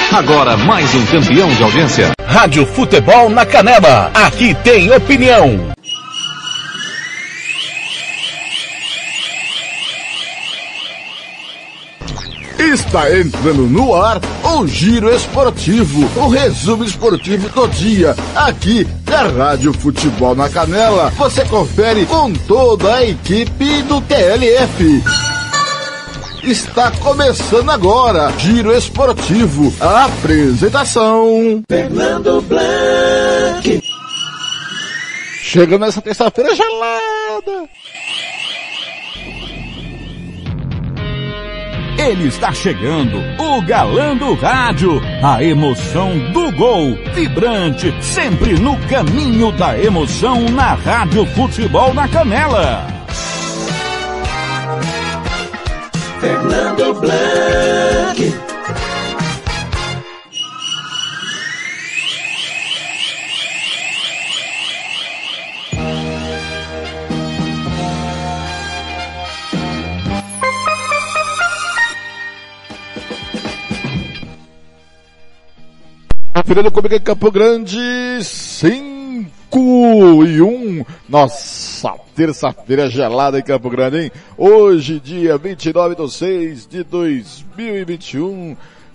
Agora mais um campeão de audiência. Rádio Futebol na Canela. Aqui tem opinião. Está entrando no ar o Giro Esportivo, o resumo esportivo do dia, aqui da Rádio Futebol na Canela. Você confere com toda a equipe do TLF. Está começando agora, Giro Esportivo, a apresentação Fernando Blanc. Chegando nessa terça-feira gelada. Ele está chegando, o galã do rádio, a emoção do gol, vibrante, sempre no caminho da emoção na Rádio Futebol na Canela. Fernando Blanc. Virando comigo em Campo Grande, 5-1. Nossa, terça-feira gelada em Campo Grande, hein? Hoje, dia 29/6/2021,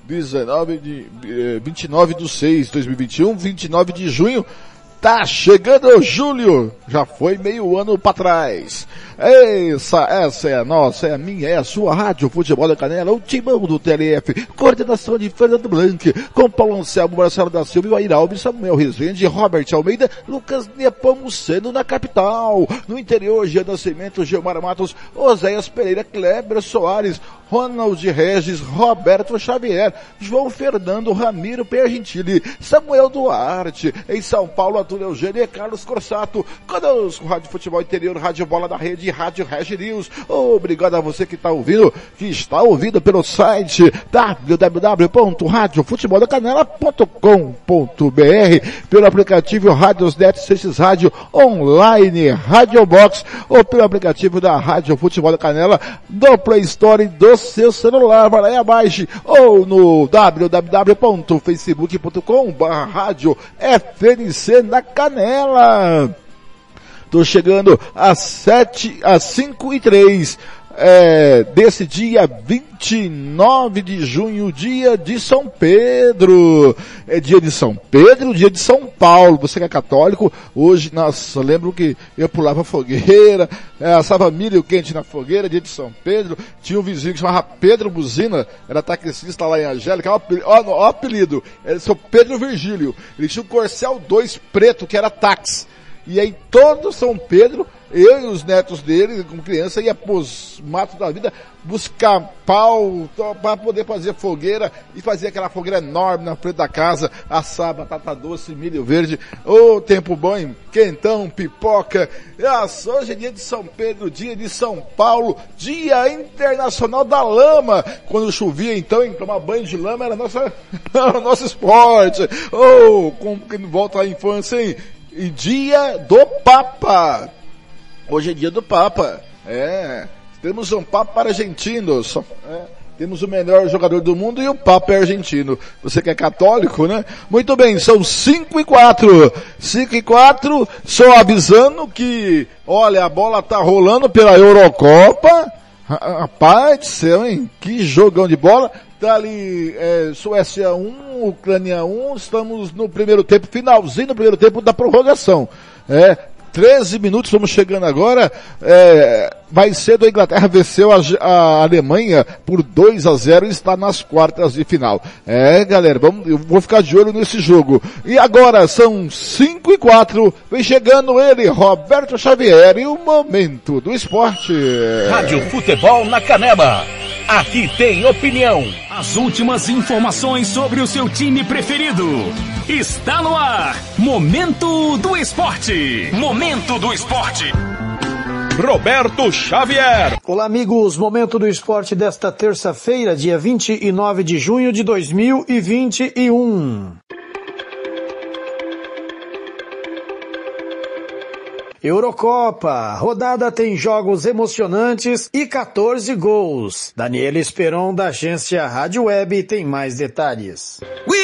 29/6/2021, 29 de junho. Tá chegando julho, já foi meio ano pra trás. Essa é a nossa, é a minha, é a sua Rádio Futebol da Canela, o timão do TLF, coordenação de Fernando Blanc, com Paulo Anselmo, Marcelo da Silva, Ivair Alves, Samuel Rezende, Robert Almeida, Lucas Nepomuceno na capital. No interior, Jean Nascimento, Gilmar Matos, Oséias Pereira, Kleber Soares, Ronald Regis, Roberto Xavier, João Fernando, Ramiro Pergentili, Samuel Duarte, em São Paulo, Antônio Eugênio e Carlos Corsato. Conosco, Rádio Futebol Interior, Rádio Bola da Rede, Rádio Regi News. Obrigado a você que está ouvindo pelo site www.radiofuteboldacanela.com.br, pelo aplicativo Radiosnet, Seixas Rádio Online, Rádio Box, ou pelo aplicativo da Rádio Futebol da Canela do Play Store do seu celular. Vai lá e abaixe, ou no www.facebook.com/rádio FNC na Canela. Tô chegando às 5:03 desse dia 29 de junho, dia de São Pedro. É dia de São Pedro, dia de São Paulo. Você que é católico, hoje, nossa, lembro que eu pulava fogueira, assava milho quente na fogueira, dia de São Pedro. Tinha um vizinho que chamava Pedro Buzina, era taxista lá em Angélica, ó apelido, era seu Pedro Virgílio. Ele tinha um Corcel 2 preto, que era táxi. E aí todo São Pedro, eu e os netos dele, como criança, ia pros matos da vida buscar pau para poder fazer fogueira, e fazia aquela fogueira enorme na frente da casa, assar batata doce, milho verde. Ô, tempo bom, hein? Quentão, pipoca. Hoje é dia de São Pedro, dia de São Paulo, dia internacional da lama. Quando chovia, então, em tomar banho de lama era nosso esporte. Como que não volta à infância, hein? E dia do Papa. Hoje é dia do Papa. Temos um Papa argentino. Temos o melhor jogador do mundo e o Papa é argentino. Você que é católico, né? Muito bem, são 5:04. 5:04, só avisando que, olha, a bola tá rolando pela Eurocopa. Rapaz do céu, hein? Que jogão de bola. Tá ali, Suécia 1, Ucrânia 1, estamos no primeiro tempo, finalzinho do primeiro tempo da prorrogação. 13 minutos, estamos chegando agora. Mais cedo a Inglaterra venceu a Alemanha por 2-0 e está nas quartas de final. Galera, eu vou ficar de olho nesse jogo. E agora são 5:04, vem chegando ele, Roberto Xavier, e o Momento do Esporte. Rádio Futebol na Canela. Aqui tem opinião. As últimas informações sobre o seu time preferido. Está no ar. Momento do Esporte. Momento do Esporte. Roberto Xavier. Olá, amigos. Momento do Esporte desta terça-feira, dia 29 de junho de 2021. Eurocopa, rodada tem jogos emocionantes e 14 gols. Daniela Esperon, da agência Rádio Web, tem mais detalhes.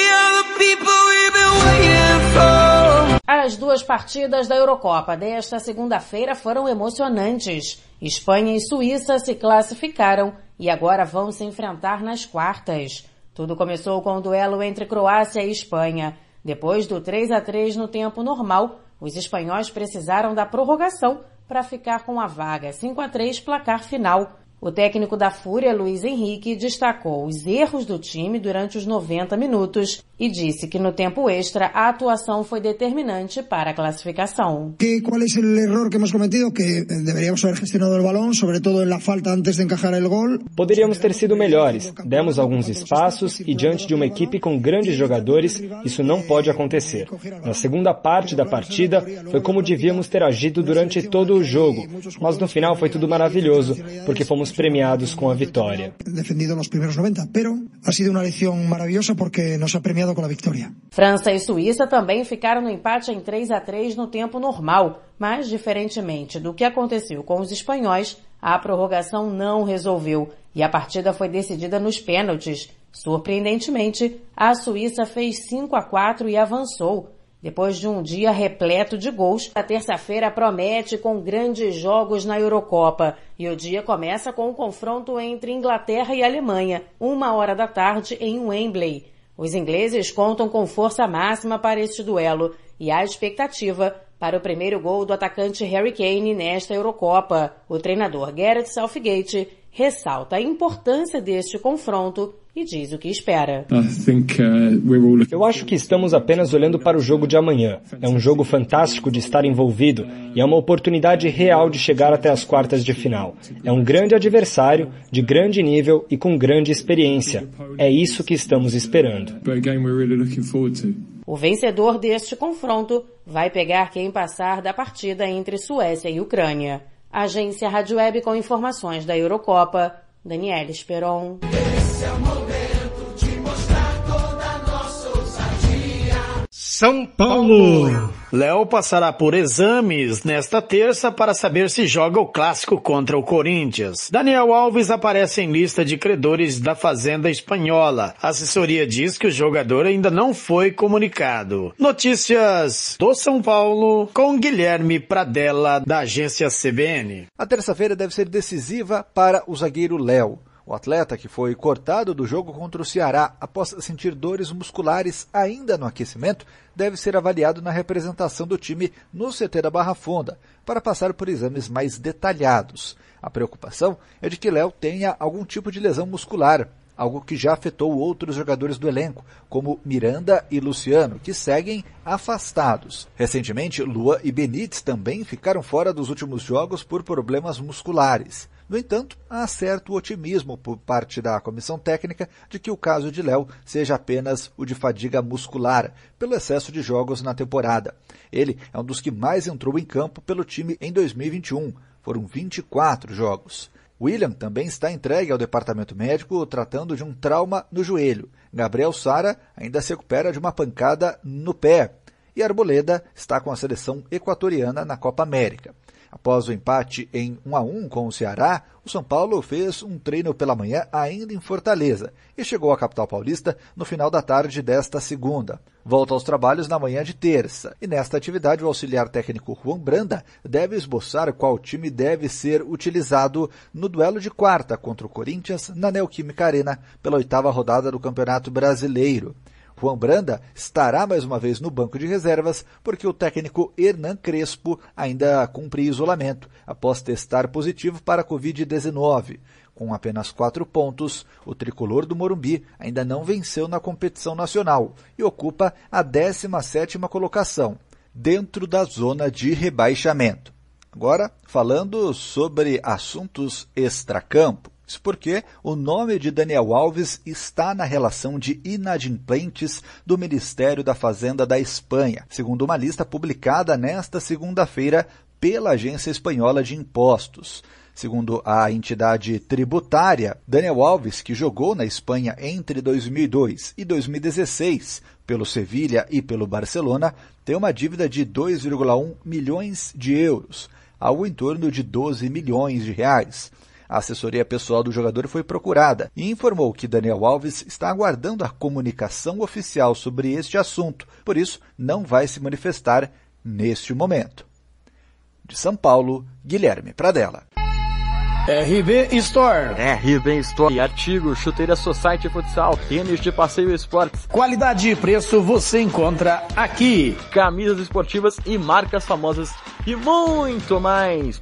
As duas partidas da Eurocopa desta segunda-feira foram emocionantes. Espanha e Suíça se classificaram e agora vão se enfrentar nas quartas. Tudo começou com o duelo entre Croácia e Espanha. Depois do 3-3 no tempo normal, os espanhóis precisaram da prorrogação para ficar com a vaga 5-3 placar final. O técnico da Fúria, Luiz Henrique, destacou os erros do time durante os 90 minutos e disse que no tempo extra a atuação foi determinante para a classificação. ¿Cuál es el error que hemos cometido? Que deberíamos haber gestionado el balón, sobre todo en la falta antes de encajar el gol. Poderíamos ter sido melhores. Demos alguns espaços e diante de uma equipe com grandes jogadores, isso não pode acontecer. Na segunda parte da partida, foi como devíamos ter agido durante todo o jogo, mas no final foi tudo maravilhoso, porque fomos premiados com a vitória. Defendido nos primeiros 90, pero ha sido uma lição maravilhosa porque nos ha premiado com a vitória. França e Suíça também ficaram no empate em 3-3 no tempo normal, mas diferentemente do que aconteceu com os espanhóis, a prorrogação não resolveu e a partida foi decidida nos pênaltis. Surpreendentemente, a Suíça fez 5-4 e avançou. Depois de um dia repleto de gols, a terça-feira promete com grandes jogos na Eurocopa. E o dia começa com um confronto entre Inglaterra e Alemanha, 1h da tarde em Wembley. Os ingleses contam com força máxima para este duelo e há expectativa para o primeiro gol do atacante Harry Kane nesta Eurocopa. O treinador Gareth Southgate ressalta a importância deste confronto e diz o que espera. Eu acho que estamos apenas olhando para o jogo de amanhã. É um jogo fantástico de estar envolvido e é uma oportunidade real de chegar até as quartas de final. É um grande adversário, de grande nível e com grande experiência. É isso que estamos esperando. O vencedor deste confronto vai pegar quem passar da partida entre Suécia e Ucrânia. Agência Rádio Web com informações da Eurocopa, Daniela Esperon. Esse é o momento de mostrar toda a nossa ousadia. São Paulo. Léo passará por exames nesta terça para saber se joga o clássico contra o Corinthians. Daniel Alves aparece em lista de credores da Fazenda Espanhola. A assessoria diz que o jogador ainda não foi comunicado. Notícias do São Paulo com Guilherme Pradella, da agência CBN. A terça-feira deve ser decisiva para o zagueiro Léo. O atleta, que foi cortado do jogo contra o Ceará após sentir dores musculares ainda no aquecimento, deve ser avaliado na representação do time no CT da Barra Funda, para passar por exames mais detalhados. A preocupação é de que Léo tenha algum tipo de lesão muscular, algo que já afetou outros jogadores do elenco, como Miranda e Luciano, que seguem afastados. Recentemente, Lua e Benítez também ficaram fora dos últimos jogos por problemas musculares. No entanto, há certo otimismo por parte da comissão técnica de que o caso de Léo seja apenas o de fadiga muscular, pelo excesso de jogos na temporada. Ele é um dos que mais entrou em campo pelo time em 2021. Foram 24 jogos. William também está entregue ao departamento médico tratando de um trauma no joelho. Gabriel Sara ainda se recupera de uma pancada no pé. E Arboleda está com a seleção equatoriana na Copa América. Após o empate em 1-1 com o Ceará, o São Paulo fez um treino pela manhã ainda em Fortaleza e chegou à capital paulista no final da tarde desta segunda. Volta aos trabalhos na manhã de terça. E nesta atividade, o auxiliar técnico Juan Branda deve esboçar qual time deve ser utilizado no duelo de quarta contra o Corinthians na Neoquímica Arena pela 8ª rodada do Campeonato Brasileiro. Juan Branda estará mais uma vez no banco de reservas porque o técnico Hernan Crespo ainda cumpre isolamento após testar positivo para a Covid-19. Com apenas 4 pontos, o tricolor do Morumbi ainda não venceu na competição nacional e ocupa a 17ª colocação, dentro da zona de rebaixamento. Agora, falando sobre assuntos extracampo. Isso porque o nome de Daniel Alves está na relação de inadimplentes do Ministério da Fazenda da Espanha, segundo uma lista publicada nesta segunda-feira pela Agência Espanhola de Impostos. Segundo a entidade tributária, Daniel Alves, que jogou na Espanha entre 2002 e 2016 pelo Sevilha e pelo Barcelona, tem uma dívida de 2,1 milhões de euros, algo em torno de 12 milhões de reais. A assessoria pessoal do jogador foi procurada e informou que Daniel Alves está aguardando a comunicação oficial sobre este assunto, por isso não vai se manifestar neste momento. De São Paulo, Guilherme Pradella. RB Store. RB Store. Artigos, chuteira Society Futsal, tênis de passeio e esportes. Qualidade e preço você encontra aqui. Camisas esportivas e marcas famosas e muito mais.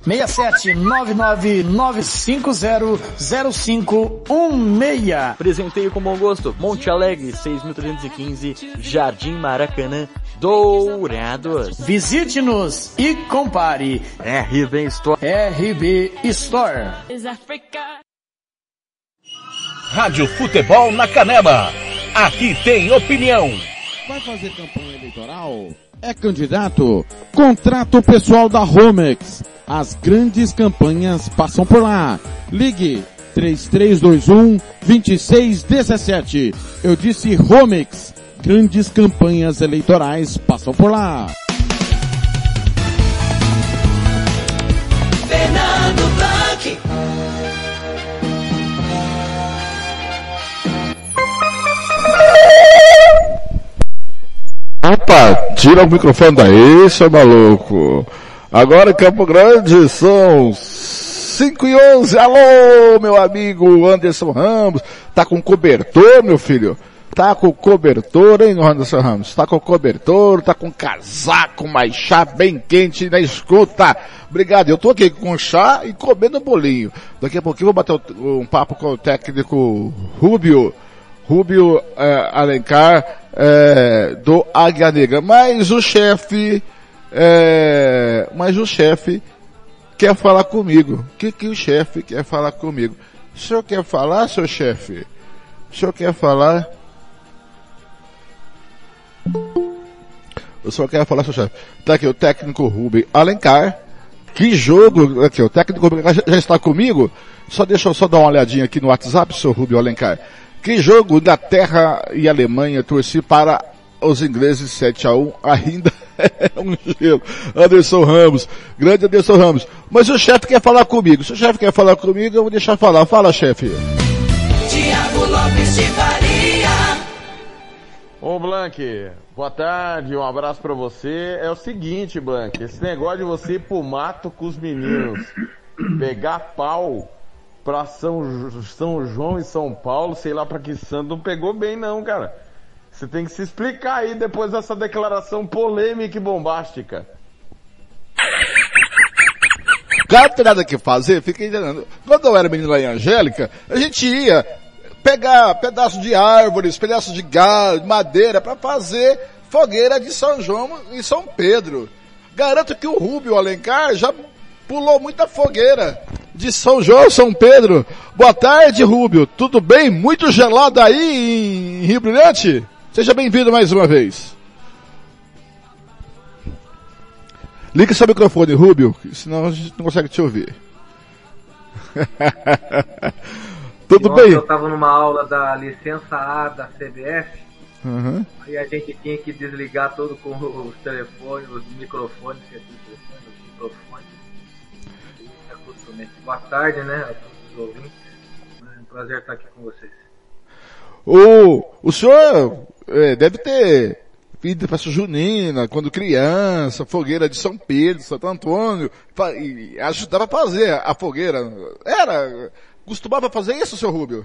67959500516. Presenteio com bom gosto. Monte Alegre, 6.315, Jardim Maracanã, Dourados. Visite-nos e compare. RB Store. RB Store. Rádio Futebol na Canela. Aqui tem opinião. Vai fazer campanha eleitoral? É candidato? Contrato pessoal da Romex. As grandes campanhas passam por lá. Ligue 3321-2617. Eu disse Romex. Grandes campanhas eleitorais passam por lá. Fernando Blanc. Opa, tira o microfone daí, seu maluco. Agora em Campo Grande são 5h11. Alô, meu amigo Anderson Ramos. Tá com cobertor, meu filho? Tá com cobertor, hein, Anderson Ramos? Tá com cobertor, tá com casaco, mais chá bem quente na escuta. Obrigado, eu tô aqui com chá e comendo bolinho. Daqui a pouquinho eu vou bater um papo com o técnico Rubio Alencar, do Águia Negra. Mas o chefe quer falar comigo. O que o chefe quer falar comigo? O senhor quer falar, seu chefe? O senhor quer falar? O senhor quer falar, seu chefe? Tá aqui o técnico Rubio Alencar. Que jogo! Aqui, o técnico Rubio Alencar já está comigo. Deixa eu só dar uma olhadinha aqui no WhatsApp, seu Rubio Alencar. Que jogo Inglaterra e Alemanha, torci para os ingleses 7-1, ainda é um gelo. Anderson Ramos, grande Anderson Ramos. Mas o chefe quer falar comigo. Se o chefe quer falar comigo, eu vou deixar falar. Fala, chefe. Tiago Lopes de Faria. Ô Blanc, boa tarde, um abraço pra você. É o seguinte, Blanc, esse negócio de você ir pro mato com os meninos, pegar pau pra São João e São Paulo, sei lá pra que santo, não pegou bem não, cara. Você tem que se explicar aí depois dessa declaração polêmica e bombástica. Cara, não tem nada que fazer, fica entendendo. Quando eu era menino lá em Angélica, a gente ia pegar pedaços de árvores, pedaços de galho, de madeira, para fazer fogueira de São João e São Pedro. Garanto que o Rubio Alencar já pulou muita fogueira de São João e São Pedro. Boa tarde, Rubio. Tudo bem? Muito gelado aí em Rio Brilhante? Seja bem-vindo mais uma vez. Liga seu microfone, Rubio, senão a gente não consegue te ouvir. Tudo bem? Eu estava numa aula da licença A da CBF, e a gente tinha que desligar tudo com os telefones, os microfones, Boa tarde, né, a todos os ouvintes. É um prazer estar aqui com vocês. O senhor deve ter vindo para festa junina, quando criança, fogueira de São Pedro, Santo Antônio, e ajudava a fazer a fogueira. Costumava fazer isso, seu Rubio?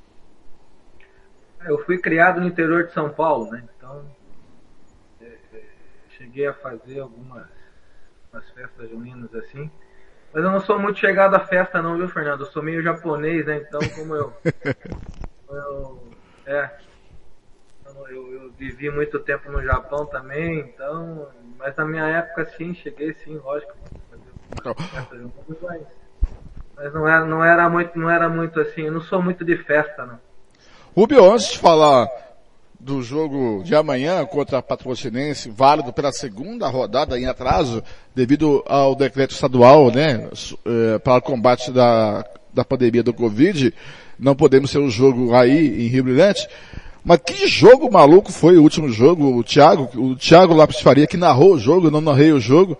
Eu fui criado no interior de São Paulo, né? Então, cheguei a fazer algumas festas juninas assim. Mas eu não sou muito chegado à festa não, viu, Fernando? Eu sou meio japonês, né? Então, como eu vivi muito tempo no Japão também, então... Mas na minha época, sim, cheguei, sim, lógico. Mas não era muito assim, eu não sou muito de festa, não. Rubio, antes de falar do jogo de amanhã contra a Patrocinense, válido pela segunda rodada em atraso, devido ao decreto estadual, né, para o combate da pandemia do Covid. Não podemos ter um jogo aí em Rio Brilhante. Mas que jogo maluco foi o último jogo, o Thiago Lopes Faria que narrou o jogo, eu não narrei o jogo.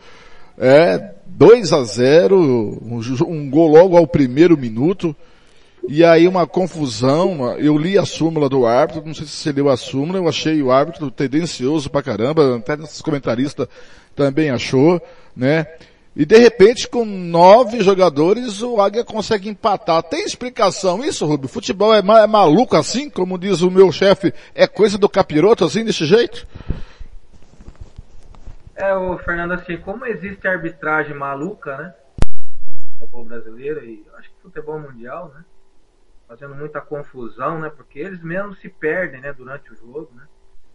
2-0, um gol logo ao primeiro minuto. E aí uma confusão, eu li a súmula do árbitro, não sei se você leu a súmula, eu achei o árbitro tendencioso pra caramba, até nossos comentaristas também achou, né? E de repente, com 9 jogadores, o Águia consegue empatar. Tem explicação isso, Rubio? Futebol é maluco assim, como diz o meu chefe, é coisa do capiroto assim, desse jeito? O Fernando, assim, como existe arbitragem maluca, né? Futebol brasileiro e acho que futebol mundial, né? Fazendo muita confusão, né? Porque eles mesmos se perdem, né? Durante o jogo, né?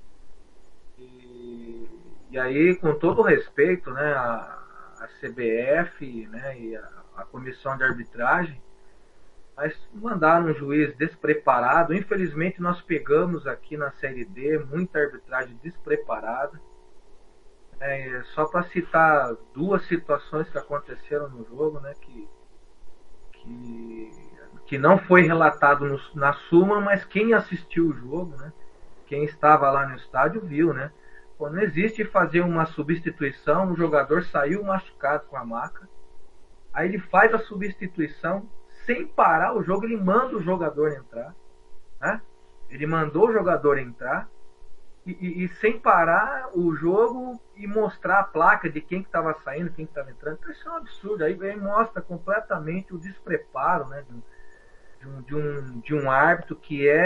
E aí, com todo o respeito, né? A CBF, né? E a comissão de arbitragem, mas mandaram um juiz despreparado. Infelizmente, nós pegamos aqui na Série D muita arbitragem despreparada. Só para citar 2 situações que aconteceram no jogo, né? Que não foi relatado na súmula, mas quem assistiu o jogo, né? Quem estava lá no estádio viu, né? Não existe fazer uma substituição, o jogador saiu machucado com a maca, aí ele faz a substituição, sem parar o jogo, ele manda o jogador entrar, né? Ele mandou o jogador entrar, e sem parar o jogo e mostrar a placa de quem que estava saindo, quem que estava entrando. Então, isso é um absurdo, aí mostra completamente o despreparo, né? De um árbitro que é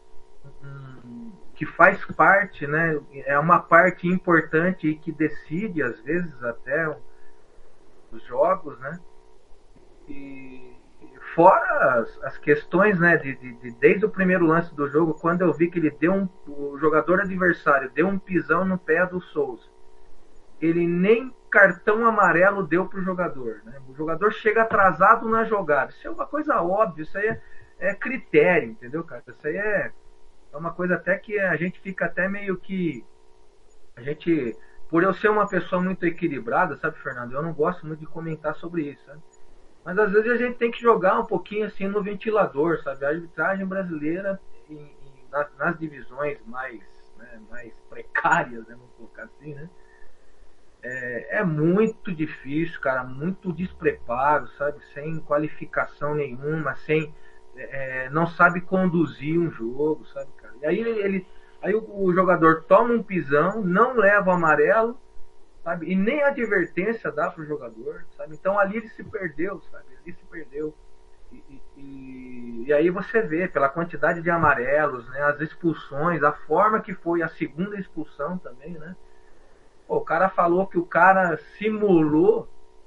que faz parte, né? É uma parte importante e que decide às vezes até os jogos, né? E fora as questões, né? Desde o primeiro lance do jogo, quando eu vi que ele o jogador adversário deu um pisão no pé do Souza, ele nem cartão amarelo deu pro jogador, né? O jogador chega atrasado na jogada. Isso é uma coisa óbvia, isso aí é critério, entendeu, cara? Isso aí é uma coisa até que a gente fica até meio que... Por eu ser uma pessoa muito equilibrada, sabe, Fernando? Eu não gosto muito de comentar sobre isso, sabe? Mas às vezes a gente tem que jogar um pouquinho assim no ventilador, sabe? A arbitragem brasileira nas divisões mais precárias, né? Vamos colocar assim, né? É muito difícil, cara, muito despreparo, sabe? Sem qualificação nenhuma, não sabe conduzir um jogo, sabe, cara? E aí o jogador toma um pisão, não leva o amarelo, sabe? E nem advertência dá pro jogador, sabe? Então ali ele se perdeu, sabe? Ele se perdeu. E aí você vê, pela quantidade de amarelos, né? As expulsões, a forma que foi a segunda expulsão também, né? O cara falou que o cara simulou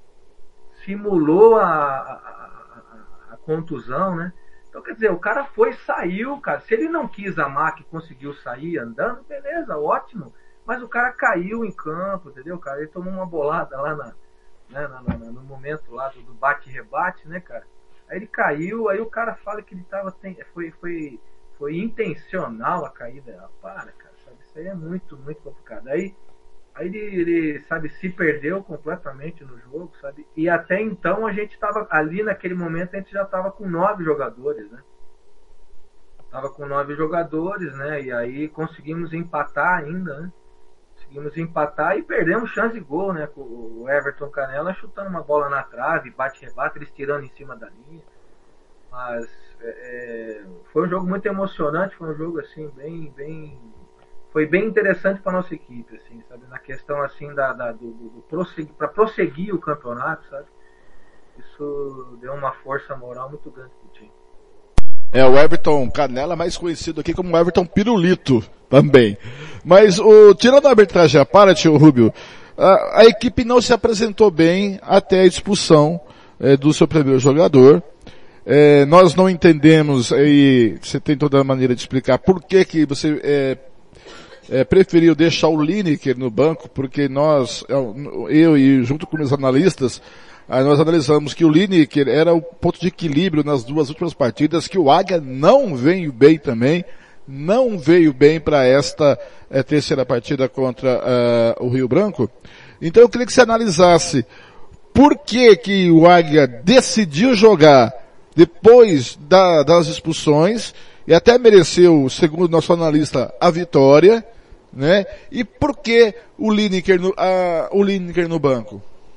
a contusão, né? Então, quer dizer, o cara saiu, cara. Se ele não quis amar, que conseguiu sair andando, beleza, ótimo. Mas o cara caiu em campo, entendeu, cara? Ele tomou uma bolada lá no momento lá do bate-rebate, né, cara? Aí ele caiu, aí o cara fala que ele foi intencional a caída. Para, cara, sabe? Isso aí é muito, muito complicado. Aí ele, sabe, se perdeu completamente no jogo, sabe? E até então a gente estava ali naquele momento, a gente já estava com 9 jogadores, né? Tava com 9 jogadores, né? E aí conseguimos empatar ainda, né? Conseguimos empatar e perdemos chance de gol, né? Com o Everton Canela chutando uma bola na trave, bate-rebate, eles tirando em cima da linha. Mas foi um jogo muito emocionante, foi um jogo assim foi bem interessante para nossa equipe, assim, sabe? Na questão assim para prosseguir o campeonato, sabe? Isso deu uma força moral muito grande pro time. O Everton Canela, mais conhecido aqui como Everton Pirulito também. Mas tirando a arbitragem à parte, o Rubio, a equipe não se apresentou bem até a expulsão do seu primeiro jogador. Nós não entendemos, e você tem toda a maneira de explicar por que você preferiu deixar o Lineker no banco, porque eu e junto com os analistas, nós analisamos que o Lineker era o ponto de equilíbrio nas 2 últimas partidas, que o Águia não veio bem também, não veio bem para esta terceira partida contra o Rio Branco. Então eu queria que você analisasse por que o Águia decidiu jogar depois das expulsões e até mereceu, segundo nosso analista, a vitória, né? E por que o Lineker no banco?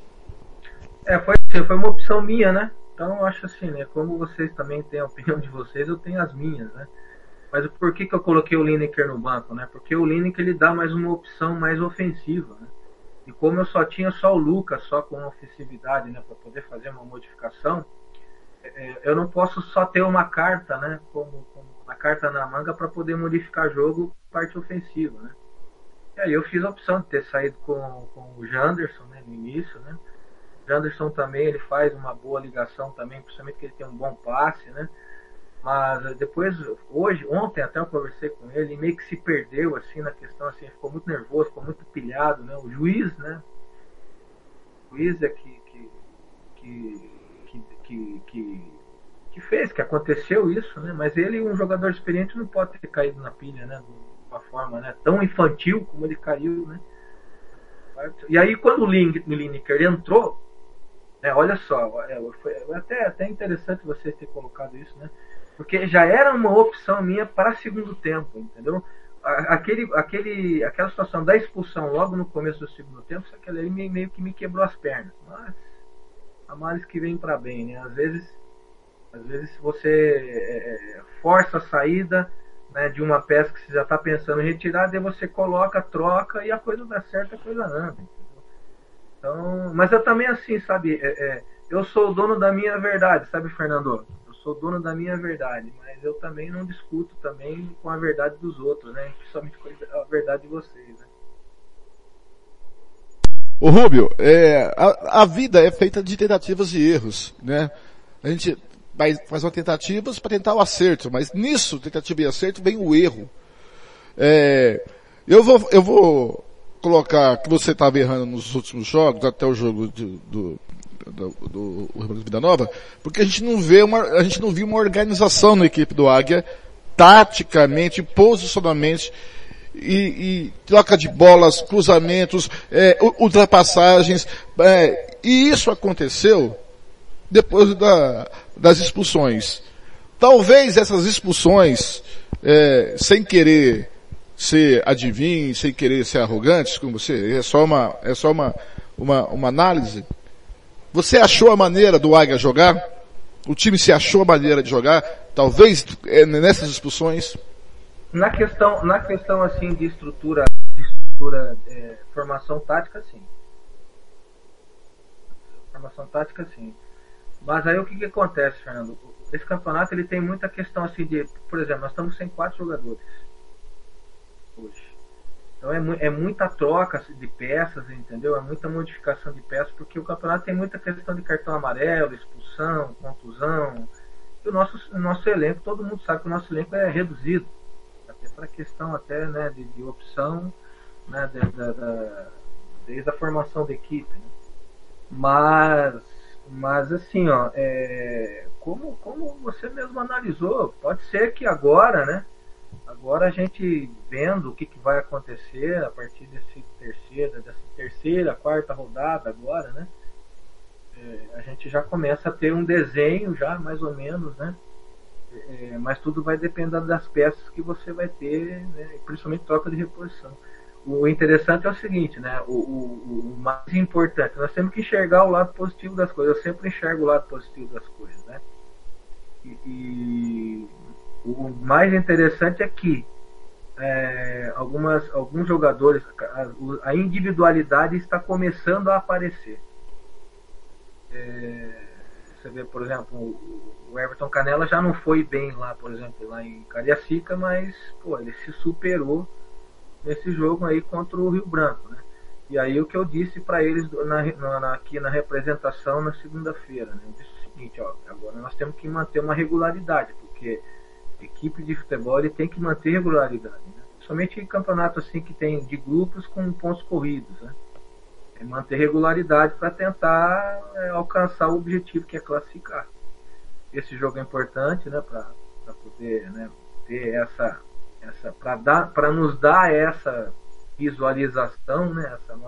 Foi uma opção minha, né? Então eu acho assim, né? Como vocês também têm a opinião de vocês, eu tenho as minhas, né? Mas por que eu coloquei o Lineker no banco, né? Porque o Lineker ele dá mais uma opção mais ofensiva, né? E como eu tinha só o Lucas, só com ofensividade, né? Para poder fazer uma modificação, eu não posso só ter uma carta, né? Como uma carta na manga para poder modificar jogo parte ofensiva, né? E aí eu fiz a opção de ter saído com o Janderson, né? No início, né? Janderson também, ele faz uma boa ligação também, principalmente que ele tem um bom passe, né? Mas depois, ontem até eu conversei com ele, e meio que se perdeu, assim, na questão, assim, ficou muito nervoso, ficou muito pilhado, né? O juiz, né? O juiz é que fez, que aconteceu isso, né? Mas ele, um jogador experiente, não pode ter caído na pilha, né? De uma forma, né? Tão infantil como ele caiu, né? E aí, quando o Lineker entrou, olha só, foi até interessante você ter colocado isso, né? Porque já era uma opção minha para segundo tempo, entendeu? Aquela situação da expulsão logo no começo do segundo tempo, só que ali meio que me quebrou as pernas. Mas a males que vem para bem, né? Às vezes você força a saída, né, de uma peça que você já está pensando em retirar, daí você coloca, troca e a coisa dá certo, a coisa anda. Entendeu? Então, mas eu também assim, sabe, eu sou o dono da minha verdade, sabe, Fernando? Eu sou o dono da minha verdade, mas eu também não discuto também com a verdade dos outros, né? Principalmente com a verdade de vocês, né? Ô Rubio, a vida é feita de tentativas e erros, né? A gente faz uma tentativas para tentar o acerto, mas nisso, tentativa e acerto, vem o erro. Eu vou colocar que você estava errando nos últimos jogos, até o jogo do Vida Nova, porque a gente não viu uma organização na equipe do Águia, taticamente, posicionamento, e troca de bolas, cruzamentos, ultrapassagens, e isso aconteceu depois das expulsões. Talvez essas expulsões, sem querer ser adivinho, sem querer ser arrogante com você, é só uma análise. Você achou a maneira do Águia jogar? O time se achou a maneira de jogar? Talvez nessas expulsões? Na questão assim de estrutura, formação tática, sim. Formação tática, sim. Mas aí o que acontece, Fernando? Esse campeonato ele tem muita questão assim de, por exemplo, nós estamos sem 4 jogadores hoje. Então é muita troca de peças, entendeu? É muita modificação de peças, porque o campeonato tem muita questão de cartão amarelo, expulsão, contusão. E o nosso elenco, todo mundo sabe que o nosso elenco é reduzido. Até para questão até, né, de opção, né, desde a formação da equipe. Né? Mas assim, ó, como você mesmo analisou, pode ser que agora, né? Agora a gente vendo o que vai acontecer a partir dessa terceira, quarta rodada agora, né? A gente já começa a ter um desenho já, mais ou menos, né? Mas tudo vai depender das peças que você vai ter, né? Principalmente troca de reposição. O interessante é o seguinte, né? O mais importante, nós temos que enxergar o lado positivo das coisas. Eu sempre enxergo o lado positivo das coisas, né? E o mais interessante é que alguns jogadores, a individualidade está começando a aparecer. Você vê, por exemplo, o Everton Canella já não foi bem lá, por exemplo, lá em Cariacica, mas ele se superou nesse jogo aí contra o Rio Branco, né? E aí o que eu disse para eles aqui na representação na segunda-feira, né? Eu disse o seguinte, agora nós temos que manter uma regularidade, porque equipe de futebol ele tem que manter regularidade, né? Somente em campeonato assim que tem de grupos com pontos corridos, né? É manter regularidade para tentar alcançar o objetivo que é classificar. Esse jogo é importante, né, para poder, né, ter para nos dar essa visualização, né? Essa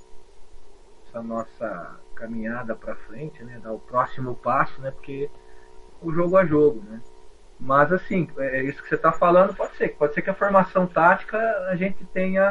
nossa caminhada para frente, né? Dar o próximo passo, né? Porque o jogo é jogo, né? Mas assim, é isso que você está falando, pode ser que a formação tática a gente tenha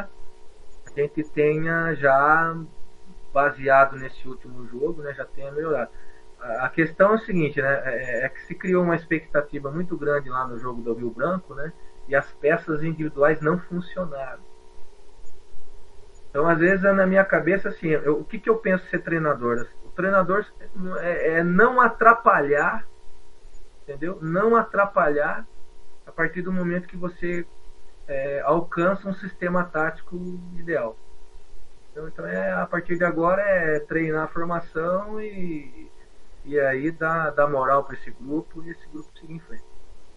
já baseado nesse último jogo, né? Já tenha melhorado. A questão é o seguinte, né? É que se criou uma expectativa muito grande lá no jogo do Rio Branco, né? E as peças individuais não funcionaram. Então, às vezes, na minha cabeça, assim, o que eu penso ser treinador? O treinador é não atrapalhar, entendeu? Não atrapalhar a partir do momento que você alcança um sistema tático ideal. Então a partir de agora é treinar a formação e aí dar moral para esse grupo e esse grupo seguir em frente.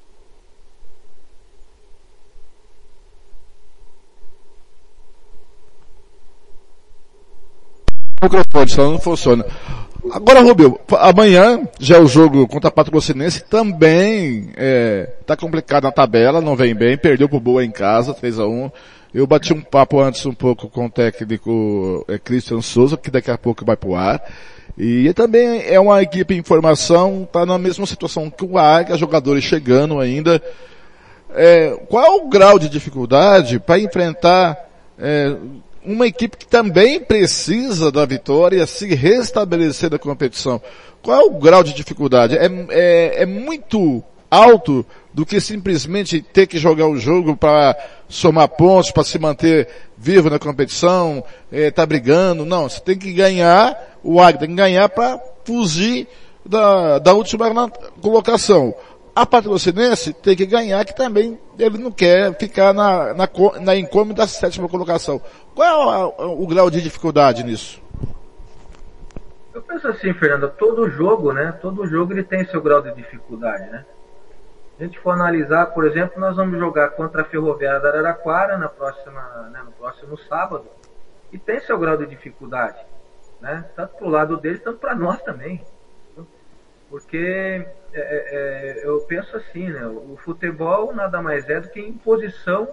O microfone só não funciona. Agora, Rubio, amanhã já é o jogo contra a Patrocinense, também tá complicado na tabela, não vem bem, perdeu pro Boa em casa, 3-1. Eu bati um papo antes um pouco com o técnico Christian Souza, que daqui a pouco vai pro ar. E também é uma equipe em formação, tá na mesma situação que o Águia, jogadores chegando ainda. Qual é o grau de dificuldade para enfrentar uma equipe que também precisa da vitória, se restabelecer da competição? Qual é o grau de dificuldade? É muito alto do que simplesmente ter que jogar o jogo para somar pontos, para se manter vivo na competição, tá brigando? Não, você tem que ganhar, o Águia tem que ganhar para fugir da última colocação. A Patrocinense tem que ganhar, que também ele não quer ficar na incôgnita da 7ª colocação. Qual é o grau de dificuldade nisso? Eu penso assim, Fernando, todo jogo ele tem seu grau de dificuldade, né? Se a gente for analisar, por exemplo, nós vamos jogar contra a Ferroviária da Araraquara no próximo sábado, e tem seu grau de dificuldade, né? Tanto pro lado deles, tanto para nós também. Porque eu penso assim, né? O futebol nada mais é do que imposição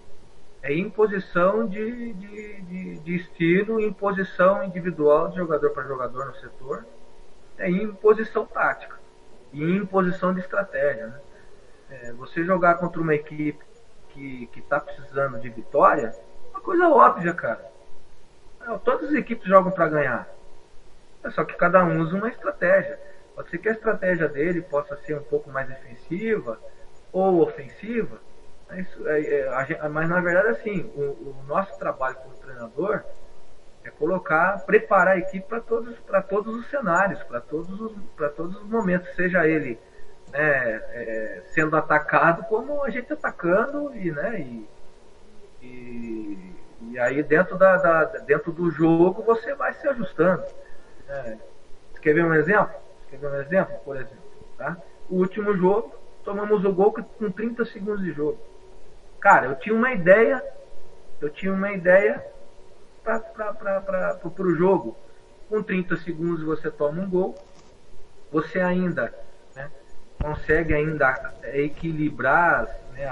de estilo, imposição individual de jogador para jogador no setor, imposição tática e imposição de estratégia, né? Você jogar contra uma equipe que está precisando de vitória é uma coisa óbvia, cara. Todas as equipes jogam para ganhar, só que cada um usa uma estratégia. Pode ser que a estratégia dele possa ser um pouco mais defensiva ou ofensiva, mas na verdade assim, o nosso trabalho como treinador é preparar a equipe para todos os cenários, para todos os momentos, seja ele sendo atacado como a gente atacando e aí dentro do jogo você vai se ajustando. Você quer ver um exemplo? Por exemplo, tá? O último jogo, tomamos o gol com 30 segundos de jogo. Cara, eu tinha uma ideia para o jogo. Com 30 segundos você toma um gol, você ainda consegue equilibrar,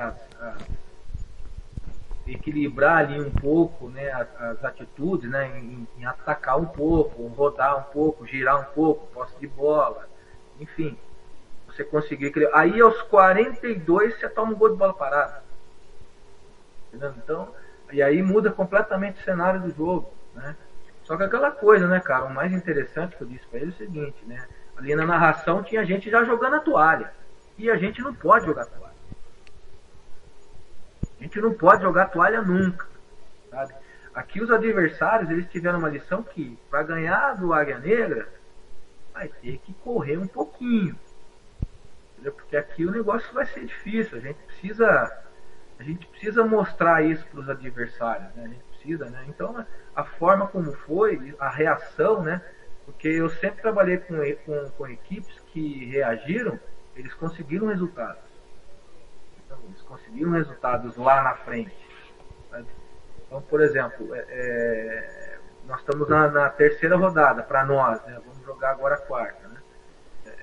equilibrar ali um pouco, né, as atitudes, né, em atacar um pouco, rodar um pouco, girar um pouco, posse de bola, enfim, você conseguir equilibrar. Aí aos 42 você toma um gol de bola parada, entendeu? Então, e aí muda completamente o cenário do jogo, né? Só que aquela coisa, né, cara, o mais interessante que eu disse para ele é o seguinte, né, ali na narração tinha gente já jogando a toalha, e a gente não pode jogar toalha. A gente não pode jogar toalha nunca, sabe? Aqui os adversários, eles tiveram uma lição que, para ganhar do Águia Negra, vai ter que correr um pouquinho, entendeu? Porque aqui o negócio vai ser difícil. A gente precisa mostrar isso para os adversários, né? A gente precisa, né? Então, a forma como foi, a reação, né? Porque eu sempre trabalhei com equipes que reagiram, eles conseguiram resultados. Eles conseguiram resultados lá na frente, sabe? Então, por exemplo, nós estamos na terceira rodada para nós, né? Vamos jogar agora a quarta,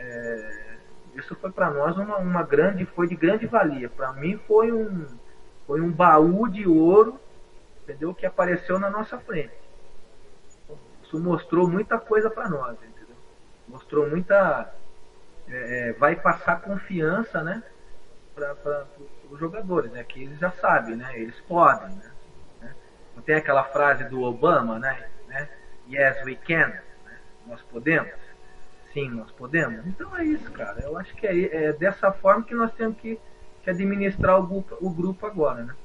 né? Isso foi para nós foi de grande valia. Para mim foi Foi um baú de ouro, entendeu? Que apareceu na nossa frente. Isso mostrou muita coisa para nós, entendeu? Mostrou muita... vai passar confiança, né? Para os jogadores, né? Que eles já sabem, né? Eles podem, né? Não tem aquela frase do Obama, né? Yes, we can. Né? Nós podemos. Sim, nós podemos. Então é isso, cara. Eu acho que é dessa forma que nós temos que administrar o grupo agora, né?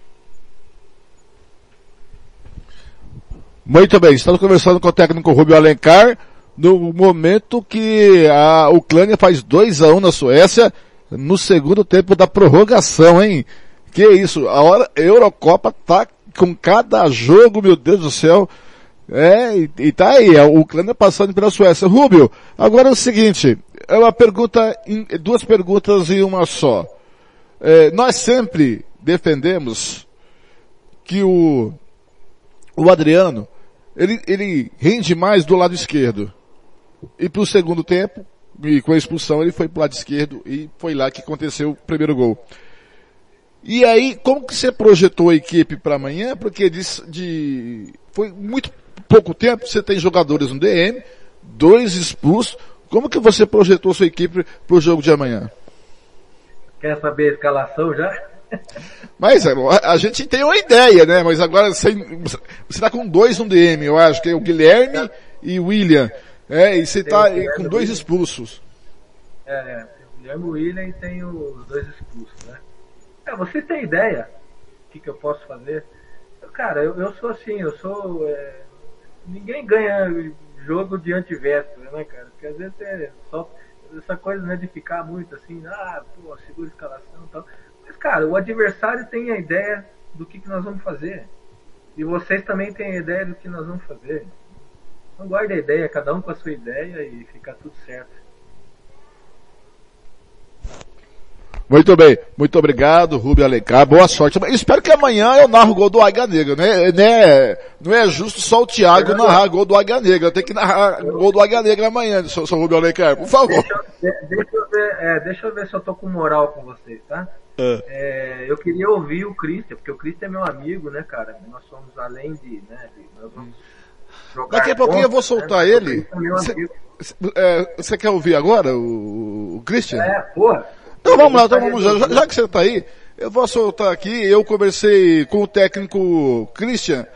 Muito bem, estamos conversando com o técnico Rubio Alencar no momento que a Ucrânia faz 2-1 na Suécia no segundo tempo da prorrogação, hein? Que isso, a Eurocopa tá com cada jogo, meu Deus do céu. E tá aí, a Ucrânia passando pela Suécia. Rubio, agora é o seguinte, é uma pergunta, duas perguntas em uma só. Nós sempre defendemos que o Adriano, ele rende mais do lado esquerdo. E pro segundo tempo, e com a expulsão, ele foi pro lado esquerdo e foi lá que aconteceu o primeiro gol. E aí, como que você projetou a equipe para amanhã? Porque foi muito pouco tempo, você tem jogadores no DM, 2 expulsos. Como que você projetou sua equipe pro jogo de amanhã? Quer saber a escalação já? Mas a gente tem uma ideia, né? Mas agora você tá com 2 no DM, eu acho, que é o Guilherme e o William. E você tá com 2 expulsos. Tem o Guilherme, o William e tem os 2 expulsos, né? Vocês têm ideia do que eu posso fazer? Cara, eu sou assim, ninguém ganha jogo de antivéspera, né, cara? Porque às vezes só essa coisa, né, de ficar muito assim, segura a escalação e tal. Mas, cara, o adversário tem a ideia do que nós vamos fazer. E vocês também têm a ideia do que nós vamos fazer. Então guarda a ideia, cada um com a sua ideia e fica tudo certo. Muito bem, muito obrigado, Rubio Alencar, boa sorte. Espero que amanhã eu narro o gol do Águia Negra, né? Não é justo só o Thiago narrar gol do Águia Negra, eu tenho que narrar gol do Águia Negra amanhã, seu Rubio Alencar, por favor. Deixa eu ver se eu tô com moral com vocês, tá? Eu queria ouvir o Christian, porque o Christian é meu amigo, né, cara? Nós somos além de, né, nós vamos jogar. Daqui a pouquinho eu vou soltar ele. Você quer ouvir agora o Christian? Porra. Então vamos lá, já que você tá aí, eu vou soltar aqui, eu conversei com o técnico Christian,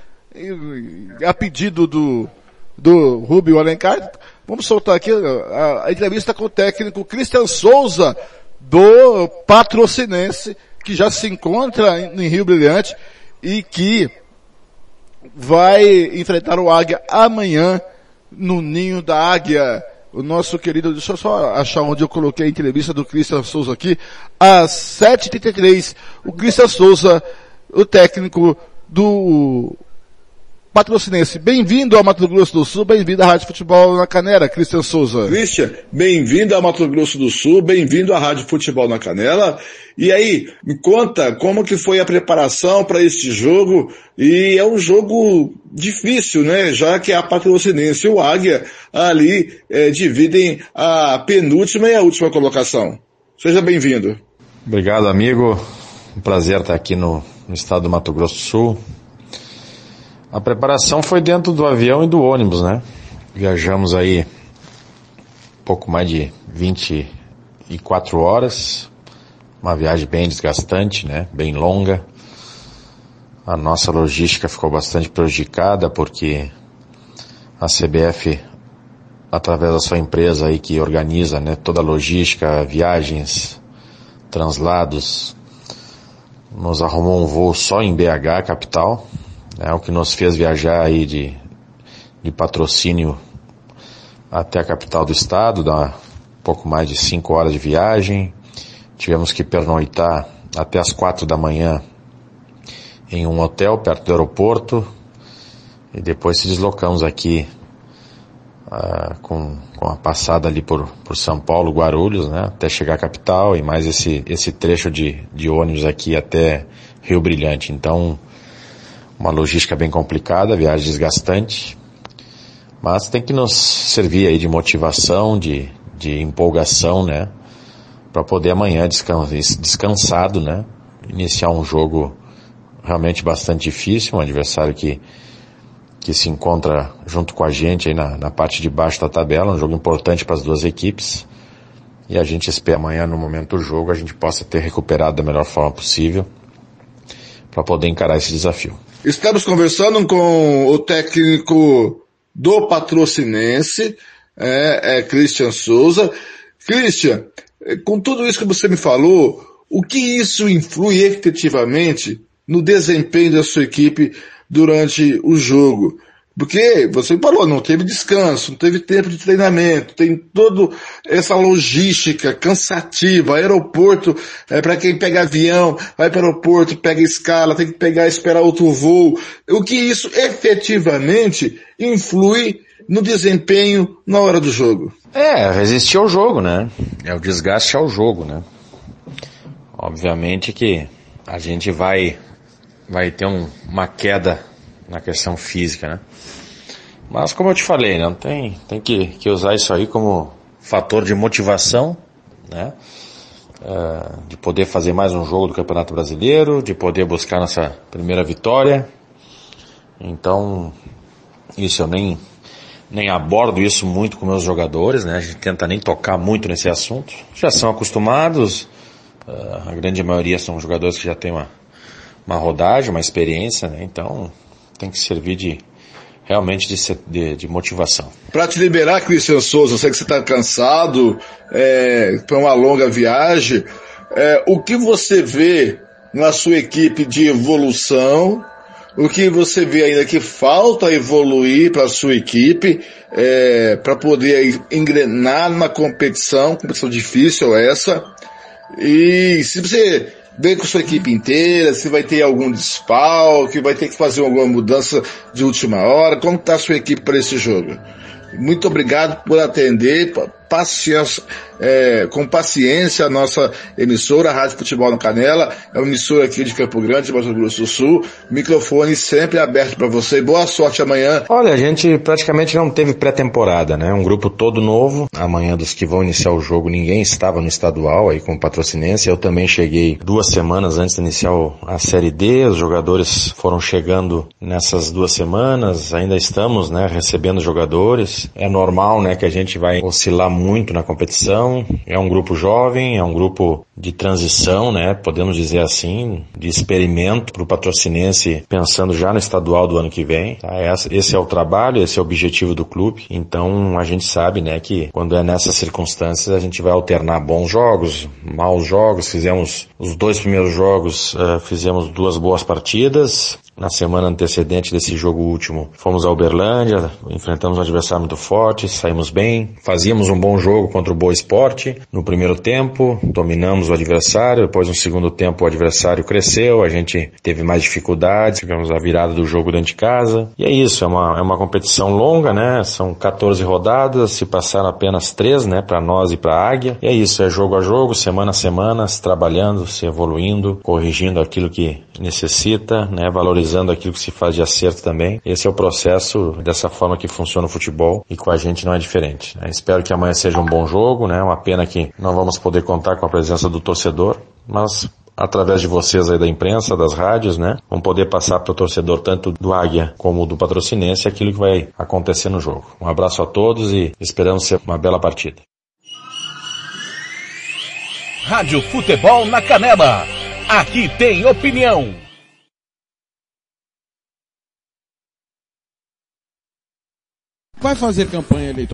a pedido do Rubio Alencar, vamos soltar aqui a entrevista com o técnico Christian Souza, do Patrocinense, que já se encontra em Rio Brilhante e que vai enfrentar o Águia amanhã no Ninho da Águia. O nosso querido, deixa eu só achar onde eu coloquei a entrevista do Christian Souza aqui, às 7h33, o Christian Souza, o técnico do Patrocinense. Bem-vindo ao Mato Grosso do Sul, bem-vindo à Rádio Futebol na Canela, Christian Souza. Christian, bem-vindo ao Mato Grosso do Sul, bem-vindo à Rádio Futebol na Canela. E aí, me conta como que foi a preparação para este jogo, e é um jogo difícil, né, já que a Patrocinense e o Águia ali dividem a penúltima e a última colocação. Seja bem-vindo. Obrigado, amigo, um prazer estar aqui no estado do Mato Grosso do Sul. A preparação foi dentro do avião e do ônibus, né? Viajamos aí pouco mais de 24 horas, uma viagem bem desgastante, né? Bem longa. A nossa logística ficou bastante prejudicada porque a CBF, através da sua empresa aí que organiza, né, toda a logística, viagens, translados, nos arrumou um voo só em BH, capital. O que nos fez viajar aí de Patrocínio até a capital do estado, dá pouco mais de 5 horas de viagem. Tivemos que pernoitar até as 4 da manhã em um hotel perto do aeroporto e depois se deslocamos aqui com a passada ali por São Paulo, Guarulhos, né, até chegar à capital e mais esse trecho de ônibus aqui até Rio Brilhante. Então, uma logística bem complicada, viagem desgastante, mas tem que nos servir aí de motivação, de empolgação, né, para poder amanhã descansado, né, iniciar um jogo realmente bastante difícil, um adversário que se encontra junto com a gente aí na parte de baixo da tabela, um jogo importante para as duas equipes, e a gente espera amanhã, no momento do jogo, a gente possa ter recuperado da melhor forma possível para poder encarar esse desafio. Estamos conversando com o técnico do Patrocinense, Christian Souza. Christian, com tudo isso que você me falou, o que isso influi efetivamente no desempenho da sua equipe durante o jogo? Porque você falou, não teve descanso, não teve tempo de treinamento, tem toda essa logística cansativa, aeroporto, para quem pega avião, vai para o aeroporto, pega escala, tem que esperar outro voo. O que isso efetivamente influi no desempenho na hora do jogo? Resistir ao jogo, né? É o desgaste ao jogo, né? Obviamente que a gente vai ter uma queda na questão física, né? Mas como eu te falei, né? Tem que usar isso aí como fator de motivação, né? De poder fazer mais um jogo do Campeonato Brasileiro, de poder buscar nossa primeira vitória. Então, isso eu nem abordo isso muito com meus jogadores, né? A gente tenta nem tocar muito nesse assunto. Já são acostumados, a grande maioria são jogadores que já têm uma rodagem, uma experiência, né? Então tem que servir realmente de motivação. Para te liberar, Christian Souza, eu sei que você está cansado, foi uma longa viagem, o que você vê na sua equipe de evolução, o que você vê ainda que falta evoluir para a sua equipe, para poder engrenar numa competição difícil essa, e se você vê com sua equipe inteira, se vai ter algum desfalque, vai ter que fazer alguma mudança de última hora, como está a sua equipe para esse jogo? Muito obrigado por atender com paciência a nossa emissora, a Rádio Futebol na Canela, é uma emissora aqui de Campo Grande, Mato Grosso do Sul, microfone sempre aberto para você, boa sorte amanhã. Olha, a gente praticamente não teve pré-temporada, né? Um grupo todo novo, amanhã dos que vão iniciar o jogo, ninguém estava no estadual aí com o Patrocinense, eu também cheguei 2 semanas antes de iniciar a Série D, os jogadores foram chegando nessas 2 semanas, ainda estamos, né, recebendo jogadores, é normal, né, que a gente vai oscilar muito na competição, é um grupo jovem, é um grupo de transição, né, podemos dizer assim, de experimento para o Patrocinense, pensando já no estadual do ano que vem, tá? Esse é o trabalho, esse é o objetivo do clube, então a gente sabe, né, que quando é nessas circunstâncias a gente vai alternar bons jogos, maus jogos, fizemos os 2 primeiros jogos, fizemos 2 boas partidas. Na semana antecedente desse jogo último, fomos a Uberlândia, enfrentamos um adversário muito forte, saímos bem, fazíamos um bom jogo contra o Boa Esporte. No primeiro tempo, dominamos o adversário, depois no segundo tempo o adversário cresceu, a gente teve mais dificuldades, tivemos a virada do jogo dentro de casa. E é isso, é uma competição longa, né? São 14 rodadas, se passaram apenas 3, né? Para nós e para a Águia. E é isso, é jogo a jogo, semana a semana, se trabalhando, se evoluindo, corrigindo aquilo que necessita, né? Valorizando aquilo que se faz de acerto também. Esse é o processo, dessa forma que funciona o futebol, e com a gente não é diferente, né? Espero que amanhã seja um bom jogo, né? Uma pena que não vamos poder contar com a presença do torcedor, mas através de vocês aí da imprensa, das rádios, né? Vamos poder passar para o torcedor tanto do Águia como do Patrocinense aquilo que vai acontecer no jogo. Um abraço a todos e esperamos ser uma bela partida. Rádio Futebol na Canela. Aqui tem opinião. Vai fazer campanha eleitoral.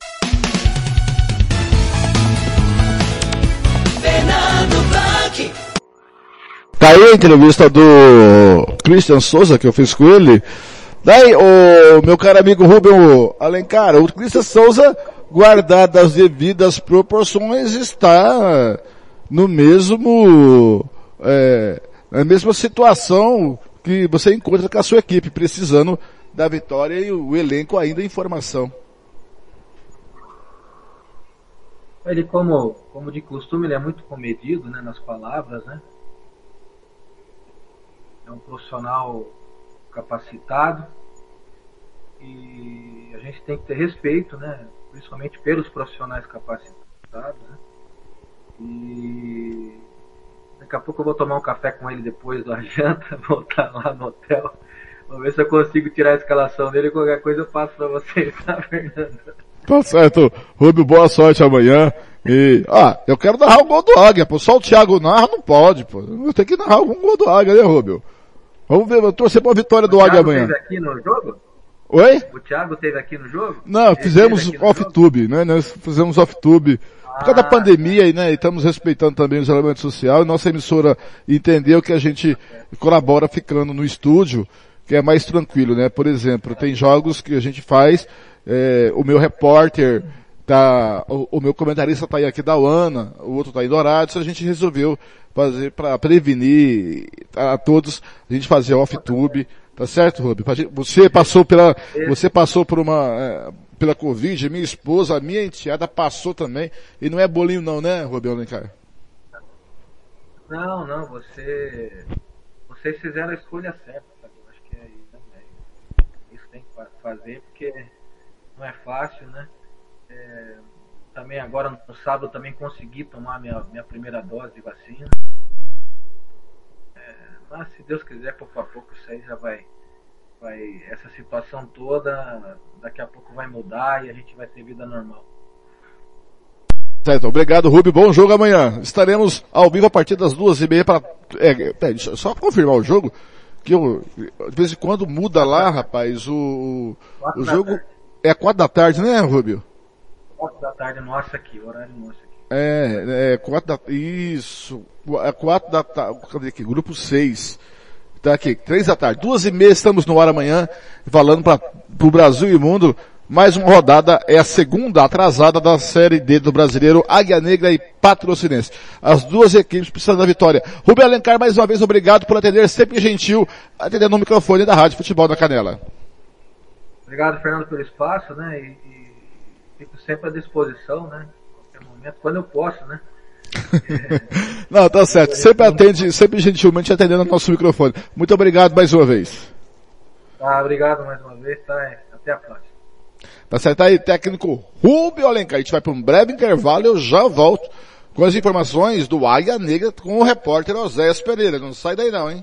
Tá aí a entrevista do Christian Souza que eu fiz com ele. Daí, o meu caro amigo Rubem Alencar, o Christian Souza, guardado as devidas proporções, está no mesmo, na mesma situação que você encontra com a sua equipe, precisando da vitória e o elenco ainda em formação. Ele, como de costume, ele é muito comedido, né, nas palavras, né? É um profissional capacitado e a gente tem que ter respeito, né? Principalmente pelos profissionais capacitados, né? E Daqui a pouco eu vou tomar um café com ele depois da janta, voltar lá no hotel. Vou ver se eu consigo tirar a escalação dele. Qualquer coisa eu passo pra vocês, tá, Fernando? Tá certo. Rubio, boa sorte amanhã. E, eu quero narrar o gol do Águia, pô. Só o Thiago narra, não pode, pô. Eu tenho que narrar algum gol do Águia, né, Rubio? Vamos ver, eu torcer pra vitória do Águia amanhã. O Thiago teve aqui no jogo? Oi? O Thiago teve aqui no jogo? Não, fizemos off-tube, né? Nós fizemos off-tube. Por causa da pandemia, né? E estamos respeitando também o isolamento social. E nossa emissora entendeu que a gente colabora ficando no estúdio, que é mais tranquilo, né? Por exemplo, tem jogos que a gente faz, o meu repórter o meu comentarista tá aí aqui da UANA, o outro tá em Dourados, a gente resolveu fazer para prevenir a todos, a gente fazer off-tube, tá certo, Rubio? Você passou por pela Covid, minha esposa, a minha enteada passou também, e não é bolinho não, né, Rubio Alencar? Não, vocês fizeram a escolha certa, sabe? Eu acho que isso tem que fazer, porque não é fácil, né? Também agora no sábado também consegui tomar minha primeira dose de vacina. Mas se Deus quiser, pouco a pouco isso aí já vai, essa situação toda daqui a pouco vai mudar e a gente vai ter vida normal. Certo, obrigado, Rubio, bom jogo amanhã. Estaremos ao vivo a partir das 2h30 para só confirmar o jogo, que de vez em quando muda lá, rapaz, o jogo é 4 da tarde, né, Rubio? 4 da tarde nossa aqui, horário nosso aqui. 4 da tarde, cadê aqui? Grupo 6. Tá aqui, 3 da tarde, 2h30, estamos no ar amanhã, falando pro Brasil e mundo, mais uma rodada, é a segunda atrasada da Série D do Brasileiro, Águia Negra e Patrocinense. As duas equipes precisam da vitória. Rubio Alencar, mais uma vez, obrigado por atender, sempre gentil, atendendo no microfone da Rádio Futebol na Canela. Obrigado, Fernando, pelo espaço, né, e fico sempre à disposição, né? Qualquer momento, quando eu posso, né? Não, tá certo. Sempre atende, sempre gentilmente atendendo ao nosso microfone. Muito obrigado mais uma vez. Tá, obrigado mais uma vez, tá? Até a próxima. Tá certo aí, técnico Rubio Alencar. A gente vai para um breve intervalo e eu já volto com as informações do Águia Negra com o repórter Oséias Pereira. Não sai daí não, hein?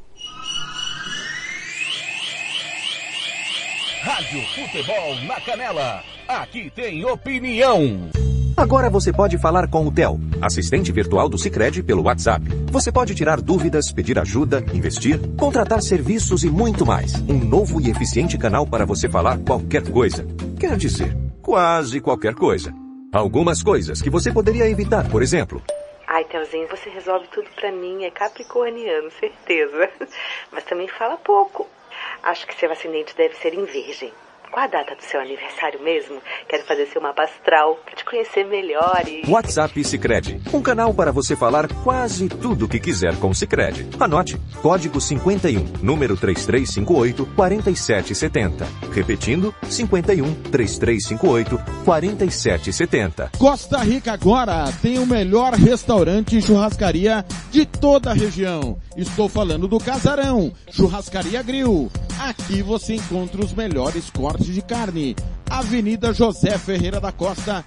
Rádio Futebol na Canela. Aqui tem opinião. Agora você pode falar com o Theo, assistente virtual do Sicredi, pelo WhatsApp. Você pode tirar dúvidas, pedir ajuda, investir, contratar serviços e muito mais. Um novo e eficiente canal para você falar qualquer coisa. Quer dizer, quase qualquer coisa. Algumas coisas que você poderia evitar, por exemplo. Ai, Theozinho, você resolve tudo pra mim. É capricorniano, certeza. Mas também fala pouco. Acho que seu ascendente deve ser em Virgem. Qual a data do seu aniversário mesmo? Quero fazer seu mapa astral para te conhecer melhor e... WhatsApp Sicredi, um canal para você falar quase tudo o que quiser com o Sicredi. Anote, código 51, número 3358-4770. Repetindo, 51-3358-4770. Costa Rica agora tem o melhor restaurante e churrascaria de toda a região. Estou falando do Casarão, Churrascaria Grill. Aqui você encontra os melhores cortes de carne. Avenida José Ferreira da Costa,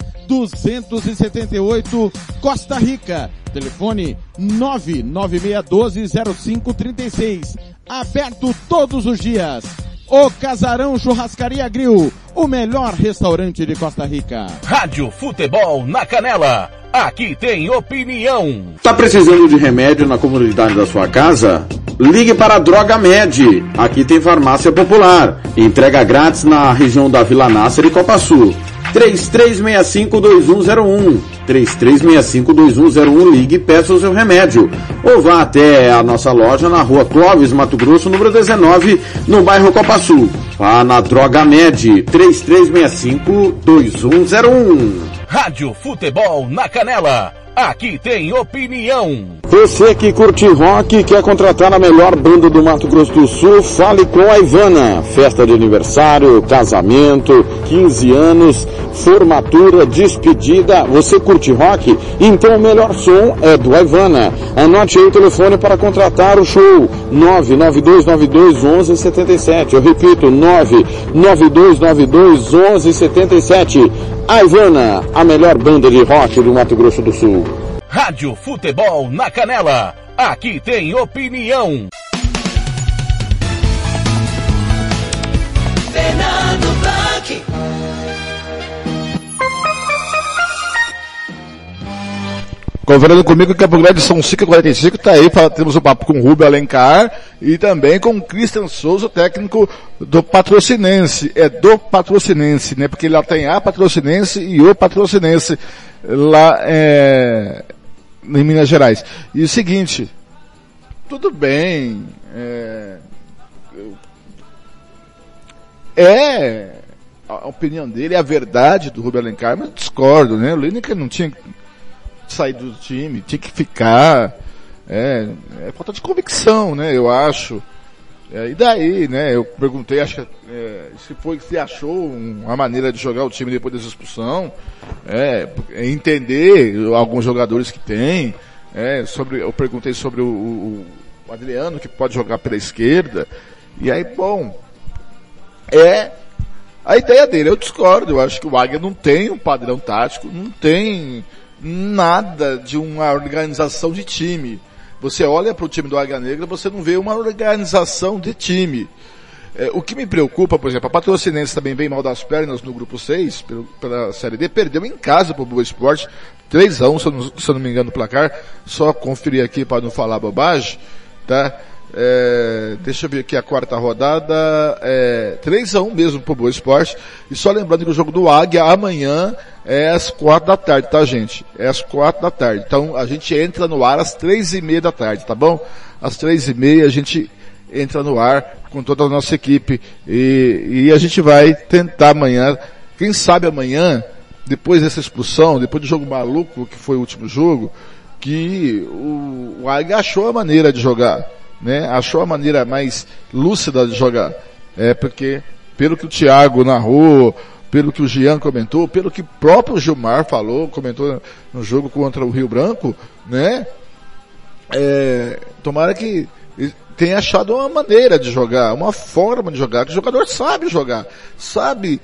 278, Costa Rica. Telefone 996120536. Aberto todos os dias. O Casarão Churrascaria Grill, o melhor restaurante de Costa Rica. Rádio Futebol na Canela. Aqui tem opinião. Tá precisando de remédio na comunidade da sua casa? Ligue para a Droga Med. Aqui tem farmácia popular. Entrega grátis na região da Vila Nácer e Copa Sul. 3365-2101. 3365-2101. Ligue e peça o seu remédio. Ou vá até a nossa loja na rua Clóvis, Mato Grosso, número 19, no bairro Copa Sul. Vá na Droga Med. 3365-2101. Rádio Futebol na Canela. Aqui tem opinião. Você que curte rock e quer contratar a melhor banda do Mato Grosso do Sul, fale com a Ivana. Festa de aniversário, casamento, 15 anos, formatura, despedida. Você curte rock? Então o melhor som é do Ivana. Anote aí o telefone para contratar o show. 992921177. Eu repito, 992921177. A Ivana, a melhor banda de rock do Mato Grosso do Sul. Rádio Futebol na Canela. Aqui tem opinião. Fernando Blanc. Conversando comigo em Campo Grande, são 5h45, tá aí, temos o papo com o Rubio Alencar e também com o Christian Souza, técnico do Patrocinense. É do Patrocinense, né? Porque lá tem a Patrocinense e o Patrocinense lá em Minas Gerais. E o seguinte, tudo bem, a opinião dele, é a verdade do Rubio Alencar, mas discordo, né? O Lineker não tinha sair do time, tinha que ficar, é falta de convicção, né, eu acho, e daí, né, eu perguntei, acho que, se achou uma maneira de jogar o time depois dessa expulsão, entender alguns jogadores que tem, eu perguntei sobre o Adriano, que pode jogar pela esquerda, e aí, bom, a ideia dele, eu discordo, eu acho que o Águia não tem um padrão tático, não tem nada de uma organização de time. Você olha para o time do Águia Negra, você não vê uma organização de time. O que me preocupa, por exemplo, a Patrocinense também bem mal das pernas no grupo 6, pela Série D, perdeu em casa para o Boa Esporte, 3-1, se eu não me engano, no placar, só conferir aqui para não falar bobagem, tá? Deixa eu ver aqui a quarta rodada, 3-1 mesmo pro Boa Esporte, e só lembrando que o jogo do Águia amanhã é às 4 da tarde, tá, gente? É às 4 da tarde. Então a gente entra no ar às 3:30 da tarde, tá bom? Às 3:30 a gente entra no ar com toda a nossa equipe e a gente vai tentar amanhã, quem sabe amanhã, depois dessa expulsão, depois do jogo maluco que foi o último jogo, que o Águia achou a maneira de jogar, né? Achou a maneira mais lúcida de jogar. Porque, pelo que o Thiago narrou, pelo que o Jean comentou, pelo que o próprio Gilmar comentou no jogo contra o Rio Branco, né? Tomara que tenha achado uma maneira de jogar, uma forma de jogar, que o jogador sabe jogar, sabe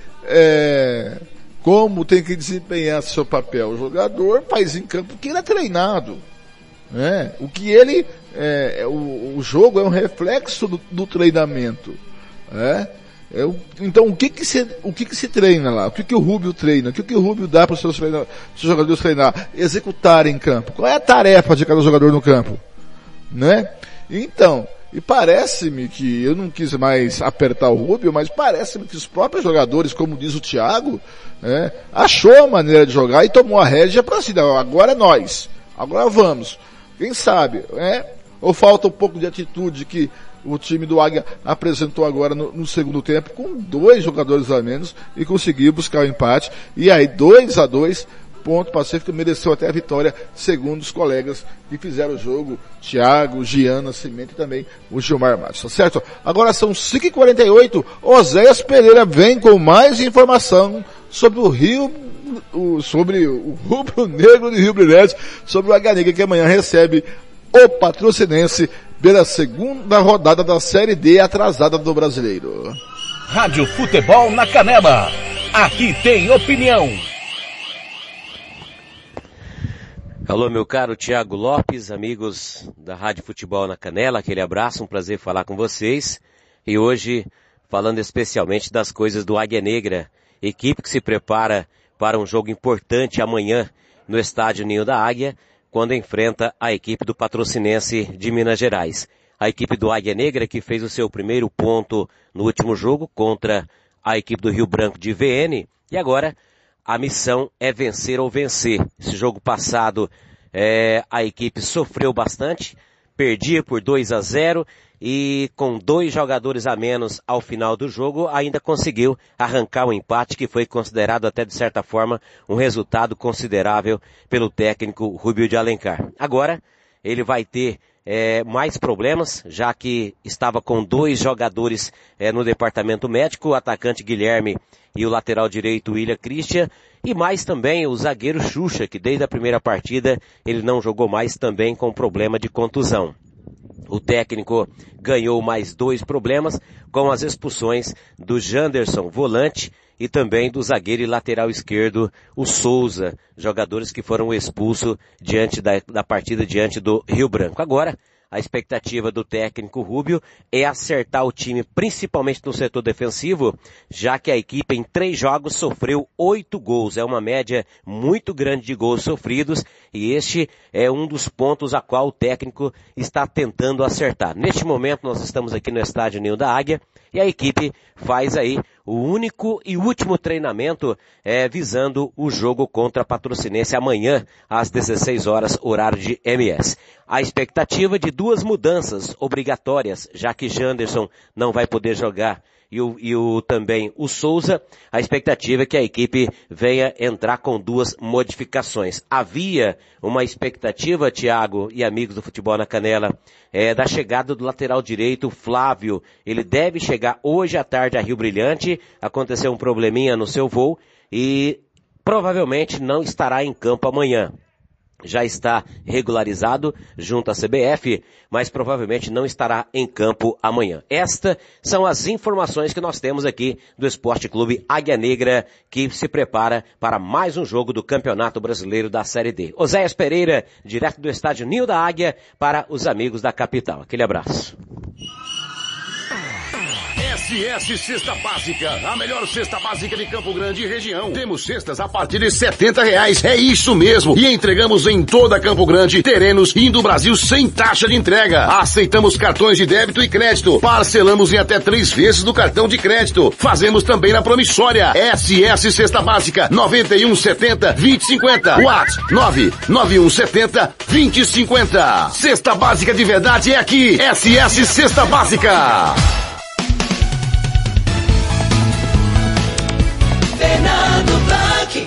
como tem que desempenhar seu papel. O jogador faz em campo que ele é treinado, né? O que ele o jogo é um reflexo do treinamento, né? Então o que se treina lá? O que o Rubio treina? O que o Rubio dá para os seus jogadores treinar? Executar em campo. Qual é a tarefa de cada jogador no campo? Né? Então, e parece-me que, eu não quis mais apertar o Rubio, mas parece-me que os próprios jogadores, como diz o Thiago, achou a maneira de jogar e tomou a rédea para si. Agora é nós. Agora vamos. Quem sabe, ou falta um pouco de atitude que o time do Águia apresentou agora no segundo tempo, com 2 jogadores a menos, e conseguiu buscar o empate, e aí 2-2, ponto pacífico, mereceu até a vitória, segundo os colegas que fizeram o jogo, Thiago, Giana, Nascimento e também o Gilmar Matos, tá certo? Agora são 5h48, Oséias Pereira vem com mais informação sobre sobre o Rubro Negro de Rio Brilhante, sobre o Águia Negra, que amanhã recebe o Patrocinense pela segunda rodada da Série D atrasada do Brasileiro. Rádio Futebol na Canela. Aqui tem opinião. Alô, meu caro Thiago Lopes, amigos da Rádio Futebol na Canela, aquele abraço, um prazer falar com vocês. E hoje, falando especialmente das coisas do Águia Negra, equipe que se prepara para um jogo importante amanhã no Estádio Ninho da Águia, quando enfrenta a equipe do Patrocinense de Minas Gerais. A equipe do Águia Negra que fez o seu primeiro ponto no último jogo contra a equipe do Rio Branco de VN, e agora a missão é vencer ou vencer. Esse jogo passado a equipe sofreu bastante, perdia por 2-0 e com 2 jogadores a menos ao final do jogo ainda conseguiu arrancar um empate que foi considerado até de certa forma um resultado considerável pelo técnico Rubio de Alencar. Agora ele vai ter mais problemas, já que estava com 2 jogadores no departamento médico, o atacante Guilherme e o lateral direito William Christian, e mais também o zagueiro Xuxa, que desde a primeira partida ele não jogou mais, também com problema de contusão. O técnico ganhou mais 2 problemas com as expulsões do Janderson, volante, e também do zagueiro e lateral esquerdo, o Souza, jogadores que foram expulsos diante da partida diante do Rio Branco. Agora, a expectativa do técnico Rubio é acertar o time, principalmente no setor defensivo, já que a equipe em 3 jogos sofreu 8 gols. É uma média muito grande de gols sofridos e este é um dos pontos a qual o técnico está tentando acertar. Neste momento nós estamos aqui no estádio Ninho da Águia e a equipe faz aí o único e último treinamento visando o jogo contra a Patrocinense amanhã às 16 horas, horário de MS. A expectativa de 2 mudanças obrigatórias, já que Janderson não vai poder jogar e também o Souza, a expectativa é que a equipe venha entrar com 2 modificações. Havia uma expectativa, Thiago e amigos do Futebol na Canela, da chegada do lateral direito, Flávio. Ele deve chegar hoje à tarde a Rio Brilhante, aconteceu um probleminha no seu voo e provavelmente não estará em campo amanhã. Já está regularizado junto à CBF, mas provavelmente não estará em campo amanhã. Estas são as informações que nós temos aqui do Esporte Clube Águia Negra, que se prepara para mais um jogo do Campeonato Brasileiro da Série D. Oséias Pereira, direto do estádio Ninho da Águia, para os amigos da capital. Aquele abraço. SS Cesta Básica, a melhor cesta básica de Campo Grande e região. Temos cestas a partir de R$70. É isso mesmo. E entregamos em toda Campo Grande, terrenos e do Brasil sem taxa de entrega. Aceitamos cartões de débito e crédito. Parcelamos em até 3 vezes do cartão de crédito. Fazemos também na promissória. SS Cesta Básica, 9170-2050. WhatsApp 99170-2050. Cesta Básica de verdade é aqui. SS Cesta Básica. Fernando Blanc.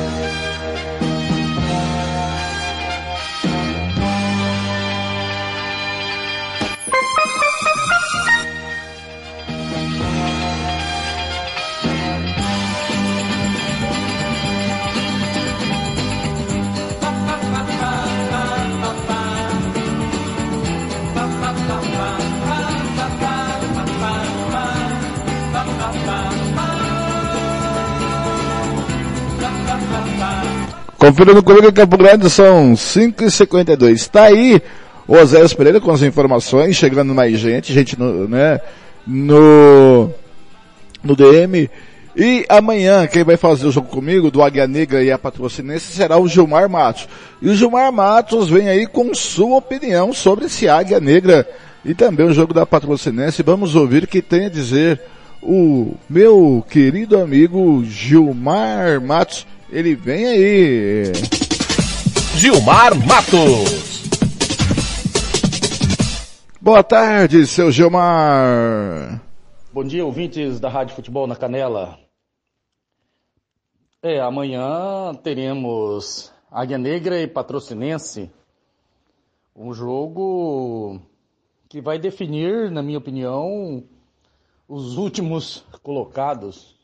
Conferindo comigo em Campo Grande, são 5h52. Está aí o Oséias Pereira com as informações, chegando mais gente no DM. E amanhã, quem vai fazer o jogo comigo, do Águia Negra e a Patrocinense, será o Gilmar Matos. E o Gilmar Matos vem aí com sua opinião sobre esse Águia Negra e também o jogo da Patrocinense. Vamos ouvir o que tem a dizer o meu querido amigo Gilmar Matos. Ele vem aí. Gilmar Matos. Boa tarde, seu Gilmar. Bom dia, ouvintes da Rádio Futebol na Canela. Amanhã teremos Águia Negra e Patrocinense. Um jogo que vai definir, na minha opinião, os últimos colocados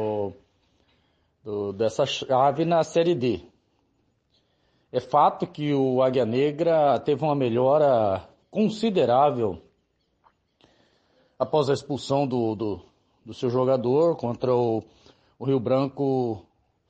dessa chave na Série D. É fato que o Águia Negra teve uma melhora considerável após a expulsão do seu jogador contra o Rio Branco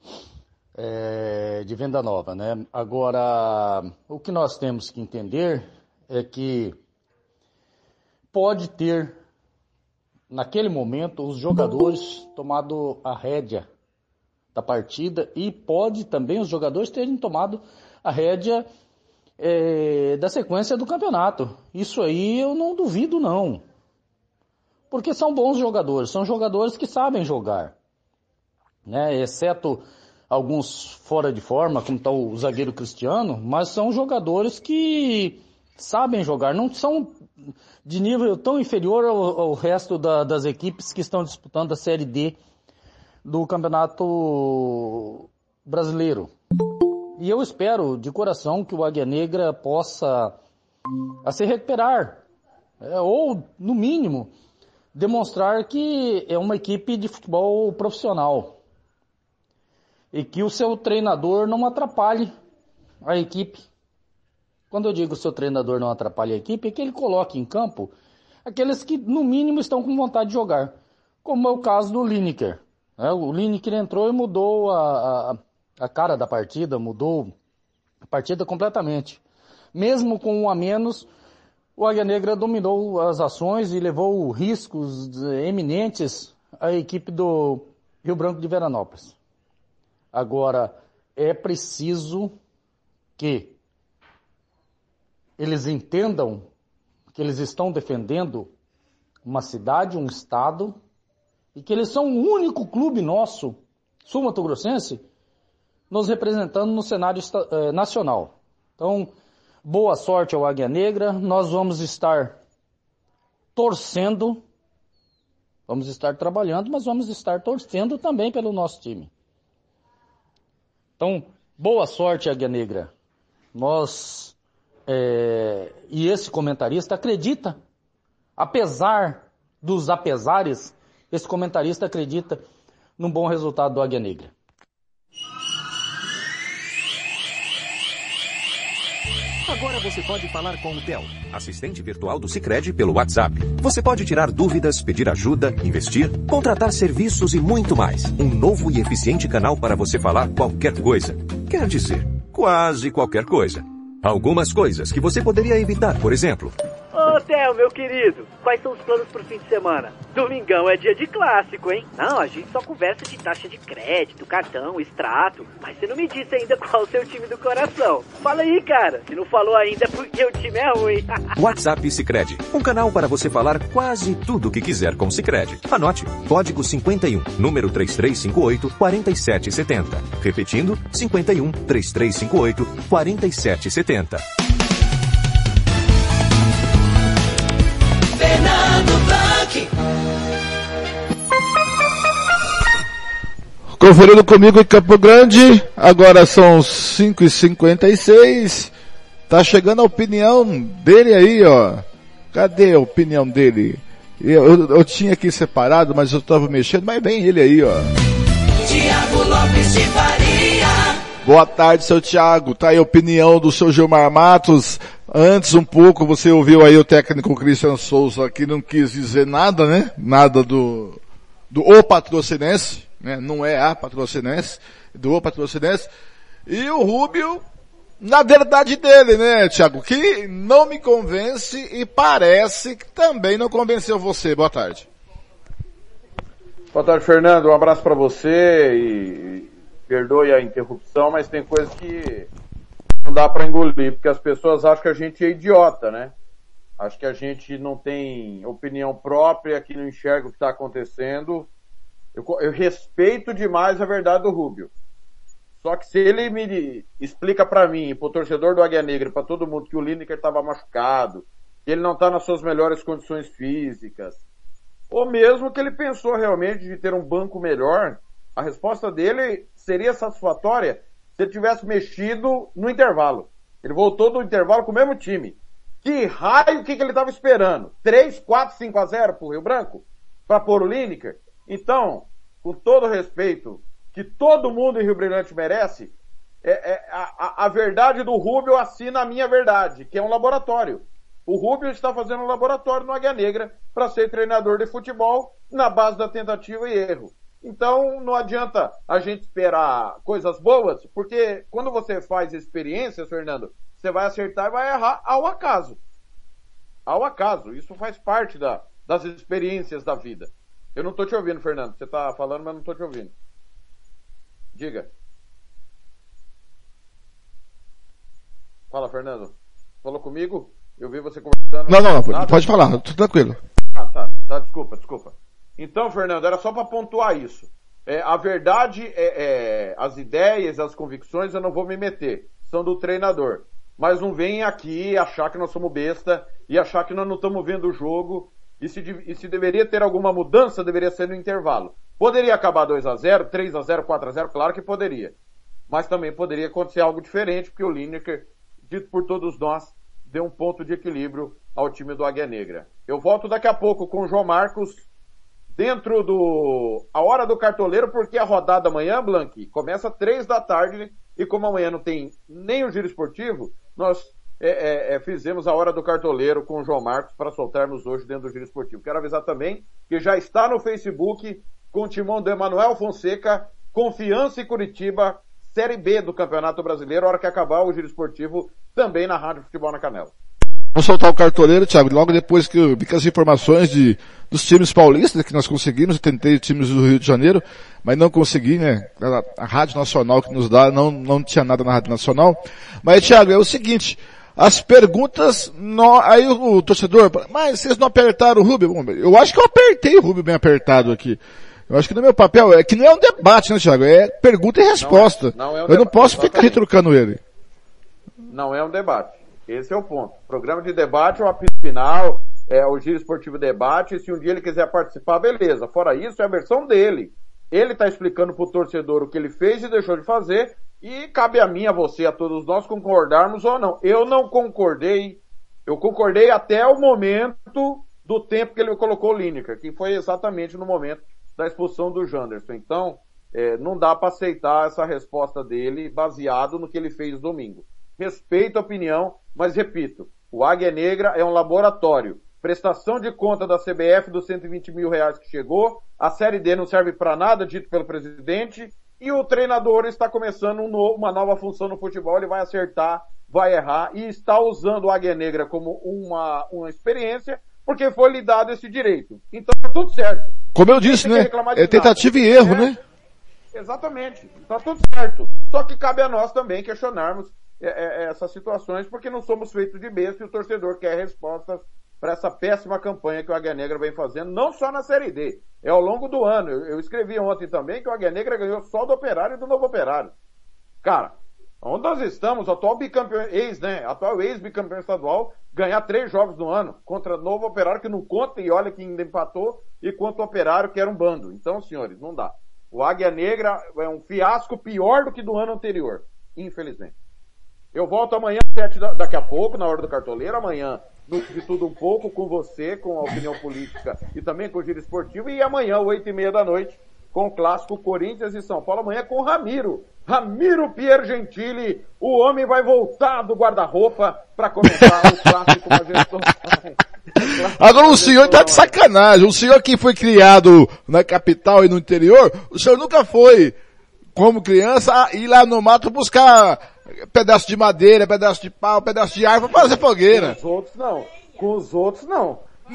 de Venda Nova, né? Agora, o que nós temos que entender é que pode ter, naquele momento, os jogadores tomado a rédea da partida e pode também os jogadores terem tomado a rédea da sequência do campeonato. Isso aí eu não duvido não, porque são bons jogadores, são jogadores que sabem jogar, né? Exceto alguns fora de forma, como está o zagueiro Cristiano, mas são jogadores que sabem jogar, não são de nível tão inferior ao resto das equipes que estão disputando a Série D do Campeonato Brasileiro. E eu espero de coração que o Águia Negra possa se recuperar, ou no mínimo demonstrar que é uma equipe de futebol profissional e que o seu treinador não atrapalhe a equipe, Quando eu digo que o seu treinador não atrapalha a equipe, é que ele coloque em campo aqueles que, no mínimo, estão com vontade de jogar. Como é o caso do Lineker. O Lineker entrou e mudou a cara da partida, mudou a partida completamente. Mesmo com um a menos, o Águia Negra dominou as ações e levou riscos eminentes à equipe do Rio Branco de Veranópolis. Agora, é preciso que eles entendam que eles estão defendendo uma cidade, um estado, e que eles são o único clube nosso, sul-mato-grossense, nos representando no cenário nacional. Então, boa sorte ao Águia Negra, nós vamos estar torcendo, vamos estar trabalhando, mas vamos estar torcendo também pelo nosso time. Então, boa sorte, Águia Negra. E esse comentarista acredita, apesar dos apesares, esse comentarista acredita num bom resultado do Águia Negra. Agora você pode falar com o Theo, assistente virtual do Sicredi, pelo WhatsApp. Você pode tirar dúvidas, pedir ajuda, investir, contratar serviços e muito mais. Um novo e eficiente canal para você falar qualquer coisa. Quer dizer, quase qualquer coisa. Algumas coisas que você poderia evitar, por exemplo. Ô, Theo, meu querido, quais são os planos pro fim de semana? Domingão é dia de clássico, hein? Não, a gente só conversa de taxa de crédito, cartão, extrato, mas você não me disse ainda qual é o seu time do coração. Fala aí, cara. Se não falou ainda é porque o time é ruim. WhatsApp Sicredi, um canal para você falar quase tudo o que quiser com Sicredi. Anote, código 51, número 3358-4770. Repetindo, 51 3358 4770. Conferindo comigo em Campo Grande, agora são 5h56, tá chegando a opinião dele aí, ó. Cadê a opinião dele? Eu tinha aqui separado, mas eu tava mexendo, mas vem ele aí, ó. Tiago Lopes de Faria. Boa tarde, seu Tiago. Tá aí a opinião do seu Gilmar Matos. Antes um pouco você ouviu aí o técnico Christian Souza, que não quis dizer nada, né? Nada do O Patrocinense, né? Não é a Patrocinense, do O Patrocinense. E o Rubio, na verdade dele, né, Tiago? Que não me convence e parece que também não convenceu você. Boa tarde. Boa tarde, Fernando. Um abraço para você e perdoe a interrupção, mas tem coisas que não dá para engolir, porque as pessoas acham que a gente é idiota, né? Acho que a gente não tem opinião própria, que não enxerga o que está acontecendo. Eu respeito demais a verdade do Rubio. Só que se ele me explica para mim, para o torcedor do Águia Negra, para todo mundo, que o Lineker estava machucado, que ele não está nas suas melhores condições físicas, ou mesmo que ele pensou realmente de ter um banco melhor, a resposta dele seria satisfatória se ele tivesse mexido no intervalo. Ele voltou do intervalo com o mesmo time. Que raio, o que ele estava esperando? 3, 4, 5-0 pro Rio Branco? Para pôr o Lineker? Então, com todo respeito, que todo mundo em Rio Brilhante merece, a verdade do Rubio assina a minha verdade, que é um laboratório. O Rubio está fazendo um laboratório no Águia Negra para ser treinador de futebol na base da tentativa e erro. Então, não adianta a gente esperar coisas boas, porque quando você faz experiências, Fernando, você vai acertar e vai errar ao acaso. Ao acaso. Isso faz parte das experiências da vida. Eu não estou te ouvindo, Fernando. Você está falando, mas não estou te ouvindo. Diga. Fala, Fernando. Falou comigo? Eu vi você conversando. Não, pode falar. Tudo tranquilo. Tá, desculpa. Então, Fernando, era só para pontuar isso. A verdade, as ideias, as convicções, eu não vou me meter. São do treinador. Mas não vem aqui achar que nós somos besta e achar que nós não estamos vendo o jogo. E se deveria ter alguma mudança, deveria ser no intervalo. Poderia acabar 2-0, 3-0, 4-0, claro que poderia. Mas também poderia acontecer algo diferente, porque o Lineker, dito por todos nós, deu um ponto de equilíbrio ao time do Águia Negra. Eu volto daqui a pouco com o João Marcos, dentro a hora do cartoleiro, porque a rodada amanhã, Blanqui, começa 3 da tarde, e como amanhã não tem nem o giro esportivo, nós fizemos a hora do cartoleiro com o João Marcos para soltarmos hoje dentro do Giro Esportivo. Quero avisar também que já está no Facebook com o timão do Emanuel Fonseca, Confiança e Curitiba, Série B do Campeonato Brasileiro, a hora que acabar o Giro Esportivo, também na Rádio Futebol na Canela. Vamos soltar o cartoleiro, Thiago, logo depois que eu vi as informações dos times paulistas que nós conseguimos. Eu tentei times do Rio de Janeiro, mas não consegui, né? A Rádio Nacional que nos dá, não tinha nada na Rádio Nacional. Mas, Thiago, é o seguinte, as perguntas, aí o torcedor, mas vocês não apertaram o Rubio? Bom, eu acho que eu apertei o Rubio bem apertado aqui. Eu acho que no meu papel, é que não é um debate, né, Thiago? É pergunta e resposta. Eu não posso ficar retrucando ele. Não é um debate. Esse é o ponto. Programa de debate é o apito final, é o Giro Esportivo Debate, e se um dia ele quiser participar, beleza. Fora isso, é a versão dele. Ele está explicando pro torcedor o que ele fez e deixou de fazer, e cabe a mim, a você, a todos nós concordarmos ou não. Eu não concordei. Eu concordei até o momento do tempo que ele colocou o Lineker, que foi exatamente no momento da expulsão do Janderson. Então, não dá para aceitar essa resposta dele baseado no que ele fez domingo. Respeito a opinião, mas repito, o Águia Negra é um laboratório. Prestação de conta da CBF dos 120 mil reais que chegou, a Série D não serve para nada, dito pelo presidente, e o treinador está começando uma nova função no futebol, ele vai acertar, vai errar, e está usando o Águia Negra como uma experiência, porque foi lhe dado esse direito. Então tá tudo certo. Como eu disse, né? É tentativa e erro, né? Exatamente. Tá tudo certo. Só que cabe a nós também questionarmos essas situações, porque não somos feitos de besta e o torcedor quer respostas para essa péssima campanha que o Águia Negra vem fazendo, não só na Série D, é ao longo do ano. Eu escrevi ontem também que o Águia Negra ganhou só do Operário e do Novo Operário. Cara, onde nós estamos, atual ex-bicampeão estadual, ganhar 3 jogos no ano contra Novo Operário, que não conta, e olha que ainda empatou, e contra o Operário, que era um bando. Então, senhores, não dá. O Águia Negra é um fiasco pior do que do ano anterior, infelizmente. Eu volto amanhã, daqui a pouco, na hora do cartoleiro, amanhã, de tudo um pouco, com você, com a opinião política e também com o Giro Esportivo, e amanhã, 8h30 da noite, com o clássico Corinthians e São Paulo, amanhã com o Ramiro Piergentili, o homem vai voltar do guarda-roupa para comentar o clássico com a gestão. Agora o senhor tá de sacanagem, o senhor que foi criado na capital e no interior, o senhor nunca foi, como criança, ir lá no mato buscar pedaço de madeira, pedaço de pau, pedaço de árvore para fazer fogueira. Com os outros não.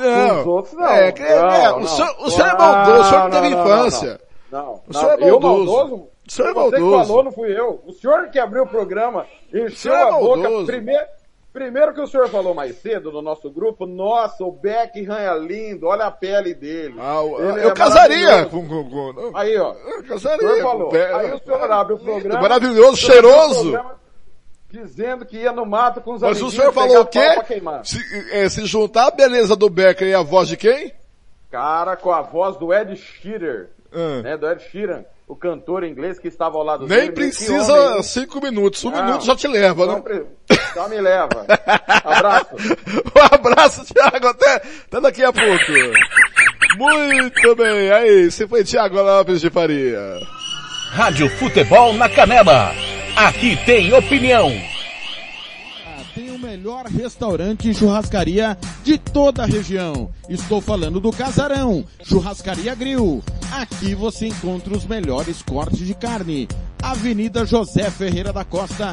O senhor é maldoso, o senhor não teve infância. O senhor é maldoso. O senhor é maldoso. Você que falou, não fui eu. O senhor que abriu o programa, encheu a boca. Primeiro que o senhor falou mais cedo no nosso grupo, nossa, o Beckham é lindo, olha a pele dele. Eu casaria com... Aí, ó. Eu casaria. O senhor falou. Aí o senhor abre o programa. Maravilhoso, cheiroso. Dizendo que ia no mato com os amigos. Mas o senhor falou o quê? Se juntar a beleza do Beckham e a voz de quem? Cara, com a voz do Ed Sheeran, né? Do Ed Sheeran, o cantor inglês que estava ao lado dele. Nem precisa 5 minutos, 1 minuto já te leva, né? Só me leva. Abraço. Um abraço, Thiago, até daqui a pouco. Muito bem, aí, você foi Thiago Lopes de Faria. Rádio Futebol na Canela. Aqui tem opinião. Tem o melhor restaurante e churrascaria de toda a região. Estou falando do Casarão, Churrascaria Grill. Aqui você encontra os melhores cortes de carne. Avenida José Ferreira da Costa,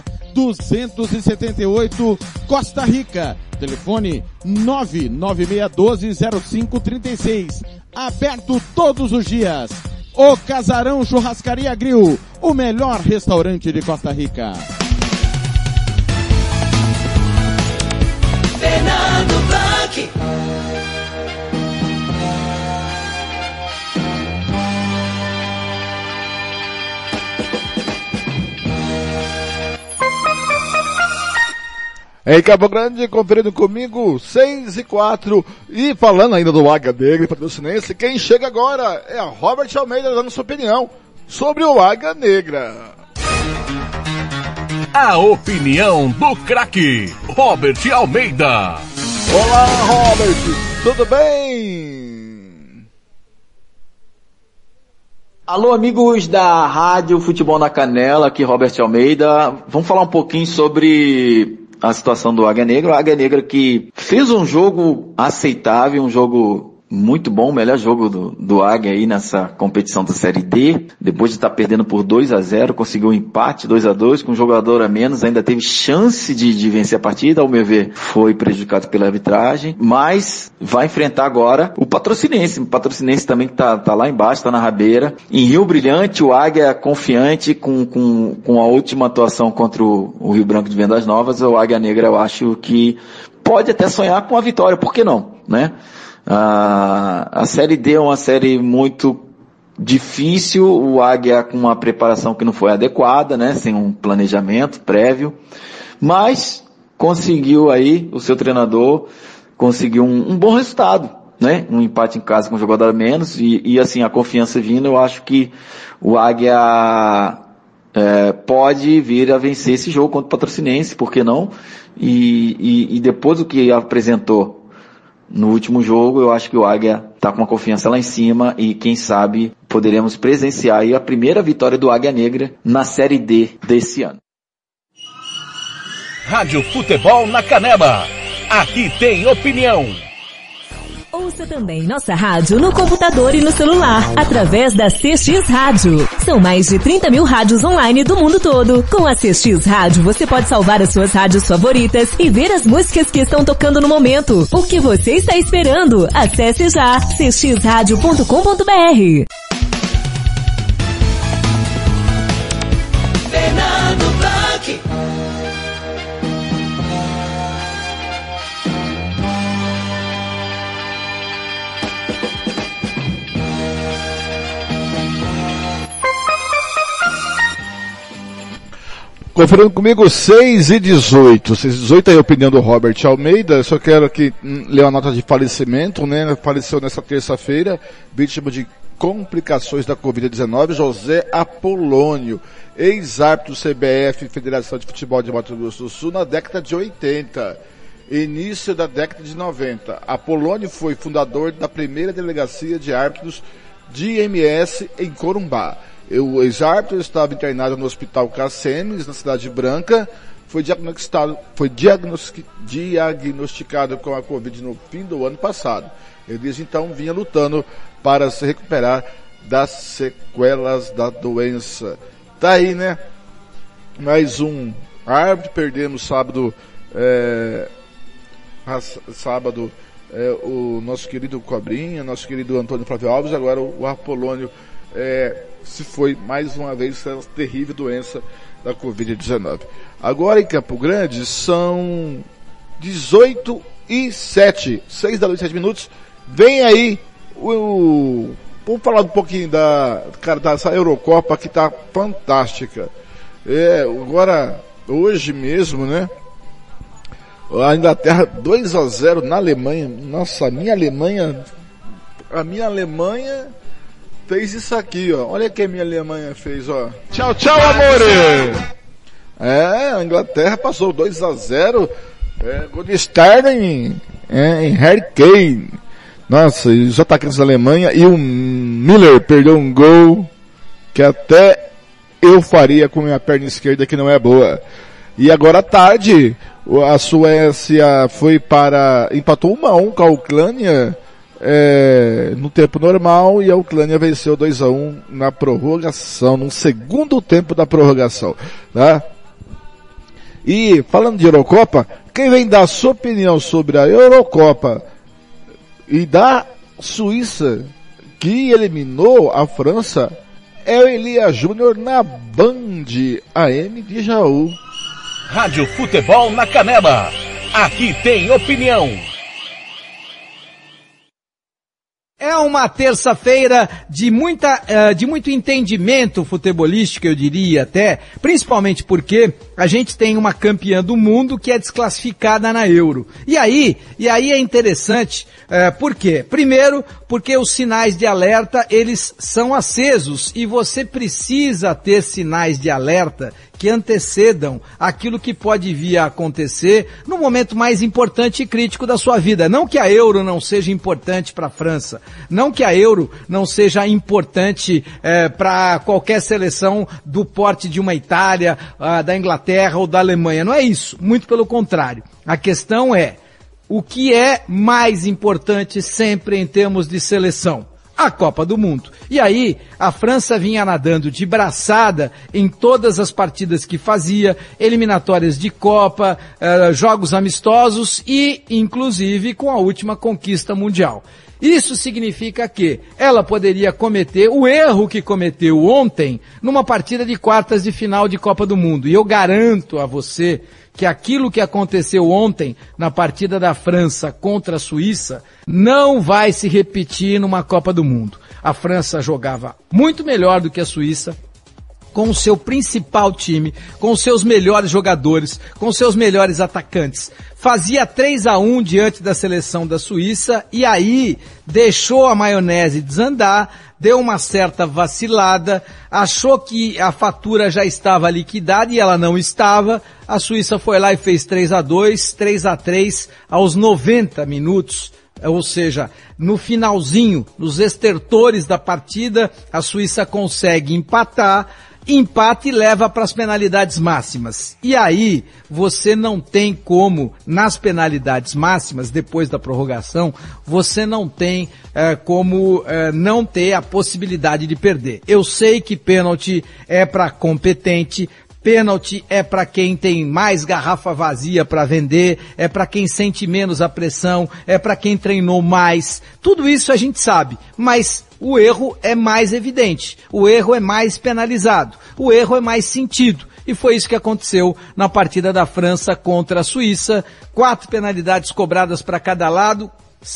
278, Costa Rica. Telefone 996120536. Aberto todos os dias. O Casarão Churrascaria Grill, o melhor restaurante de Costa Rica. Fernando Blanc. Em Campo Grande, conferindo comigo, 6h04, e falando ainda do Águia Negra e Patrocinense, quem chega agora é a Robert Almeida dando sua opinião sobre o Águia Negra. A opinião do craque, Robert Almeida. Olá, Robert, tudo bem? Alô, amigos da Rádio Futebol na Canela, aqui Robert Almeida. Vamos falar um pouquinho sobre a situação do Águia Negra. O Águia Negra que fez um jogo aceitável, um jogo muito bom, o melhor jogo do Águia aí nessa competição da Série D. Depois de estar perdendo por 2-0, conseguiu um empate 2-2, com um jogador a menos, ainda teve chance de vencer a partida, ao meu ver, foi prejudicado pela arbitragem, mas vai enfrentar agora o Patrocinense. O Patrocinense também que tá lá embaixo, tá na rabeira. Em Rio Brilhante, o Águia confiante com a última atuação contra o Rio Branco de Vendas Novas. O Águia Negra, eu acho que pode até sonhar com a vitória, por que não, né? A Série D é uma série muito difícil, o Águia com uma preparação que não foi adequada, né, sem um planejamento prévio, mas conseguiu aí, o seu treinador conseguiu um bom resultado, né, um empate em casa com um jogador a menos, e assim, a confiança vindo, eu acho que o Águia pode vir a vencer esse jogo contra o Patrocinense, por que não? E depois do que apresentou no último jogo, eu acho que o Águia está com uma confiança lá em cima e quem sabe poderemos presenciar aí a primeira vitória do Águia Negra na Série D desse ano. Rádio Futebol na Canela. Aqui tem opinião. Ouça também nossa rádio no computador e no celular, através da CX Rádio. São mais de 30 mil rádios online do mundo todo. Com a CX Rádio, você pode salvar as suas rádios favoritas e ver as músicas que estão tocando no momento. O que você está esperando? Acesse já cxradio.com.br. Fernando Blanc. Conferindo comigo 6:18. 6:18 é a opinião do Robert Almeida. Eu só quero aqui ler uma nota de falecimento, né? Faleceu nessa terça-feira, vítima de complicações da Covid-19, José Apolônio, ex-árbitro do CBF, Federação de Futebol de Mato Grosso do Sul, na década de 80, início da década de 90. Apolônio foi fundador da primeira delegacia de árbitros de IMS em Corumbá. O ex-árbitro estava internado no Hospital Cassemes, na Cidade Branca, foi diagnosticado com a Covid no fim do ano passado. Ele desde então vinha lutando para se recuperar das sequelas da doença. Tá aí, né? Mais um árbitro, perdemos sábado, o nosso querido Cobrinha, nosso querido Antônio Flávio Alves, agora o Apolônio se foi mais uma vez essa terrível doença da Covid-19. Agora em Campo Grande são 18:07, 6:07. Vem aí vamos falar um pouquinho dessa Eurocopa que tá fantástica. Agora, hoje mesmo, né? A Inglaterra 2-0 na Alemanha. Nossa, a minha Alemanha fez isso aqui, ó. Olha o que a minha Alemanha fez, ó. Tchau, tchau, amore! A Inglaterra passou 2-0. Gol de Sterling em Harry Kane. Nossa, e os atacantes da Alemanha. E o Miller perdeu um gol que até eu faria com a minha perna esquerda, que não é boa. E agora à tarde, a Suécia empatou 1-1 com a Ucrânia no tempo normal, e a Ucrânia venceu 2-1 na prorrogação, no segundo tempo da prorrogação, tá? E falando de Eurocopa, quem vem dar a sua opinião sobre a Eurocopa e da Suíça, que eliminou a França, é o Elias Júnior na Band AM de Jaú. Rádio Futebol na Canela. Aqui tem opinião. É uma terça-feira de muito entendimento futebolístico, eu diria até, principalmente porque a gente tem uma campeã do mundo que é desclassificada na Euro. E aí é interessante, por quê? Primeiro, porque os sinais de alerta, eles são acesos, e você precisa ter sinais de alerta que antecedam aquilo que pode vir a acontecer no momento mais importante e crítico da sua vida. Não que a Euro não seja importante para a França, não que a Euro não seja importante para qualquer seleção do porte de uma Itália, da Inglaterra ou da Alemanha. Não é isso, muito pelo contrário. A questão é o que é mais importante sempre em termos de seleção. A Copa do Mundo. E aí, a França vinha nadando de braçada em todas as partidas que fazia, eliminatórias de Copa, jogos amistosos e, inclusive, com a última conquista mundial. Isso significa que ela poderia cometer o erro que cometeu ontem numa partida de quartas de final de Copa do Mundo. E eu garanto a você que aquilo que aconteceu ontem na partida da França contra a Suíça não vai se repetir numa Copa do Mundo. A França jogava muito melhor do que a Suíça, com o seu principal time, com os seus melhores jogadores, com os seus melhores atacantes. Fazia 3-1 diante da seleção da Suíça e aí deixou a maionese desandar, deu uma certa vacilada, achou que a fatura já estava liquidada e ela não estava. A Suíça foi lá e fez 3-2, 3-3 aos 90 minutos. Ou seja, no finalzinho, nos estertores da partida, a Suíça consegue empatar, empate e leva para as penalidades máximas. E aí, você não tem como, nas penalidades máximas, depois da prorrogação, você não tem como não ter a possibilidade de perder. Eu sei que pênalti é para competente, pênalti é para quem tem mais garrafa vazia para vender, é para quem sente menos a pressão, é para quem treinou mais. Tudo isso a gente sabe, mas o erro é mais evidente, o erro é mais penalizado, o erro é mais sentido. E foi isso que aconteceu na partida da França contra a Suíça. 4 penalidades cobradas para cada lado,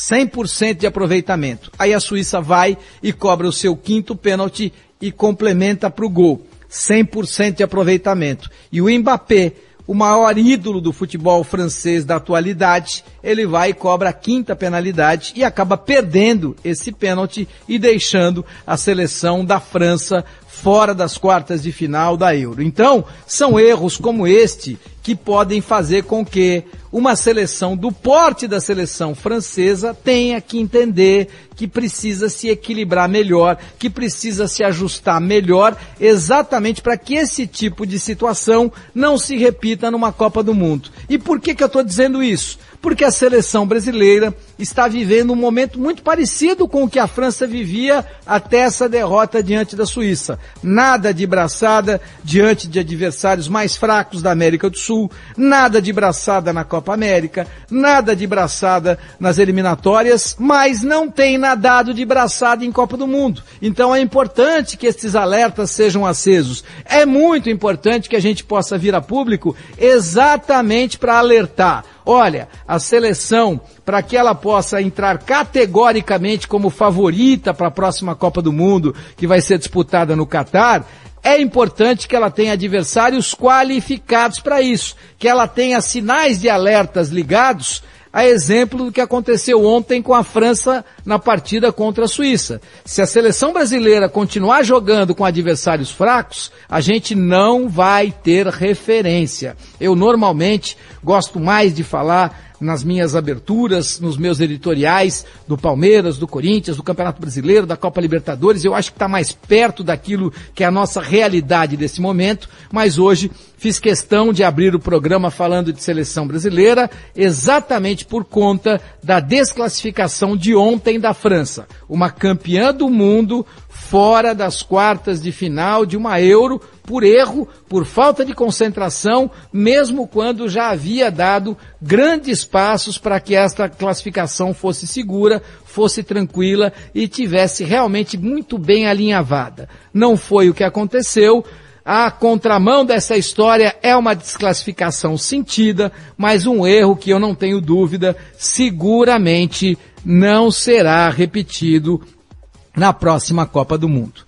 100% de aproveitamento. Aí a Suíça vai e cobra o seu 5º pênalti e complementa para o gol. 100% de aproveitamento. E o Mbappé, o maior ídolo do futebol francês da atualidade, ele vai e cobra a 5ª penalidade e acaba perdendo esse pênalti e deixando a seleção da França fora das quartas de final da Euro. Então, são erros como este que podem fazer com que uma seleção do porte da seleção francesa tenha que entender que precisa se equilibrar melhor, que precisa se ajustar melhor, exatamente para que esse tipo de situação não se repita numa Copa do Mundo. E por que eu estou dizendo isso? Porque a seleção brasileira está vivendo um momento muito parecido com o que a França vivia até essa derrota diante da Suíça. Nada de braçada diante de adversários mais fracos da América do Sul, nada de braçada na Copa América, nada de braçada nas eliminatórias, mas não tem nadado de braçada em Copa do Mundo. Então é importante que esses alertas sejam acesos. É muito importante que a gente possa vir a público exatamente para alertar. Olha, a seleção, para que ela possa entrar categoricamente como favorita para a próxima Copa do Mundo, que vai ser disputada no Catar, é importante que ela tenha adversários qualificados para isso, que ela tenha sinais de alertas ligados, a exemplo do que aconteceu ontem com a França na partida contra a Suíça. Se a seleção brasileira continuar jogando com adversários fracos, a gente não vai ter referência. Eu normalmente gosto mais de falar nas minhas aberturas, nos meus editoriais do Palmeiras, do Corinthians, do Campeonato Brasileiro, da Copa Libertadores. Eu acho que está mais perto daquilo que é a nossa realidade desse momento, mas hoje fiz questão de abrir o programa falando de seleção brasileira, exatamente por conta da desclassificação de ontem da França. Uma campeã do mundo fora das quartas de final de uma Euro, por erro, por falta de concentração, mesmo quando já havia dado grandes passos para que esta classificação fosse segura, fosse tranquila e tivesse realmente muito bem alinhavada. Não foi o que aconteceu. A contramão dessa história é uma desclassificação sentida, mas um erro que eu não tenho dúvida, seguramente não será repetido na próxima Copa do Mundo.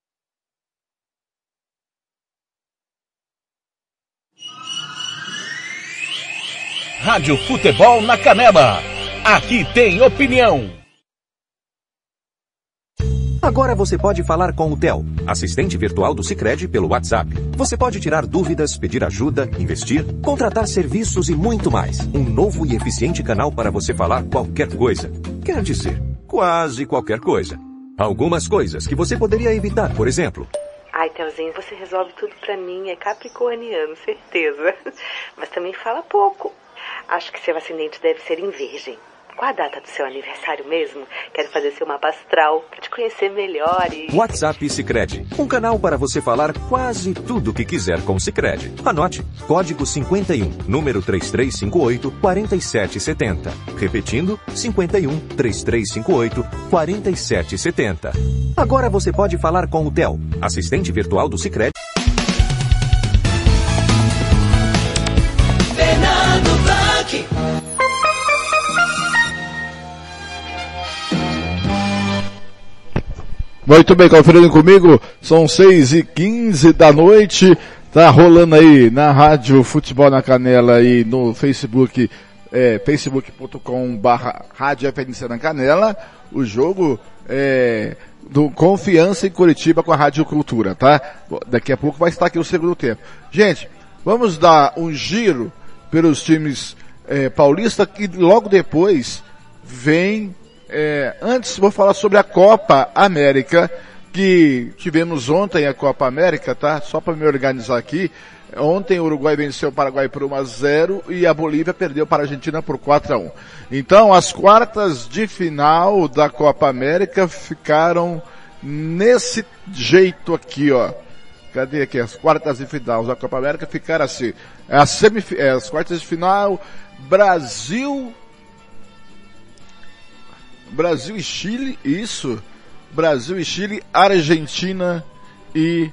Rádio Futebol na Canela. Aqui tem opinião. Agora você pode falar com o Theo, assistente virtual do Sicredi, pelo WhatsApp. Você pode tirar dúvidas, pedir ajuda, investir, contratar serviços e muito mais. Um novo e eficiente canal para você falar qualquer coisa. Quer dizer, quase qualquer coisa. Algumas coisas que você poderia evitar, por exemplo. Ai, Telzinho, você resolve tudo pra mim, é capricorniano, certeza. Mas também fala pouco. Acho que seu ascendente deve ser em Virgem. Qual a data do seu aniversário mesmo? Quero fazer seu mapa astral pra te conhecer melhor e... WhatsApp Sicredi, um canal para você falar quase tudo o que quiser com o Sicredi. Anote, código 51, número 3358-4770. Repetindo, 51-3358-4770. Agora você pode falar com o Theo, assistente virtual do Sicredi. Fernando Blanc. Muito bem, conferindo comigo, são 6h15 da noite, tá rolando aí na Rádio Futebol na Canela e no Facebook, facebook.com/Rádio FNC na Canela, o jogo do Confiança em Curitiba com a Rádio Cultura, tá? Daqui a pouco vai estar aqui o segundo tempo. Gente, vamos dar um giro pelos times paulistas que logo depois vem... antes vou falar sobre a Copa América, que tivemos ontem a Copa América, tá? Só para me organizar aqui. Ontem o Uruguai venceu o Paraguai por 1-0 e a Bolívia perdeu para a Argentina por 4-1. Então as quartas de final da Copa América ficaram nesse jeito aqui, ó. Cadê aqui? As quartas de final da Copa América ficaram assim. As quartas de final, Brasil e Chile, isso. Brasil e Chile, Argentina e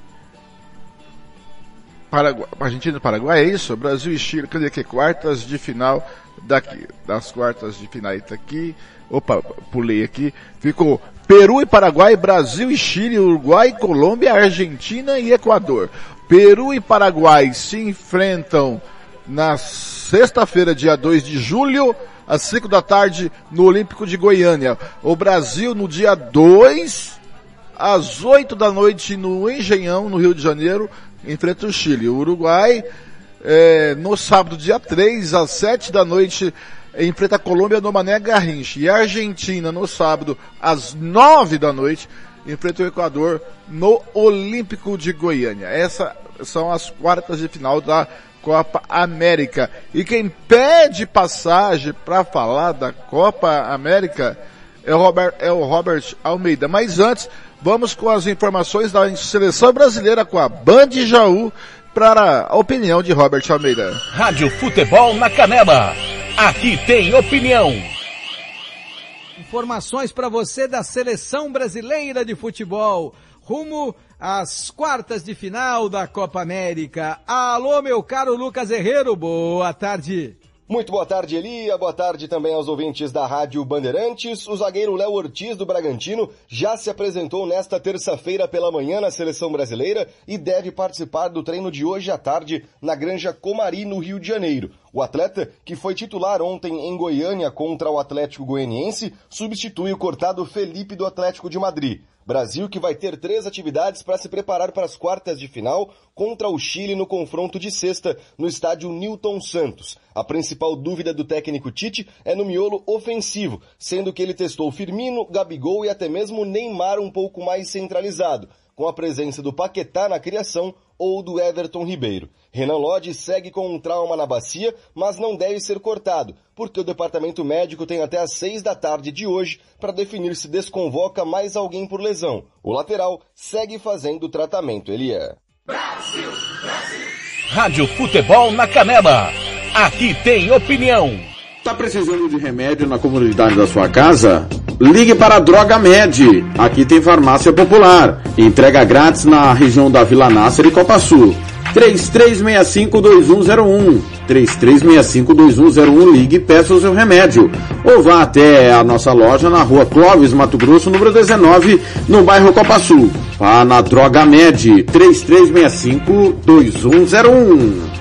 Paraguai. Argentina e Paraguai, é isso? Brasil e Chile, cadê aqui? Quartas de final daqui. Das quartas de final tá aqui. Opa, pulei aqui. Ficou Peru e Paraguai, Brasil e Chile, Uruguai, Colômbia, Argentina e Equador. Peru e Paraguai se enfrentam na sexta-feira, dia 2 de julho, às 5 da tarde, no Olímpico de Goiânia. O Brasil, no dia 2, às 8 da noite, no Engenhão, no Rio de Janeiro, enfrenta o Chile. O Uruguai, no sábado, dia 3, às 7 da noite, enfrenta a Colômbia no Mané Garrincha. E a Argentina, no sábado, às 9 da noite, enfrenta o Equador no Olímpico de Goiânia. Essas são as quartas de final da Copa América. E quem pede passagem para falar da Copa América é o Robert Almeida. Mas antes, vamos com as informações da seleção brasileira com a Band Jaú para a opinião de Robert Almeida. Rádio Futebol na Canela. Aqui tem opinião. Informações para você da seleção brasileira de futebol. Rumo às quartas de final da Copa América. Alô, meu caro Lucas Herrero, boa tarde. Muito boa tarde, Elia. Boa tarde também aos ouvintes da Rádio Bandeirantes. O zagueiro Léo Ortiz, do Bragantino, já se apresentou nesta terça-feira pela manhã na seleção brasileira e deve participar do treino de hoje à tarde na Granja Comari, no Rio de Janeiro. O atleta, que foi titular ontem em Goiânia contra o Atlético Goianiense, substitui o cortado Felipe do Atlético de Madrid. Brasil que vai ter 3 atividades para se preparar para as quartas de final contra o Chile no confronto de sexta no estádio Newton Santos. A principal dúvida do técnico Tite é no miolo ofensivo, sendo que ele testou Firmino, Gabigol e até mesmo Neymar um pouco mais centralizado, com a presença do Paquetá na criação ou do Everton Ribeiro. Renan Lodge segue com um trauma na bacia, mas não deve ser cortado, porque o departamento médico tem até às 6 da tarde de hoje para definir se desconvoca mais alguém por lesão. O lateral segue fazendo tratamento, Elia. Brasil, Brasil. Rádio Futebol na Canela. Aqui tem opinião. Tá precisando de remédio na comunidade da sua casa? Ligue para a Droga Med. Aqui tem farmácia popular. Entrega grátis na região da Vila Nácer e Copa Sul. 3365-2101. 3365-2101. Ligue e peça o seu remédio. Ou vá até a nossa loja na rua Clóvis, Mato Grosso, número 19, no bairro Copa Sul. Vá na Droga Med. 3365-2101.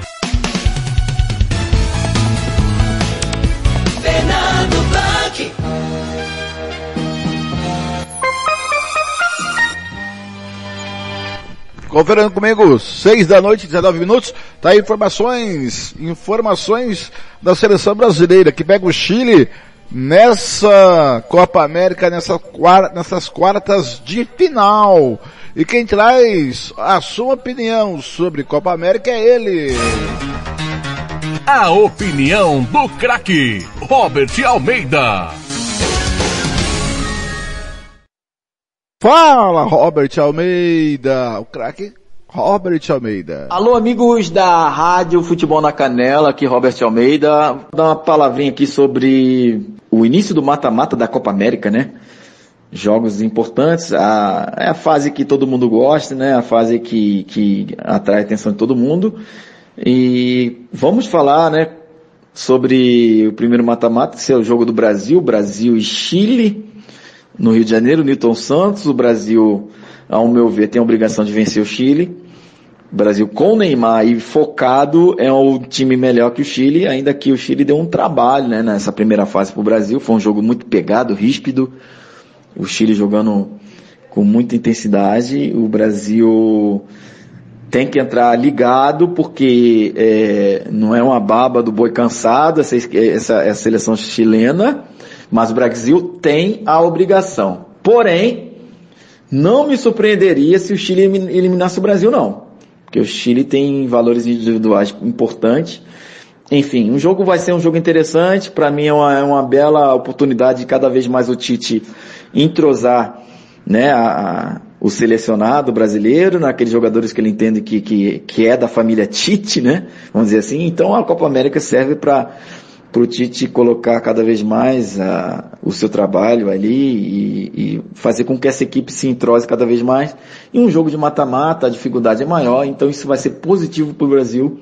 Conferindo comigo, 6 da noite, 19 minutos, tá aí informações da seleção brasileira, que pega o Chile nessa Copa América, nessas quartas de final. E quem traz a sua opinião sobre Copa América é ele. A opinião do craque, Robert Almeida. Fala, Robert Almeida, o craque Robert Almeida. Alô, amigos da Rádio Futebol na Canela, aqui Robert Almeida. Vou dar uma palavrinha aqui sobre o início do mata-mata da Copa América, né? Jogos importantes, é a fase que todo mundo gosta, né? A fase que atrai a atenção de todo mundo. E vamos falar, né, sobre o primeiro mata-mata, que é o jogo do Brasil e Chile, no Rio de Janeiro, Newton Santos. O Brasil, ao meu ver, tem a obrigação de vencer o Chile. O Brasil com o Neymar e focado é um time melhor que o Chile, ainda que o Chile deu um trabalho, né, nessa primeira fase para o Brasil. Foi um jogo muito pegado, ríspido. O Chile jogando com muita intensidade. O Brasil tem que entrar ligado, porque não é uma baba do boi cansado, essa seleção chilena, mas o Brasil tem a obrigação. Porém, não me surpreenderia se o Chile eliminasse o Brasil, não. Porque o Chile tem valores individuais importantes. Enfim, o jogo vai ser um jogo interessante. Para mim é uma bela oportunidade de cada vez mais o Tite entrosar, né, o selecionado brasileiro, naqueles jogadores que ele entende que é da família Tite, né? Vamos dizer assim. Então a Copa América serve para o Tite colocar cada vez mais o seu trabalho ali e fazer com que essa equipe se entrose cada vez mais. E um jogo de mata-mata, a dificuldade é maior, então isso vai ser positivo para o Brasil,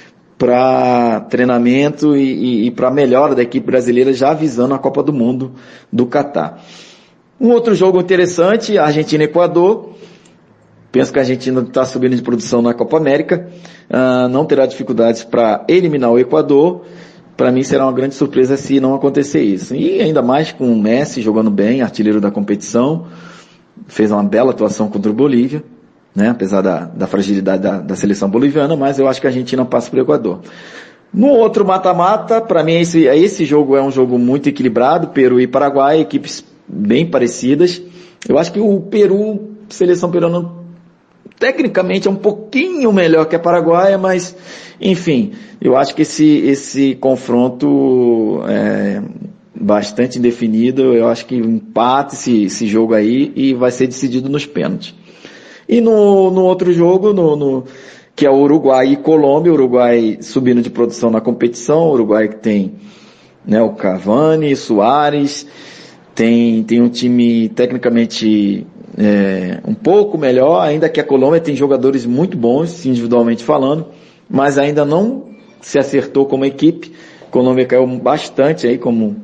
para treinamento e para melhora da equipe brasileira, já visando a Copa do Mundo do Catar. Um outro jogo interessante, Argentina e Equador. Penso que a Argentina está subindo de produção na Copa América, não terá dificuldades para eliminar o Equador. Para mim será uma grande surpresa se não acontecer isso. E ainda mais com o Messi jogando bem, artilheiro da competição, fez uma bela atuação contra o Bolívia, né? Apesar da fragilidade da seleção boliviana, mas eu acho que a Argentina passa para o Equador. No outro mata-mata, para mim esse jogo é um jogo muito equilibrado, Peru e Paraguai, equipes bem parecidas. Eu acho que o Peru, seleção peruana, tecnicamente é um pouquinho melhor que a Paraguaia, mas enfim, eu acho que esse confronto é bastante indefinido. Eu acho que empate esse jogo aí e vai ser decidido nos pênaltis. E no outro jogo, que é o Uruguai e Colômbia, o Uruguai subindo de produção na competição, o Uruguai que tem, né, o Cavani, Suárez, tem um time tecnicamente um pouco melhor, ainda que a Colômbia tem jogadores muito bons, individualmente falando, mas ainda não se acertou como equipe. A Colômbia caiu bastante aí com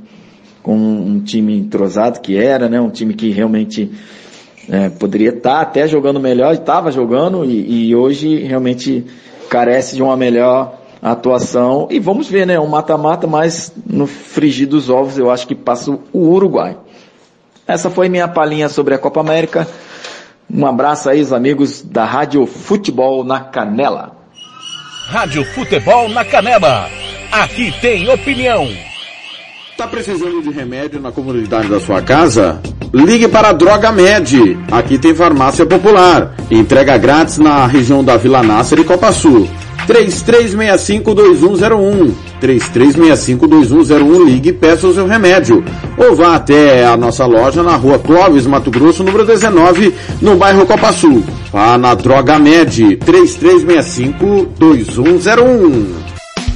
um time entrosado que era, né, um time que realmente poderia estar até jogando melhor, estava jogando e hoje realmente carece de uma melhor atuação. E vamos ver, né, um mata-mata, mas no frigir dos ovos eu acho que passa o Uruguai. Essa foi minha palhinha sobre a Copa América. Um abraço aí, os amigos da Rádio Futebol na Canela. Rádio Futebol na Canela. Aqui tem opinião. Tá precisando de remédio na comunidade da sua casa? Ligue para a Droga Med. Aqui tem farmácia popular. Entrega grátis na região da Vila Nácer e Copa Sul. 3365-2101. 3365-2101. Ligue e peça o seu remédio. Ou vá até a nossa loja na rua Clóvis, Mato Grosso, número 19, no bairro Copa Sul. Vá na Droga Med. 3365-2101.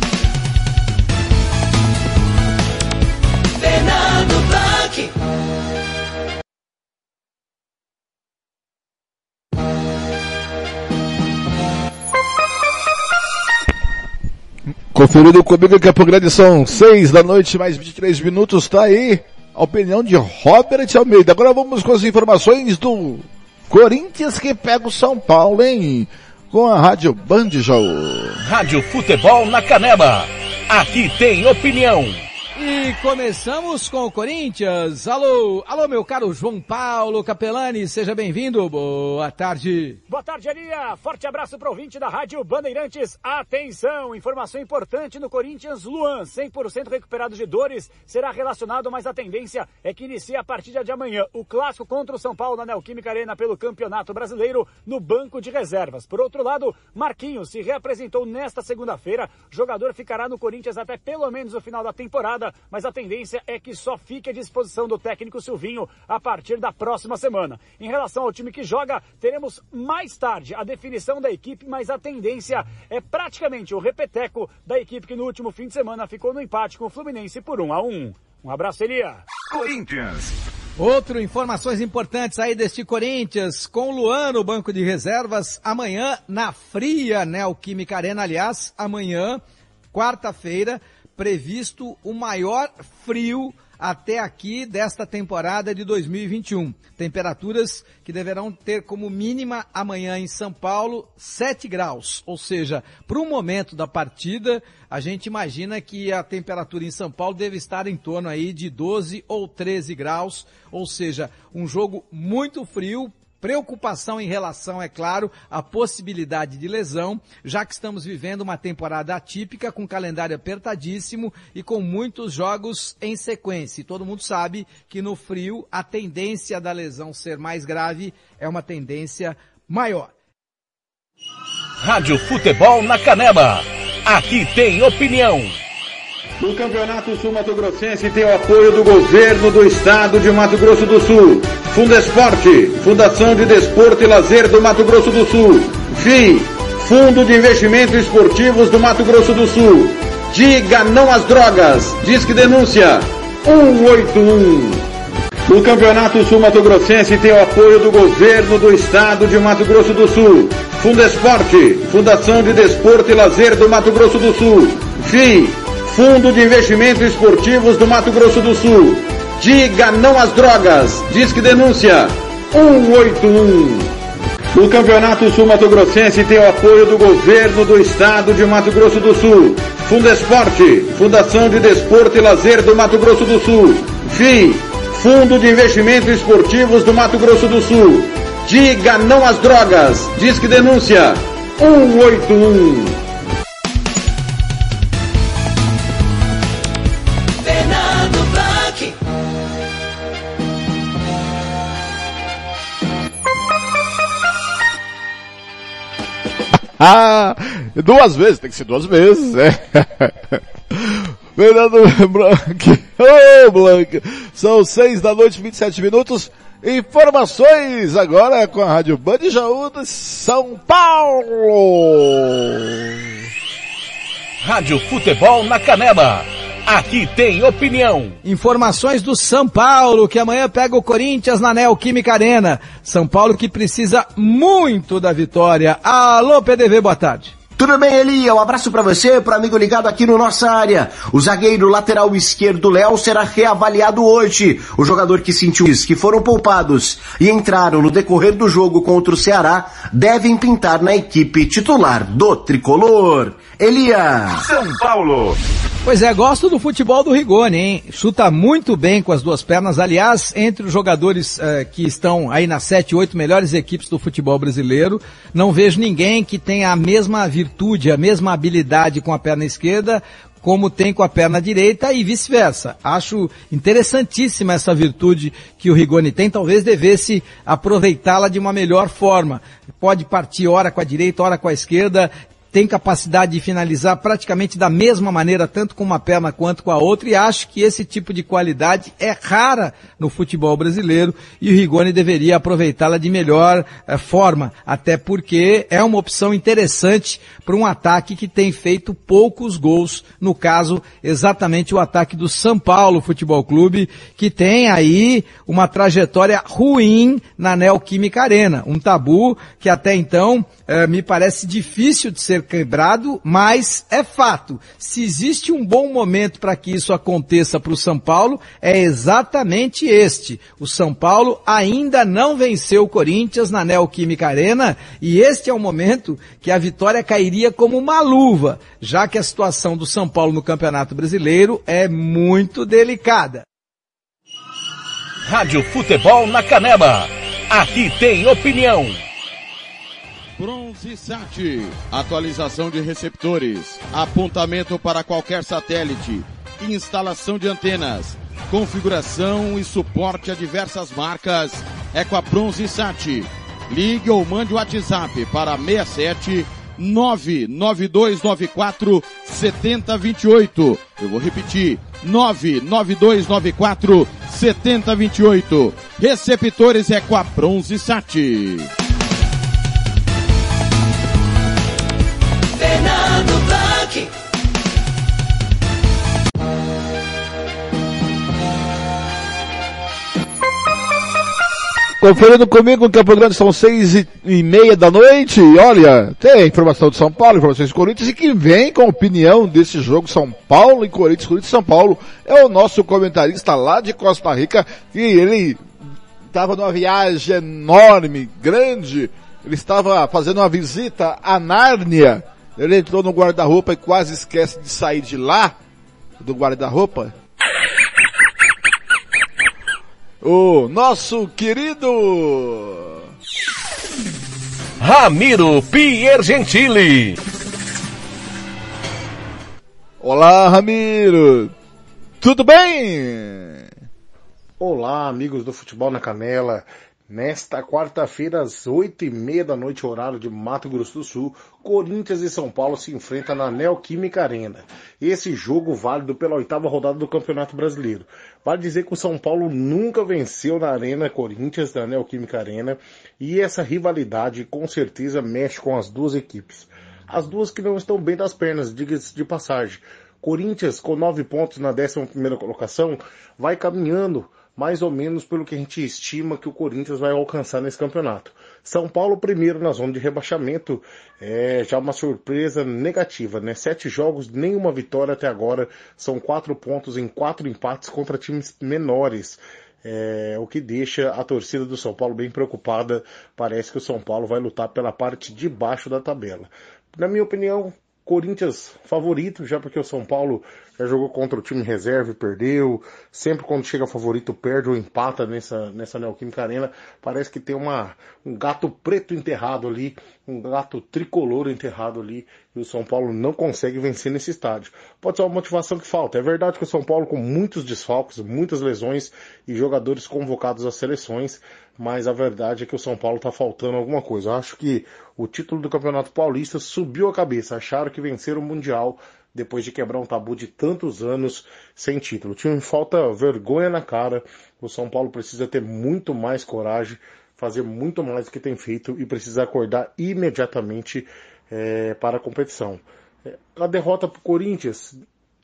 Conferindo comigo que a programação 6 da noite, mais 23 minutos, tá aí a opinião de Robert Almeida. Agora vamos com as informações do Corinthians que pega o São Paulo, hein? Com a Rádio Band Show. Rádio Futebol na Canela. Aqui tem opinião. E começamos com o Corinthians. Alô, meu caro João Paulo Capelani, seja bem-vindo. Boa tarde. Boa tarde, Elia. Forte abraço para o ouvinte da Rádio Bandeirantes. Atenção, informação importante no Corinthians. Luan, 100% recuperado de dores, será relacionado, mas a tendência é que inicie a partir de amanhã o clássico contra o São Paulo na Neoquímica Arena pelo Campeonato Brasileiro no banco de reservas. Por outro lado, Marquinhos se reapresentou nesta segunda-feira. O jogador ficará no Corinthians até pelo menos o final da temporada, mas a tendência é que só fique à disposição do técnico Silvinho a partir da próxima semana. Em relação ao time que joga, teremos mais tarde a definição da equipe, mas a tendência é praticamente o repeteco da equipe que no último fim de semana ficou no empate com o Fluminense por 1-1. Um abraço, Elia. Corinthians. Informações importantes aí deste Corinthians, com o Luan no banco de reservas, amanhã na fria Neoquímica Arena, aliás, amanhã, quarta-feira, previsto o maior frio até aqui desta temporada de 2021. Temperaturas que deverão ter como mínima amanhã em São Paulo 7 graus, ou seja, para o momento da partida, a gente imagina que a temperatura em São Paulo deve estar em torno aí de 12 ou 13 graus, ou seja, um jogo muito frio. Preocupação em relação, é claro, à possibilidade de lesão, já que estamos vivendo uma temporada atípica, com calendário apertadíssimo e com muitos jogos em sequência. E todo mundo sabe que no frio a tendência da lesão ser mais grave é uma tendência maior. Rádio Futebol na Canela. Aqui tem opinião. O Campeonato Sul Mato Grossense tem o apoio do governo do estado de Mato Grosso do Sul. Fundesporte, Fundação de Desporto e Lazer do Mato Grosso do Sul. FII, Fundo de Investimentos Esportivos do Mato Grosso do Sul. Diga não às drogas. Disque denúncia 181. O Campeonato Sul Mato Grossense tem o apoio do governo do estado de Mato Grosso do Sul. Fundesporte, Fundação de Desporto e Lazer do Mato Grosso do Sul. FII, Fundo de Investimentos Esportivos do Mato Grosso do Sul. Diga não às drogas. Disque denúncia 181. O Campeonato Sul Mato Grossense tem o apoio do governo do estado de Mato Grosso do Sul. Fundesporte, Fundação de Desporto e Lazer do Mato Grosso do Sul. FII, Fundo de Investimentos Esportivos do Mato Grosso do Sul. Diga não às drogas. Disque denúncia 181. Duas vezes, tem que ser 2 vezes, né? Fernando Blanc, Blanc, são 6:27. Informações agora com a Rádio Band Jaú de São Paulo. Rádio Futebol na Canela. Aqui tem opinião. Informações do São Paulo, que amanhã pega o Corinthians na Neoquímica Arena. São Paulo que precisa muito da vitória. Alô, PDV, boa tarde. Tudo bem, Elia? Um abraço pra você, pro amigo ligado aqui no Nossa Área. O zagueiro lateral esquerdo Léo será reavaliado hoje. O jogador que sentiu que foram poupados e entraram no decorrer do jogo contra o Ceará devem pintar na equipe titular do Tricolor. Elia. São Paulo. Pois é, gosto do futebol do Rigoni, hein? Chuta muito bem com as duas pernas. Aliás, entre os jogadores que estão aí nas 7, 8 melhores equipes do futebol brasileiro, não vejo ninguém que tenha a mesma virtude, a mesma habilidade com a perna esquerda, como tem com a perna direita e vice-versa. Acho interessantíssima essa virtude que o Rigoni tem, talvez devesse aproveitá-la de uma melhor forma. Pode partir ora com a direita, ora com a esquerda, tem capacidade de finalizar praticamente da mesma maneira, tanto com uma perna quanto com a outra, e acho que esse tipo de qualidade é rara no futebol brasileiro, e o Rigoni deveria aproveitá-la de melhor forma, até porque é uma opção interessante para um ataque que tem feito poucos gols, no caso, exatamente o ataque do São Paulo Futebol Clube, que tem aí uma trajetória ruim na Neoquímica Arena, um tabu que até então me parece difícil de ser ser quebrado, mas é fato. Se existe um bom momento para que isso aconteça para o São Paulo, é exatamente este. O São Paulo ainda não venceu o Corinthians na Neoquímica Arena e este é o momento que a vitória cairia como uma luva, já que a situação do São Paulo no Campeonato Brasileiro é muito delicada. Rádio Futebol na Canela. Aqui tem opinião. Bronze Sat, atualização de receptores, apontamento para qualquer satélite, instalação de antenas, configuração e suporte a diversas marcas. É com a Bronze Sat. Ligue ou mande o WhatsApp para 67 99294 7028. Eu vou repetir, 99294 7028. Receptores é com a Bronze Sat. Fernando Blanc. Conferindo comigo, em Campo Grande são 6:30 da noite, e olha, tem informação de São Paulo, informações de Corinthians, e quem vem com a opinião desse jogo São Paulo e Corinthians, Corinthians e São Paulo, é o nosso comentarista lá de Costa Rica, que ele estava numa viagem enorme, grande, ele estava fazendo uma visita a Nárnia, ele entrou no guarda-roupa e quase esquece de sair de lá, do guarda-roupa. O nosso querido Ramiro Piergentili. Olá, Ramiro. Tudo bem? Olá, amigos do Futebol na Canela. Nesta quarta-feira, às 8:30 da noite, horário de Mato Grosso do Sul, Corinthians e São Paulo se enfrentam na Neoquímica Arena. Esse jogo válido pela 8ª rodada do Campeonato Brasileiro. Vale dizer que o São Paulo nunca venceu na Arena Corinthians, na Neoquímica Arena, e essa rivalidade com certeza mexe com as duas equipes. As duas que não estão bem das pernas, diga-se de passagem. Corinthians, com 9 pontos na 11ª colocação, vai caminhando mais ou menos pelo que a gente estima que o Corinthians vai alcançar nesse campeonato. São Paulo primeiro na zona de rebaixamento, é já uma surpresa negativa, né? 7 jogos, nenhuma vitória até agora, são 4 pontos em 4 empates contra times menores. O que deixa a torcida do São Paulo bem preocupada. Parece que o São Paulo vai lutar pela parte de baixo da tabela. Na minha opinião, Corinthians favorito, já porque o São Paulo já jogou contra o time reserva e perdeu. Sempre quando chega favorito perde ou empata nessa Neoquímica Arena. Parece que tem um gato preto enterrado ali, um gato tricolor enterrado ali, e o São Paulo não consegue vencer nesse estádio. Pode ser uma motivação que falta. É verdade que o São Paulo com muitos desfalques, muitas lesões e jogadores convocados às seleções, mas a verdade é que o São Paulo está faltando alguma coisa. Eu acho que o título do Campeonato Paulista subiu a cabeça, acharam que venceram o Mundial depois de quebrar um tabu de tantos anos sem título. O time falta vergonha na cara, o São Paulo precisa ter muito mais coragem, fazer muito mais do que tem feito e precisa acordar imediatamente para a competição. A derrota para o Corinthians,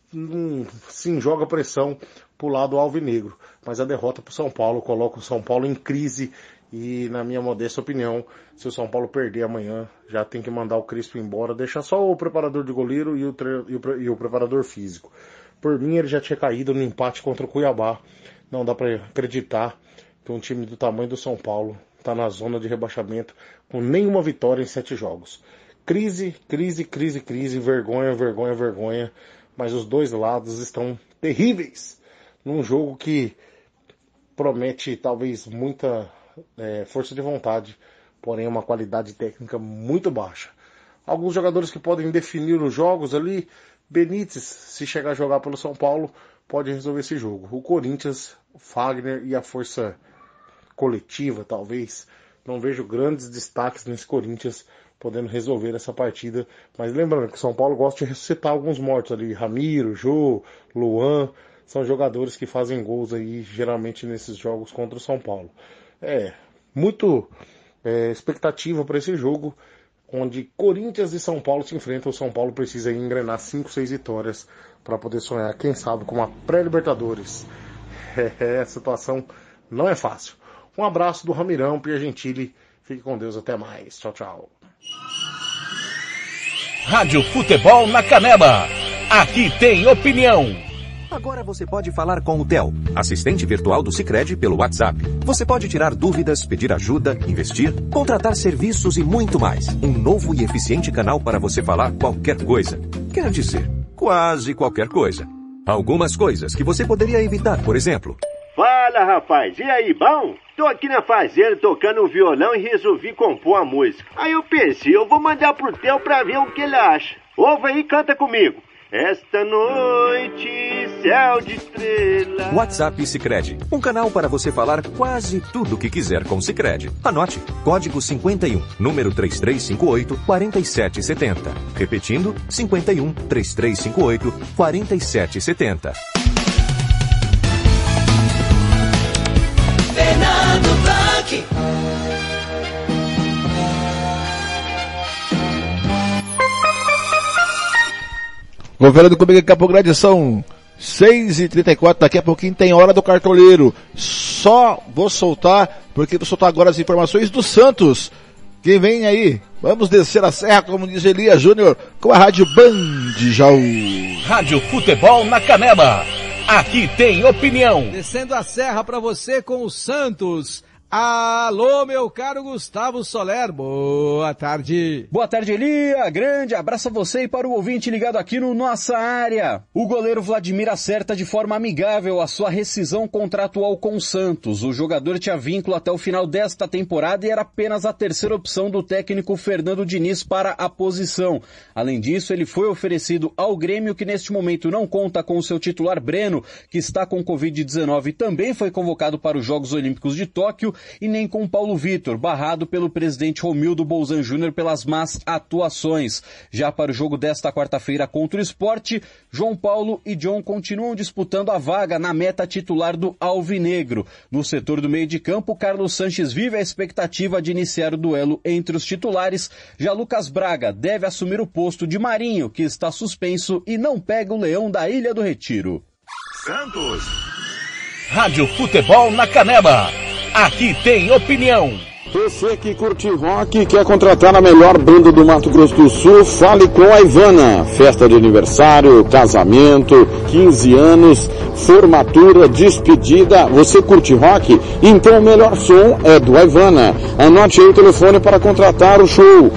sim, joga pressão para o lado alvinegro, mas a derrota para o São Paulo coloca o São Paulo em crise e, na minha modesta opinião, se o São Paulo perder amanhã, já tem que mandar o Crispo embora, deixar só o preparador de goleiro e o preparador físico. Por mim, ele já tinha caído no empate contra o Cuiabá. Não dá para acreditar que um time do tamanho do São Paulo está na zona de rebaixamento com nenhuma vitória em 7 jogos. Crise, crise, crise, crise, vergonha, vergonha, vergonha, mas os dois lados estão terríveis num jogo que promete talvez muita força de vontade, porém uma qualidade técnica muito baixa. Alguns jogadores que podem definir os jogos ali, Benítez, se chegar a jogar pelo São Paulo, pode resolver esse jogo. O Corinthians, o Fagner e a força coletiva, talvez, não vejo grandes destaques nesse Corinthians podendo resolver essa partida, mas lembrando que o São Paulo gosta de ressuscitar alguns mortos ali, Ramiro, Jô, Luan, são jogadores que fazem gols aí, geralmente nesses jogos contra o São Paulo. Muito expectativa para esse jogo, onde Corinthians e São Paulo se enfrentam. O São Paulo precisa engrenar 5, 6 vitórias para poder sonhar, quem sabe, com uma pré-Libertadores. A situação não é fácil. Um abraço do Ramirão Piergentili, fique com Deus, até mais, tchau, tchau. Rádio Futebol na Canela. Aqui tem opinião. Agora você pode falar com o Theo, assistente virtual do Sicredi pelo WhatsApp. Você pode tirar dúvidas, pedir ajuda, investir, contratar serviços e muito mais. Um novo e eficiente canal para você falar qualquer coisa. Quer dizer, quase qualquer coisa. Algumas coisas que você poderia evitar, por exemplo. Fala, rapaz, e aí, bom? Tô aqui na fazenda tocando um violão e resolvi compor a música. Aí eu pensei, eu vou mandar pro Theo pra ver o que ele acha. Ouve aí e canta comigo. Esta noite, céu de estrela. WhatsApp Sicredi, um canal para você falar quase tudo o que quiser com o Sicredi. Anote, código 51, número 3358-4770. Repetindo, 51 3358 4770. Fernando Blanc. Conferindo comigo em Campo Grande, são 6h34, daqui a pouquinho tem Hora do Cartoleiro. Só vou soltar, porque vou soltar agora as informações do Santos. Quem vem aí? Vamos descer a serra, como diz Elias Júnior, com a Rádio Band Jaú. Rádio Futebol na Canela. Aqui tem opinião. Descendo a serra para você com o Santos. Alô, meu caro Gustavo Soler, boa tarde. Boa tarde, Elia. Grande abraço a você e para o ouvinte ligado aqui no Nossa Área. O goleiro Vladimir acerta de forma amigável a sua rescisão contratual com o Santos. O jogador tinha vínculo até o final desta temporada e era apenas a terceira opção do técnico Fernando Diniz para a posição. Além disso, ele foi oferecido ao Grêmio, que neste momento não conta com o seu titular Breno, que está com Covid-19 e também foi convocado para os Jogos Olímpicos de Tóquio, e nem com Paulo Vitor, barrado pelo presidente Romildo Bolzan Júnior pelas más atuações. Já para o jogo desta quarta-feira contra o Sport, João Paulo e John continuam disputando a vaga na meta titular do Alvinegro. No setor do meio de campo, Carlos Sanches vive a expectativa de iniciar o duelo entre os titulares. Já Lucas Braga deve assumir o posto de Marinho, que está suspenso e não pega o Leão da Ilha do Retiro. Santos. Rádio Futebol na Canela. Aqui tem opinião. Você que curte rock e quer contratar a melhor banda do Mato Grosso do Sul, fale com a Ivana. Festa de aniversário, casamento, 15 anos, formatura, despedida. Você curte rock? Então o melhor som é do Ivana. Anote aí o telefone para contratar o show.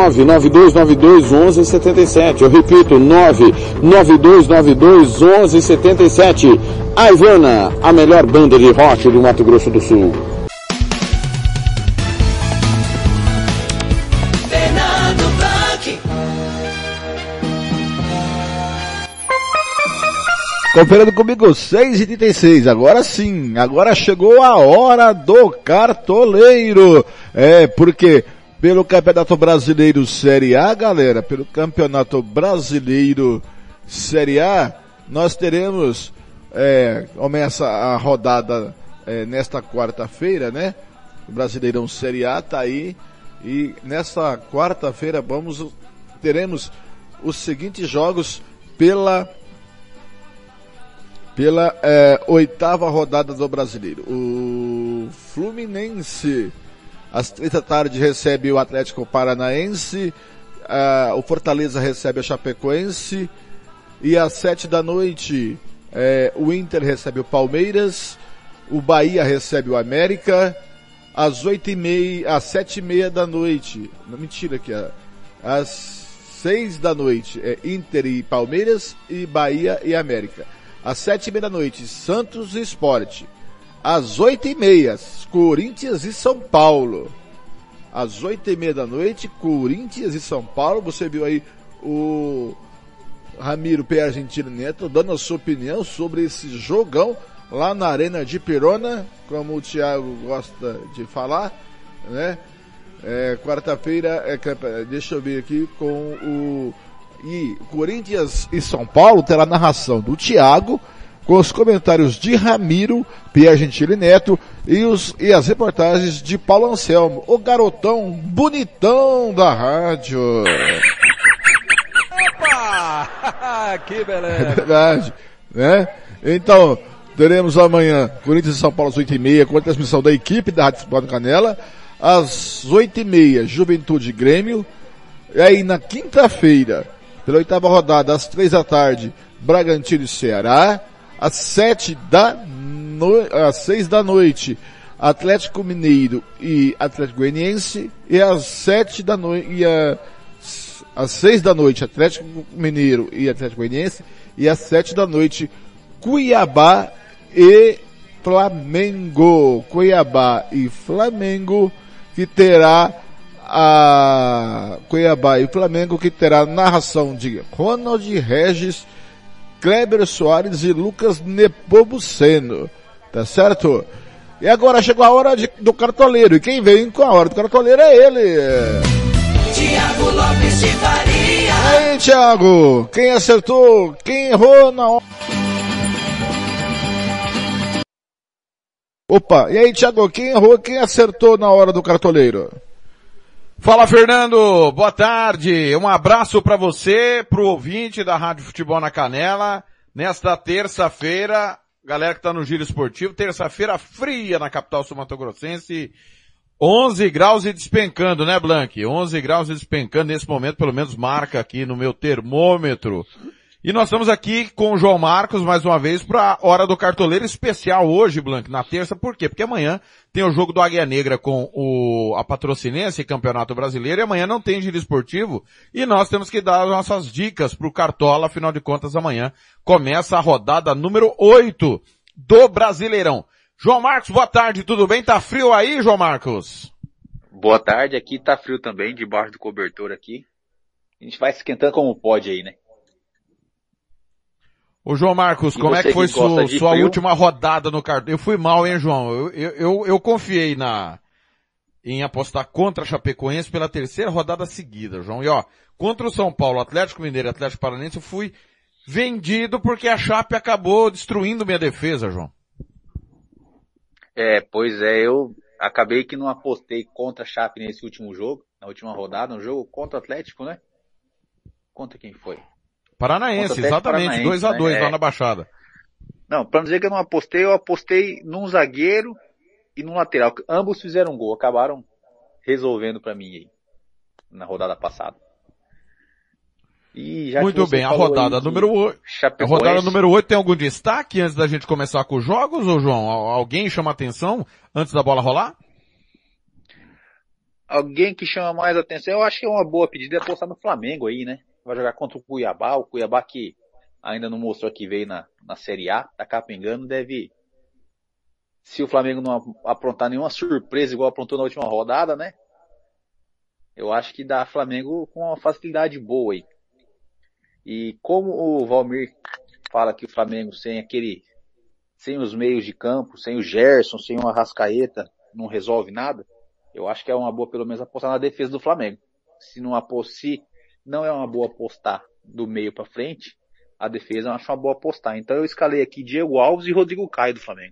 992921177. Eu repito, 992921177. A Ivana, a melhor banda de rock do Mato Grosso do Sul. Conferindo comigo, 6h36, agora sim, agora chegou a hora do cartoleiro. Porque pelo Campeonato Brasileiro Série A, galera, pelo Campeonato Brasileiro Série A, nós teremos, começa a rodada nesta quarta-feira, né? O Brasileirão Série A tá aí, e nessa quarta-feira teremos os seguintes jogos pela oitava rodada do Brasileiro. O Fluminense, às 3 da tarde, recebe o Atlético Paranaense, o Fortaleza recebe a Chapecoense, e às 7 da noite, o Inter recebe o Palmeiras, o Bahia recebe o América, às 7h30 da noite, não, mentira aqui, às 6 da noite, Inter e Palmeiras, e Bahia e América. Às 7h30 da noite, Santos e Sport. Às 8h30, Corinthians e São Paulo. Às 8h30 da noite, Corinthians e São Paulo. Você viu aí o Ramiro P. Argentino Neto dando a sua opinião sobre esse jogão lá na Arena de Pirona, como o Thiago gosta de falar, né? Quarta-feira, deixa eu ver aqui com o... E Corinthians e São Paulo terá a narração do Thiago, com os comentários de Ramiro, Pierre Gentili Neto e as reportagens de Paulo Anselmo, o garotão bonitão da rádio. Opa! Que beleza! É verdade, né? Então, teremos amanhã Corinthians e São Paulo às 8h30, com a transmissão da equipe da Rádio Futebol na Canela. Às 8h30, Juventude e Grêmio. E aí na quinta-feira, pela 8ª rodada, às 3 da tarde, Bragantino e Ceará. Às 6 da noite, Atlético Mineiro e Atlético Goianiense. E às 7 da noite, às 6 da noite, Atlético Mineiro e Atlético Goianiense. E às 7 da noite, Cuiabá e Flamengo. Cuiabá e Flamengo, que terá Cuiabá e Flamengo, que terá narração de Ronald Regis, Kleber Soares e Lucas Nepomuceno. Tá certo? E agora chegou a hora do cartoleiro. E quem vem com a hora do cartoleiro é ele. Tiago Lopes de Faria. E aí, Tiago? Quem acertou? Quem errou na hora? Opa, e aí, Tiago? Quem errou? Quem acertou na hora do cartoleiro? Fala, Fernando, boa tarde, um abraço para você, pro ouvinte da Rádio Futebol na Canela, nesta terça-feira, galera que tá no Giro Esportivo, terça-feira fria na capital sul-mato-grossense, 11 graus e despencando, né, Blank? 11 graus e despencando, nesse momento pelo menos marca aqui no meu termômetro. E nós estamos aqui com o João Marcos, mais uma vez, para a Hora do Cartoleiro especial hoje, Blank, na terça. Por quê? Porque amanhã tem o jogo do Águia Negra com a Patrocinense, Campeonato Brasileiro, e amanhã não tem giro esportivo. E nós temos que dar as nossas dicas pro Cartola, afinal de contas, amanhã começa a rodada número 8 do Brasileirão. João Marcos, boa tarde, tudo bem? Tá frio aí, João Marcos? Boa tarde, aqui tá frio também, debaixo do cobertor aqui. A gente vai esquentando como pode aí, né? Ô João Marcos, como é que foi sua última rodada no cartão? Eu fui mal, hein, João? Eu confiei em apostar contra a Chapecoense pela terceira rodada seguida, João. E ó, contra o São Paulo, Atlético Mineiro e Atlético Paranaense, eu fui vendido porque a Chape acabou destruindo minha defesa, João. Pois é, eu acabei que não apostei contra a Chape nesse último jogo, na última rodada, um jogo contra o Atlético, né? Contra quem foi? Paranaense, exatamente, 2-2 né? lá na Baixada. Não, pra não dizer que eu não apostei, eu apostei num zagueiro e num lateral. Ambos fizeram gol, acabaram resolvendo pra mim aí, na rodada passada. E já muito bem, a rodada número 8. A rodada número 8 tem algum destaque antes da gente começar com os jogos, ô João? Alguém chama atenção antes da bola rolar? Alguém que chama mais atenção, eu acho que é uma boa pedida apostar no Flamengo aí, né? Vai jogar contra o Cuiabá que ainda não mostrou que veio na Série A, tá capengando, deve, se o Flamengo não aprontar nenhuma surpresa igual aprontou na última rodada, né? Eu acho que dá Flamengo com uma facilidade boa aí. E como o Valmir fala que o Flamengo sem os meios de campo, sem o Gerson, sem o Arrascaeta, não resolve nada, eu acho que é uma boa pelo menos apostar na defesa do Flamengo. Se não é uma boa apostar do meio pra frente, a defesa eu acho uma boa apostar. Então eu escalei aqui Diego Alves e Rodrigo Caio do Flamengo.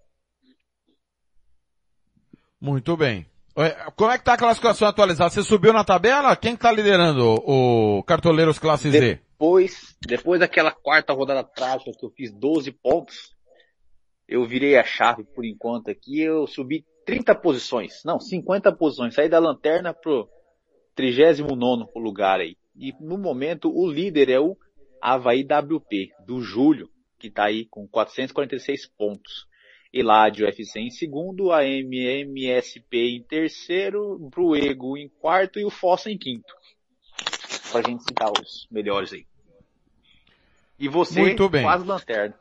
Muito bem. Como é que tá a classificação atualizada? Você subiu na tabela? Quem que tá liderando o Cartoleiros Classe Z? Depois daquela quarta rodada trágica que eu fiz 12 pontos, eu virei a chave por enquanto aqui, eu subi 30 posições, não, 50 posições, saí da lanterna pro 39º lugar aí. E no momento o líder é o Avaí WP, do Júlio, que tá aí com 446 pontos. Eládio FC em segundo, a MMSP em terceiro, Bruego em quarto e o Fossa em quinto. Pra gente citar os melhores aí. E você, muito bem, quase lanterna.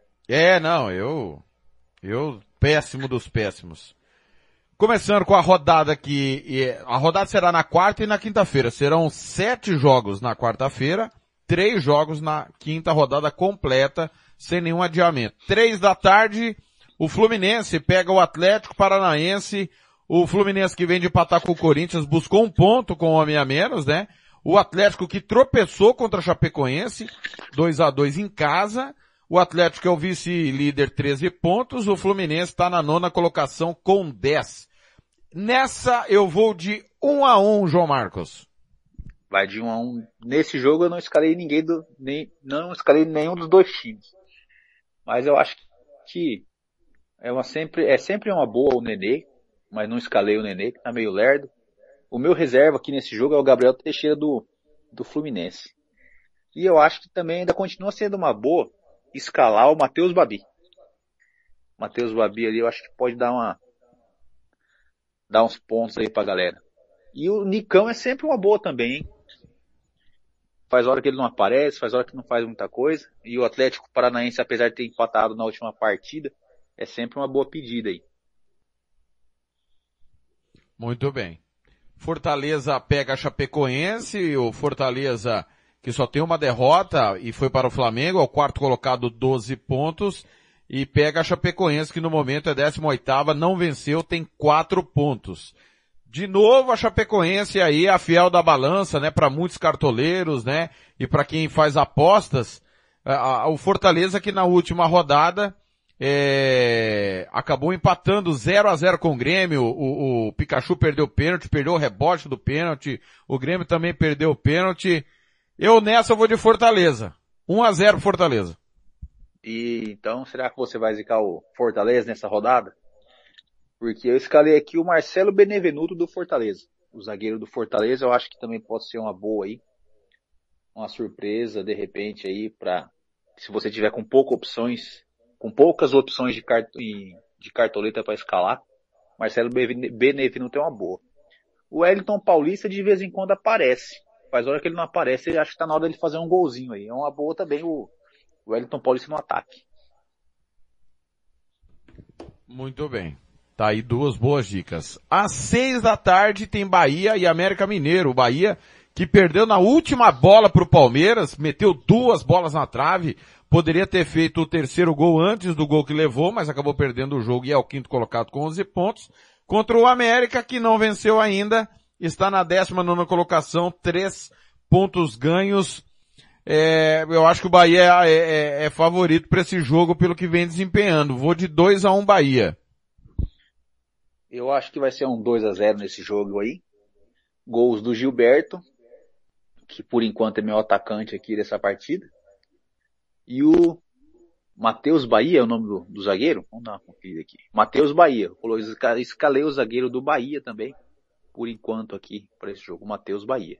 Eu péssimo dos péssimos. Começando com a rodada aqui, a rodada será na quarta e na quinta-feira. Serão 7 jogos na quarta-feira, 3 jogos na quinta, rodada completa, sem nenhum adiamento. 3 da tarde, o Fluminense pega o Atlético Paranaense. O Fluminense que vem de empatar com o Corinthians buscou um ponto com o homem a menos, né? O Atlético que tropeçou contra a Chapecoense, 2-2 em casa. O Atlético é o vice-líder, 13 pontos. O Fluminense está na 9ª colocação com 10. Nessa eu vou de 1-1, João Marcos. Vai de 1-1. Nesse jogo eu não escalei não escalei nenhum dos dois times. Mas eu acho que é sempre uma boa o Nenê, mas não escalei o Nenê, que tá meio lerdo. O meu reserva aqui nesse jogo é o Gabriel Teixeira do Fluminense. E eu acho que também ainda continua sendo uma boa escalar o Matheus Babi. Matheus Babi ali eu acho que pode dar uns pontos aí pra galera. E o Nicão é sempre uma boa também, hein? Faz hora que ele não aparece, faz hora que não faz muita coisa. E o Atlético Paranaense, apesar de ter empatado na última partida, é sempre uma boa pedida aí. Muito bem. Fortaleza pega a Chapecoense, o Fortaleza que só tem uma derrota e foi para o Flamengo, é o quarto colocado, 12 pontos, e pega a Chapecoense que no momento é 18ª, não venceu, tem 4 pontos. De novo a Chapecoense aí, a fiel da balança, né, para muitos cartoleiros, né, e para quem faz apostas, o Fortaleza que na última rodada acabou empatando 0-0 com o Grêmio, o Pikachu perdeu o pênalti, perdeu o rebote do pênalti, o Grêmio também perdeu o pênalti. Eu vou de Fortaleza. 1-0 Fortaleza. E então, será que você vai zicar o Fortaleza nessa rodada? Porque eu escalei aqui o Marcelo Benevenuto do Fortaleza. O zagueiro do Fortaleza eu acho que também pode ser uma boa aí. Uma surpresa, de repente aí, se você tiver com poucas opções de cartoleta para escalar, Marcelo Benevenuto é uma boa. O Wellington Paulista de vez em quando aparece. Faz hora que ele não aparece, ele acha que tá na hora de fazer um golzinho aí. É uma boa também o Wellington Paulista no ataque. Muito bem. Tá aí 2 boas dicas. Às 6 da tarde tem Bahia e América Mineiro. O Bahia que perdeu na última bola pro Palmeiras, meteu 2 bolas na trave, poderia ter feito o terceiro gol antes do gol que levou, mas acabou perdendo o jogo e é o 5º colocado com 11 pontos. Contra o América, que não venceu ainda, está na 19ª colocação, 3 pontos ganhos. Eu acho que o Bahia é favorito para esse jogo pelo que vem desempenhando. Vou de 2-1 Bahia. Eu acho que vai ser um 2-0 nesse jogo aí. Gols do Gilberto, que por enquanto é meu atacante aqui dessa partida. E o Matheus Bahia é o nome do zagueiro? Vamos dar uma conferida aqui. Matheus Bahia. Eu escalei o zagueiro do Bahia também, por enquanto aqui, para esse jogo. Matheus Bahia.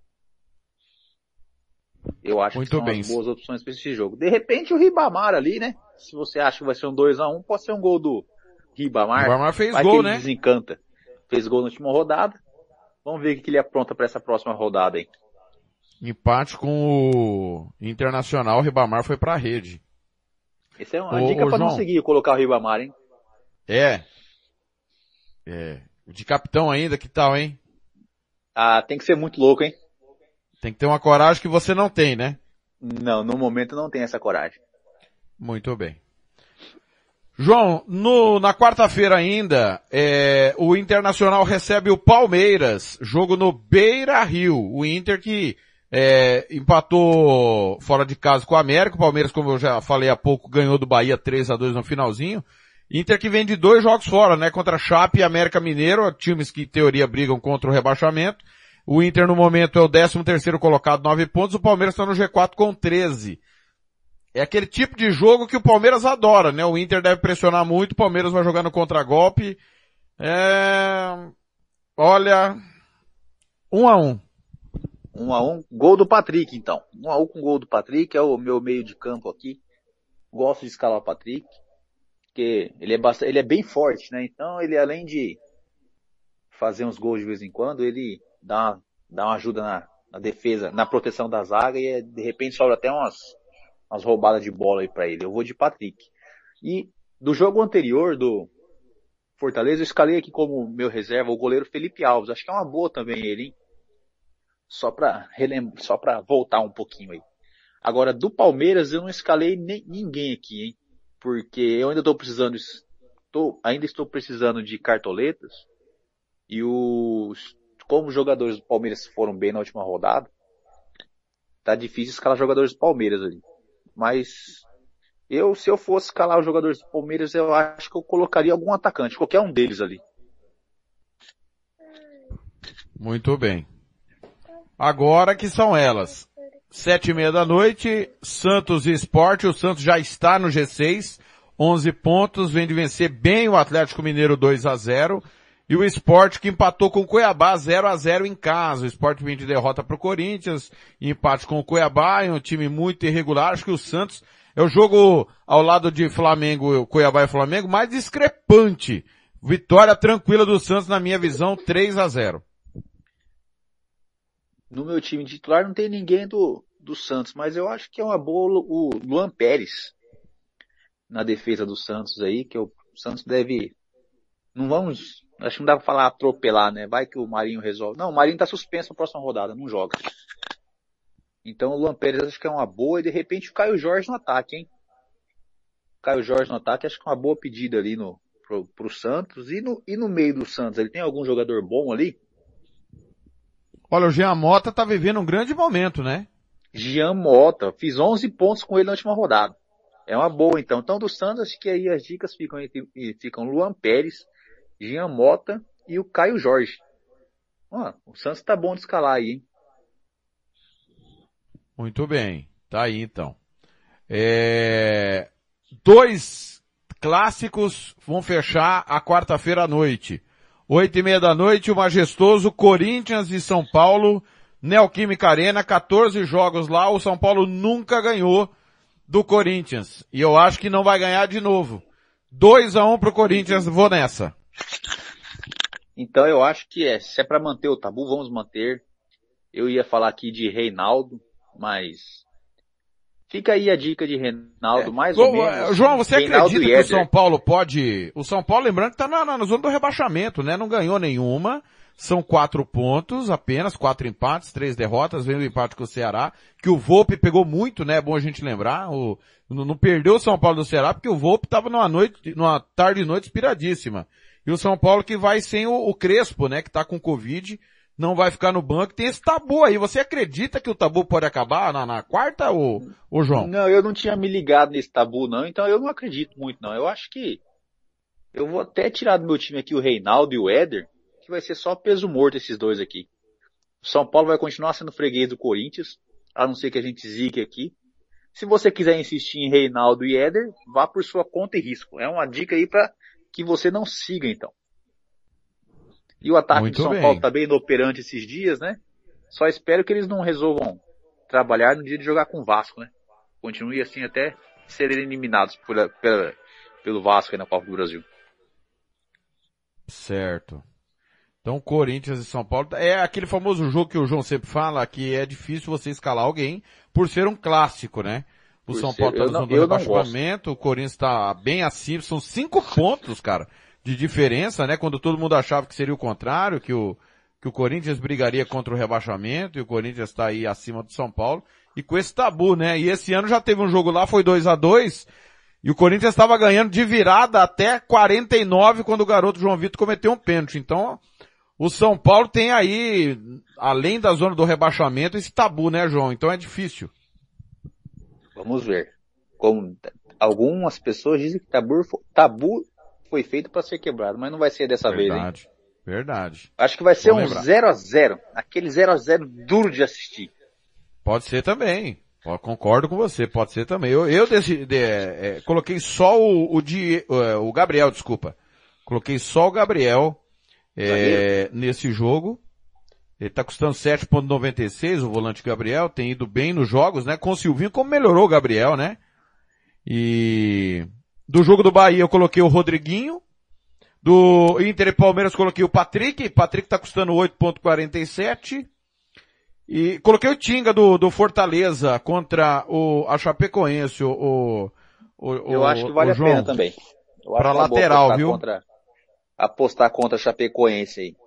Eu acho que são as boas opções para esse jogo. De repente o Ribamar ali, né? Se você acha que vai ser um 2-1, pode ser um gol do Ribamar. O Ribamar fez gol, né? Desencanta. Fez gol na última rodada. Vamos ver o que ele apronta para essa próxima rodada aí. Empate com o Internacional, o Ribamar foi pra rede. Essa é uma dica pra não seguir, colocar o Ribamar, hein? De capitão ainda, que tal, hein? Ah, tem que ser muito louco, hein? Tem que ter uma coragem que você não tem, né? Não, no momento não tem essa coragem. Muito bem. João, na quarta-feira ainda, o Internacional recebe o Palmeiras, jogo no Beira-Rio. O Inter que empatou fora de casa com o América. O Palmeiras, como eu já falei há pouco, ganhou do Bahia 3-2 no finalzinho. Inter que vem de 2 jogos fora, né? Contra Chape e América Mineiro, times que em teoria brigam contra o rebaixamento. O Inter no momento é o 13º colocado, 9 pontos. O Palmeiras está no G4 com 13. É aquele tipo de jogo que o Palmeiras adora, né? O Inter deve pressionar muito, o Palmeiras vai jogar no contragolpe. Olha, 1-1. 1-1, gol do Patrick, então. 1-1 com gol do Patrick, é o meu meio de campo aqui. Gosto de escalar o Patrick, porque ele é bem forte, né? Então ele, além de fazer uns gols de vez em quando, ele dá uma ajuda na defesa, na proteção da zaga e de repente sobra até umas roubadas de bola aí pra ele. Eu vou de Patrick. E do jogo anterior do Fortaleza, eu escalei aqui como meu reserva o goleiro Felipe Alves. Acho que é uma boa também ele, hein? Só pra voltar um pouquinho aí. Agora, do Palmeiras, eu não escalei ninguém aqui, hein? Porque eu ainda estou precisando de cartoletas. E como os jogadores do Palmeiras foram bem na última rodada, tá difícil escalar jogadores do Palmeiras ali. Mas se eu fosse escalar os jogadores do Palmeiras, eu acho que eu colocaria algum atacante, qualquer um deles ali. Muito bem. Agora que são elas. 7h30 da noite, Santos e Sport. O Santos já está no G6, 11 pontos, vem de vencer bem o Atlético Mineiro 2-0. E o Sport que empatou com o Cuiabá 0-0 em casa. O Sport vem de derrota pro Corinthians, empate com o Cuiabá, é um time muito irregular. Acho que o Santos é o jogo ao lado de Flamengo, Cuiabá e Flamengo, mais discrepante. Vitória tranquila do Santos, na minha visão, 3-0. No meu time titular não tem ninguém do Santos, mas eu acho que é uma boa o Luan Pérez na defesa do Santos aí, que o Santos deve... acho que não dá pra falar atropelar, né? Vai que o Marinho resolve. Não, o Marinho tá suspenso na próxima rodada, não joga. Então o Luan Pérez acho que é uma boa, e de repente o Caio Jorge no ataque, hein? O Caio Jorge no ataque acho que é uma boa pedida ali pro Santos. E no meio do Santos, ele tem algum jogador bom ali? Olha, o Jean Mota tá vivendo um grande momento, né? Jean Mota, fiz 11 pontos com ele na última rodada. É uma boa então. Então do Santos acho que aí as dicas ficam Luan Pérez, Jean Mota e o Caio Jorge. O Santos tá bom de escalar aí, hein? Muito bem. Tá aí então. 2 clássicos vão fechar a quarta-feira à noite. 8:30 da noite, o majestoso Corinthians e São Paulo, Neoquímica Arena, 14 jogos lá, o São Paulo nunca ganhou do Corinthians. E eu acho que não vai ganhar de novo. 2-1 pro Corinthians, vou nessa. Então eu acho que se é pra manter o tabu, vamos manter. Eu ia falar aqui de Reinaldo, mas fica aí a dica de Reinaldo, mais ou menos. João, você Reinaldo acredita que o São Paulo pode... O São Paulo, lembrando que tá na zona do rebaixamento, né? Não ganhou nenhuma. São 4 pontos apenas, 4 empates, 3 derrotas, vem o empate com o Ceará, que o Volpe pegou muito, né? É bom a gente lembrar. Não perdeu o São Paulo do Ceará, porque o Volpe tava numa tarde e noite inspiradíssima. E o São Paulo que vai sem o Crespo, né? Que tá com Covid, não vai ficar no banco. Tem esse tabu aí. Você acredita que o tabu pode acabar na quarta, ou João? Não, eu não tinha me ligado nesse tabu, não. Então eu não acredito muito, não. Eu acho que eu vou até tirar do meu time aqui o Reinaldo e o Éder, que vai ser só peso morto esses dois aqui. O São Paulo vai continuar sendo freguês do Corinthians, a não ser que a gente zique aqui. Se você quiser insistir em Reinaldo e Éder, vá por sua conta e risco. É uma dica aí para que você não siga, então. E o ataque do São Paulo tá bem inoperante esses dias, né? Só espero que eles não resolvam trabalhar no dia de jogar com o Vasco, né? Continue assim até serem eliminados pelo Vasco aí na Copa do Brasil. Certo. Então, Corinthians e São Paulo, é aquele famoso jogo que o João sempre fala, que é difícil você escalar alguém por ser um clássico, né? O São Paulo tá na zona do rebaixamento, o Corinthians tá bem acima, são 5 pontos, cara, de diferença, né? Quando todo mundo achava que seria o contrário, que o Corinthians brigaria contra o rebaixamento, e o Corinthians tá aí acima do São Paulo, e com esse tabu, né? E esse ano já teve um jogo lá, foi 2-2, e o Corinthians estava ganhando de virada até 49, quando o garoto João Vitor cometeu um pênalti. Então, o São Paulo tem aí, além da zona do rebaixamento, esse tabu, né, João? Então é difícil. Vamos ver. Como algumas pessoas dizem que tabu foi feito para ser quebrado, mas não vai ser dessa vez, hein? Verdade. Acho que vai ser um 0-0. Aquele 0-0 duro de assistir. Pode ser também. Concordo com você, pode ser também. Eu coloquei só o Gabriel, desculpa. Coloquei só o Gabriel nesse jogo. Ele tá custando 7,96, o volante Gabriel, tem ido bem nos jogos, né? Com o Silvinho, como melhorou o Gabriel, né? E do jogo do Bahia eu coloquei o Rodriguinho. Do Inter e Palmeiras coloquei o Patrick. Patrick tá custando 8,47. E coloquei o Tinga do Fortaleza contra a Chapecoense, eu acho que vale a pena também. Pra lateral, viu? Apostar contra a Chapecoense aí.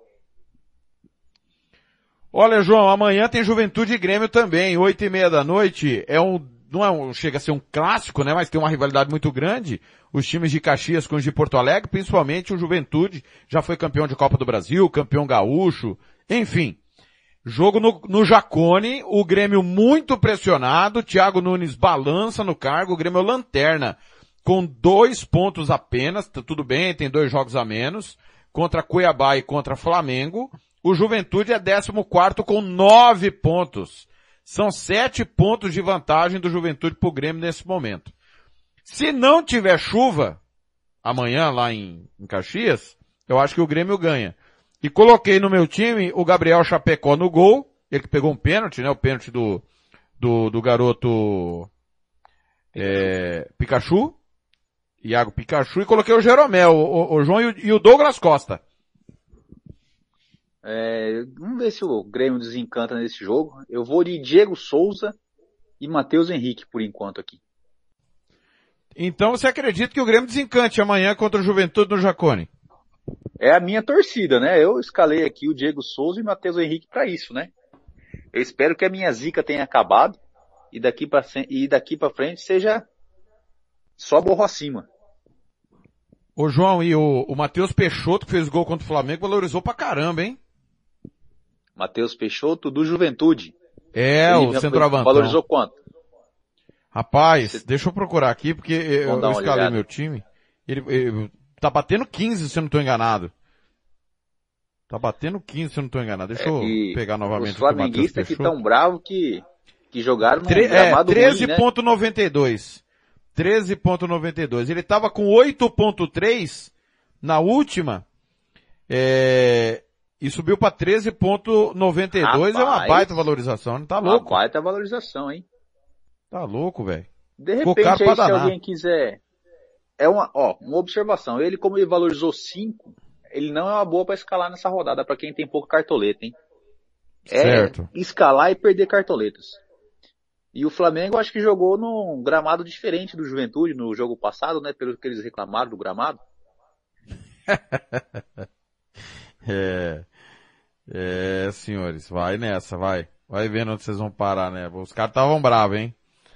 Olha, João, amanhã tem Juventude e Grêmio também, 8:30 da noite. Chega a ser um clássico, né? Mas tem uma rivalidade muito grande. Os times de Caxias com os de Porto Alegre, principalmente o Juventude, já foi campeão de Copa do Brasil, campeão gaúcho, enfim. Jogo no Jacone, o Grêmio muito pressionado, Thiago Nunes balança no cargo, o Grêmio é lanterna, com 2 pontos apenas, tudo bem, tem 2 jogos a menos, contra Cuiabá e contra Flamengo. O Juventude é 14º com 9 pontos. São 7 pontos de vantagem do Juventude pro Grêmio nesse momento. Se não tiver chuva, amanhã lá em Caxias, eu acho que o Grêmio ganha. E coloquei no meu time o Gabriel Chapecó no gol, ele que pegou um pênalti, né? O pênalti do garoto Pikachu, Iago Pikachu, e coloquei o Jeromel, o João e o Douglas Costa. Vamos ver se o Grêmio desencanta nesse jogo. Eu vou de Diego Souza e Matheus Henrique por enquanto aqui. Então você acredita que o Grêmio desencante amanhã contra o Juventude no Jacone? É a minha torcida, né? Eu escalei aqui o Diego Souza e o Matheus Henrique para isso, né? Eu espero que a minha zica tenha acabado e daqui para frente seja só borro acima. Ô João, e o Matheus Peixoto, que fez gol contra o Flamengo, valorizou pra caramba, hein? Matheus Peixoto do Juventude. O centroavantão. Valorizou quanto? Rapaz, deixa eu procurar aqui, porque eu escalei olhada. meu time. Ele tá batendo 15, se eu não tô enganado. Tá batendo 15, se eu não tô enganado. Deixa eu pegar novamente os flamenguistas que estão bravos que jogaram no gramado 13.92. 13.92. Ele tava com 8.3 na última, e subiu pra 13.92. É uma baita valorização, não tá louco? Uma baita valorização, hein? Tá louco, velho. De repente, aí, se alguém quiser... uma observação. Ele, como ele valorizou 5, ele não é uma boa pra escalar nessa rodada, pra quem tem pouco cartoleta, hein? Certo. Escalar e perder cartoletas. E o Flamengo, acho que jogou num gramado diferente do Juventude no jogo passado, né? Pelo que eles reclamaram do gramado. Senhores, vai nessa, vai. Vai vendo onde vocês vão parar, né? Os caras estavam bravos, hein?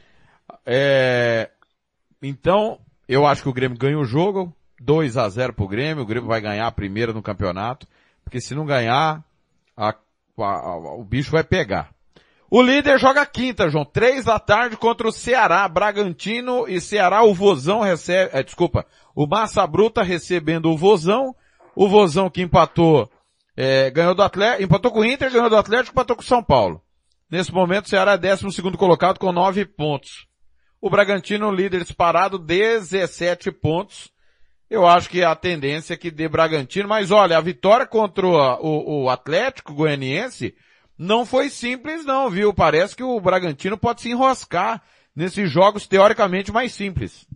Então, eu acho que o Grêmio ganha o jogo, 2-0 pro Grêmio, o Grêmio vai ganhar a primeira no campeonato, porque se não ganhar, o bicho vai pegar. O líder joga quinta, João, 3 da tarde contra o Ceará, Bragantino e Ceará, o Vozão recebe, o Massa Bruta recebendo o Vozão que empatou, ganhou do Atlético, empatou com o Inter, ganhou do Atlético, empatou com o São Paulo. Nesse momento o Ceará é 12º colocado com 9 pontos. O Bragantino, líder disparado, 17 pontos. Eu acho que a tendência é que dê Bragantino, mas olha, a vitória contra o Atlético Goianiense não foi simples não, viu? Parece que o Bragantino pode se enroscar nesses jogos teoricamente mais simples.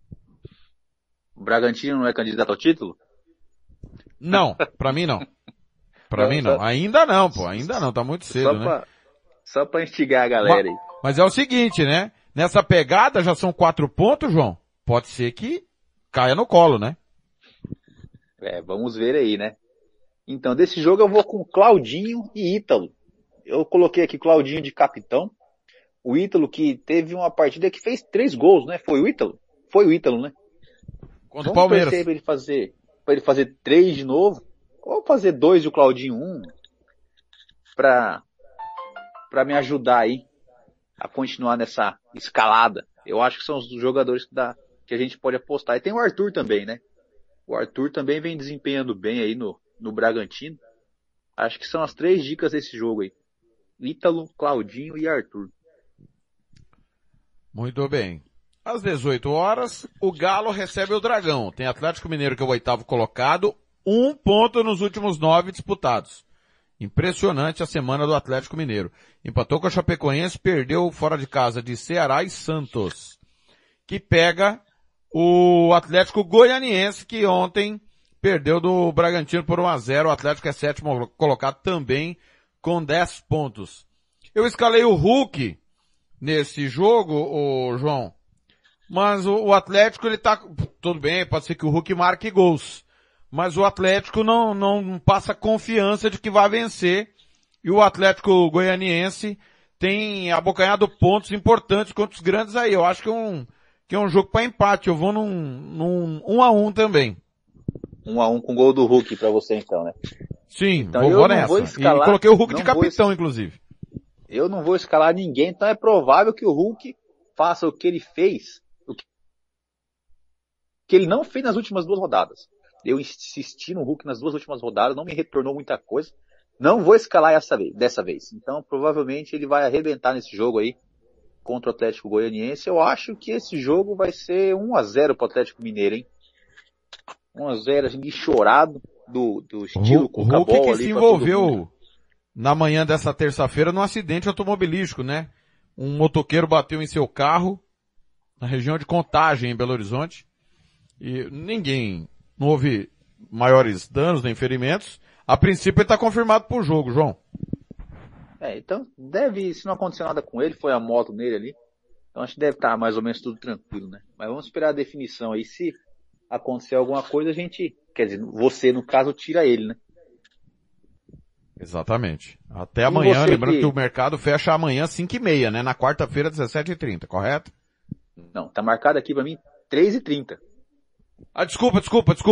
O Bragantino não é candidato ao título? Não, pra mim não. Pra mim não. Ainda não, pô. Ainda não, tá muito cedo, né? Só pra instigar a galera aí. Mas é o seguinte, né? Nessa pegada já são 4 pontos, João. Pode ser que caia no colo, né? Vamos ver aí, né? Então, desse jogo eu vou com Claudinho e Ítalo. Eu coloquei aqui Claudinho de capitão. O Ítalo que teve uma partida que fez 3 gols, né? Foi o Ítalo? Foi o Ítalo, né? Contra o Palmeiras. Pra ele fazer 3 de novo. Ou fazer 2 e o Claudinho 1. Pra me ajudar aí a continuar nessa escalada. Eu acho que são os jogadores que a gente pode apostar. E tem o Arthur também, né? O Arthur também vem desempenhando bem aí no Bragantino. Acho que são as 3 dicas desse jogo aí. Ítalo, Claudinho e Arthur. Muito bem. Às 18 horas, o Galo recebe o Dragão. Tem Atlético Mineiro, que é o 8º colocado, 1 ponto nos últimos 9 disputados. Impressionante a semana do Atlético Mineiro. Empatou com a Chapecoense, perdeu fora de casa de Ceará e Santos. Que pega o Atlético Goianiense, que ontem perdeu do Bragantino por 1-0. O Atlético é 7º colocado também com 10 pontos. Eu escalei o Hulk nesse jogo, João. Mas o Atlético, ele tá... Tudo bem, pode ser que o Hulk marque gols. Mas o Atlético não passa confiança de que vai vencer. E o Atlético Goianiense tem abocanhado pontos importantes contra os grandes aí. Eu acho que é um jogo para empate. Eu vou num 1-1 também. 1-1 com gol do Hulk pra você então, né? Sim, então, vou nessa. E coloquei o Hulk de capitão, inclusive. Eu não vou escalar ninguém, então é provável que o Hulk faça o que ele fez, o que ele não fez nas últimas 2 rodadas. Eu insisti no Hulk nas 2 últimas rodadas, não me retornou muita coisa. Não vou escalar dessa vez. Então, provavelmente, ele vai arrebentar nesse jogo aí contra o Atlético Goianiense. Eu acho que esse jogo vai ser 1-0 pro Atlético Mineiro, hein? 1-0, a gente chorado. do estilo O Hulk que se ali pra todo mundo. envolveu na manhã dessa terça-feira num acidente automobilístico, né? Um motoqueiro bateu em seu carro na região de Contagem, em Belo Horizonte, e não houve maiores danos nem ferimentos. A princípio ele está confirmado pro jogo, João. Então se não acontecer nada com ele, foi a moto nele ali, então acho que deve estar mais ou menos tudo tranquilo, né? Mas vamos esperar a definição aí, se acontecer alguma coisa a gente, quer dizer, você no caso tira ele, né? Exatamente. Até amanhã, você lembrando que- que o mercado fecha amanhã 5h30, né? Na quarta-feira, 17h30, correto? Não, tá marcado aqui pra mim 3h30. Ah, desculpa.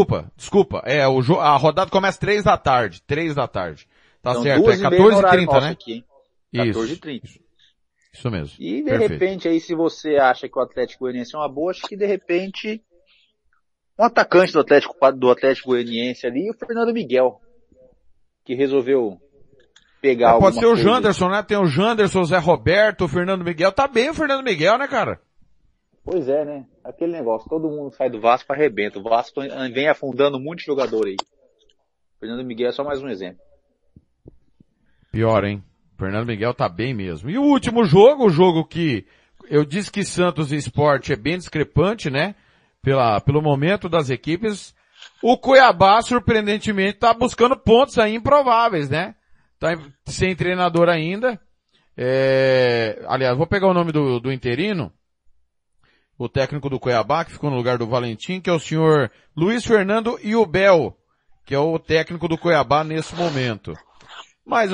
A rodada começa 3 da tarde. Tá Então, certo, é 2h30 no horário 14h30, nosso né? aqui, hein? Isso. 14h30. Isso mesmo. E de Perfeito. repente aí, se você acha que o Atlético Goianiense é uma boa, acho que de repente um atacante do Atlético Goianiense ali, o Fernando Miguel, que resolveu pegar Pode ser o alguma coisa. Janderson, né? Tem o Janderson, o Zé Roberto, o Fernando Miguel. Tá bem o Fernando Miguel, né, cara? Pois é, né? Aquele negócio, todo mundo sai do Vasco, arrebenta. O Vasco vem afundando muito jogador aí. Fernando Miguel é só mais um exemplo. Pior, hein? Fernando Miguel tá bem mesmo. E o último jogo, o jogo que eu disse que Santos e Sport é bem discrepante, né? Pelo momento das equipes. O Cuiabá, surpreendentemente, tá buscando pontos aí improváveis, né? Tá sem treinador ainda. Aliás, vou pegar o nome do interino. O técnico do Cuiabá, que ficou no lugar do Valentim, que é o senhor Luiz Fernando Iubel, que é o técnico do Cuiabá nesse momento. Mas,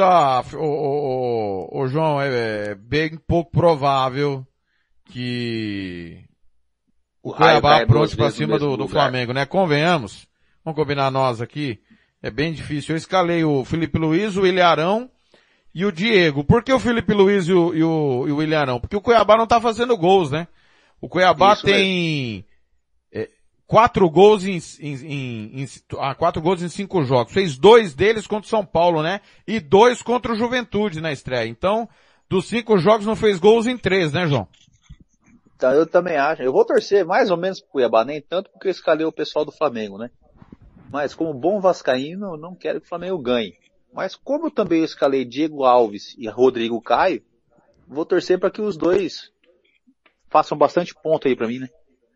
o João, é bem pouco provável que o Cuiabá apronte pra cima do Flamengo, né? Convenhamos. Vamos combinar nós aqui. É bem difícil. Eu escalei o Felipe Luiz, o Ilharão e o Diego. Por que o Felipe Luiz e o Ilharão? Porque o Cuiabá não tá fazendo gols, né? O Cuiabá Isso tem 4 gols em 5 jogos. Fez 2 deles contra o São Paulo, né? E 2 contra o Juventude na estreia. Então, dos 5 jogos não fez gols em 3, né, João? Então, eu também acho. Eu vou torcer mais ou menos pro Cuiabá, nem tanto porque eu escalei o pessoal do Flamengo, né? Mas como bom vascaíno, eu não quero que o Flamengo ganhe. Mas como eu também escalei Diego Alves e Rodrigo Caio, vou torcer para que os dois façam bastante ponto aí pra mim, né?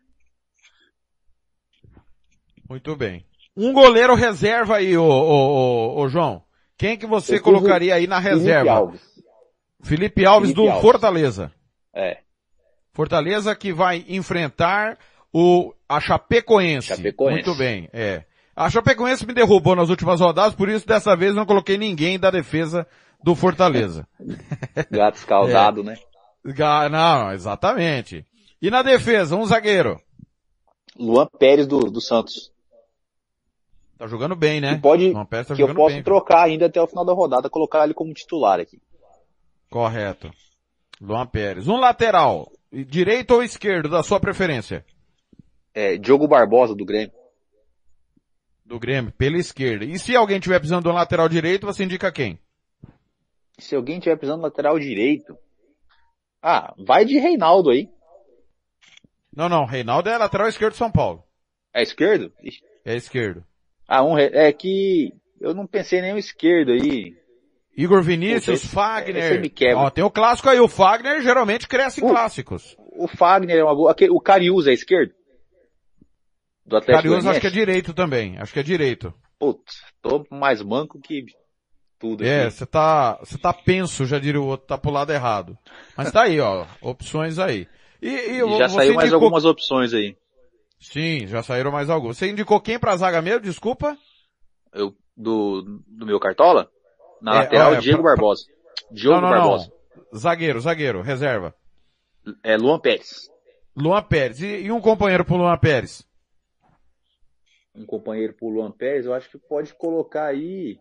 Muito bem. Um goleiro reserva aí, ô João. Quem que você Eu colocaria aí na reserva? Felipe Alves do Fortaleza. Fortaleza que vai enfrentar a Chapecoense. Muito bem, A Chapecoense me derrubou nas últimas rodadas, por isso dessa vez não coloquei ninguém da defesa do Fortaleza. Gato escaldado, né? Não, exatamente. E na defesa, um zagueiro. Luan Pérez do Santos. Tá jogando bem, né? Luan Pérez tá Que eu jogando posso bem. trocar ainda até o final da rodada, colocar ele como titular aqui. Correto. Luan Pérez. Um lateral, direito ou esquerdo, da sua preferência? Diogo Barbosa, do Grêmio. Do Grêmio, pela esquerda. E se alguém tiver precisando de um lateral direito, você indica quem? Se alguém tiver precisando de lateral direito, vai de Reinaldo aí. Não, Reinaldo é lateral esquerdo de São Paulo. É esquerdo? Ixi. É esquerdo. É que eu não pensei nem o esquerdo aí. Igor Vinícius, Esse Fagner. me quebra. Ó, tem o clássico aí, o Fagner geralmente cresce em clássicos. O Fagner é uma boa. O Cariús é esquerdo? Do Atlético Cariús acho Goianiense? que é direito também. Acho que é direito. Putz, tô mais manco que tudo aqui. Você tá penso, já diria o outro, tá pro lado errado. Mas tá aí, ó, opções aí. E já saiu mais algumas opções aí. Sim, já saíram mais algumas. Você indicou quem pra zaga mesmo? Desculpa? Do meu Cartola? Na lateral, Diego Barbosa. Diogo Barbosa. Não. Zagueiro, reserva. Luan Pérez. Luan Pérez. E um companheiro pro Luan Pérez? Um companheiro pro Luan Pérez, eu acho que pode colocar aí...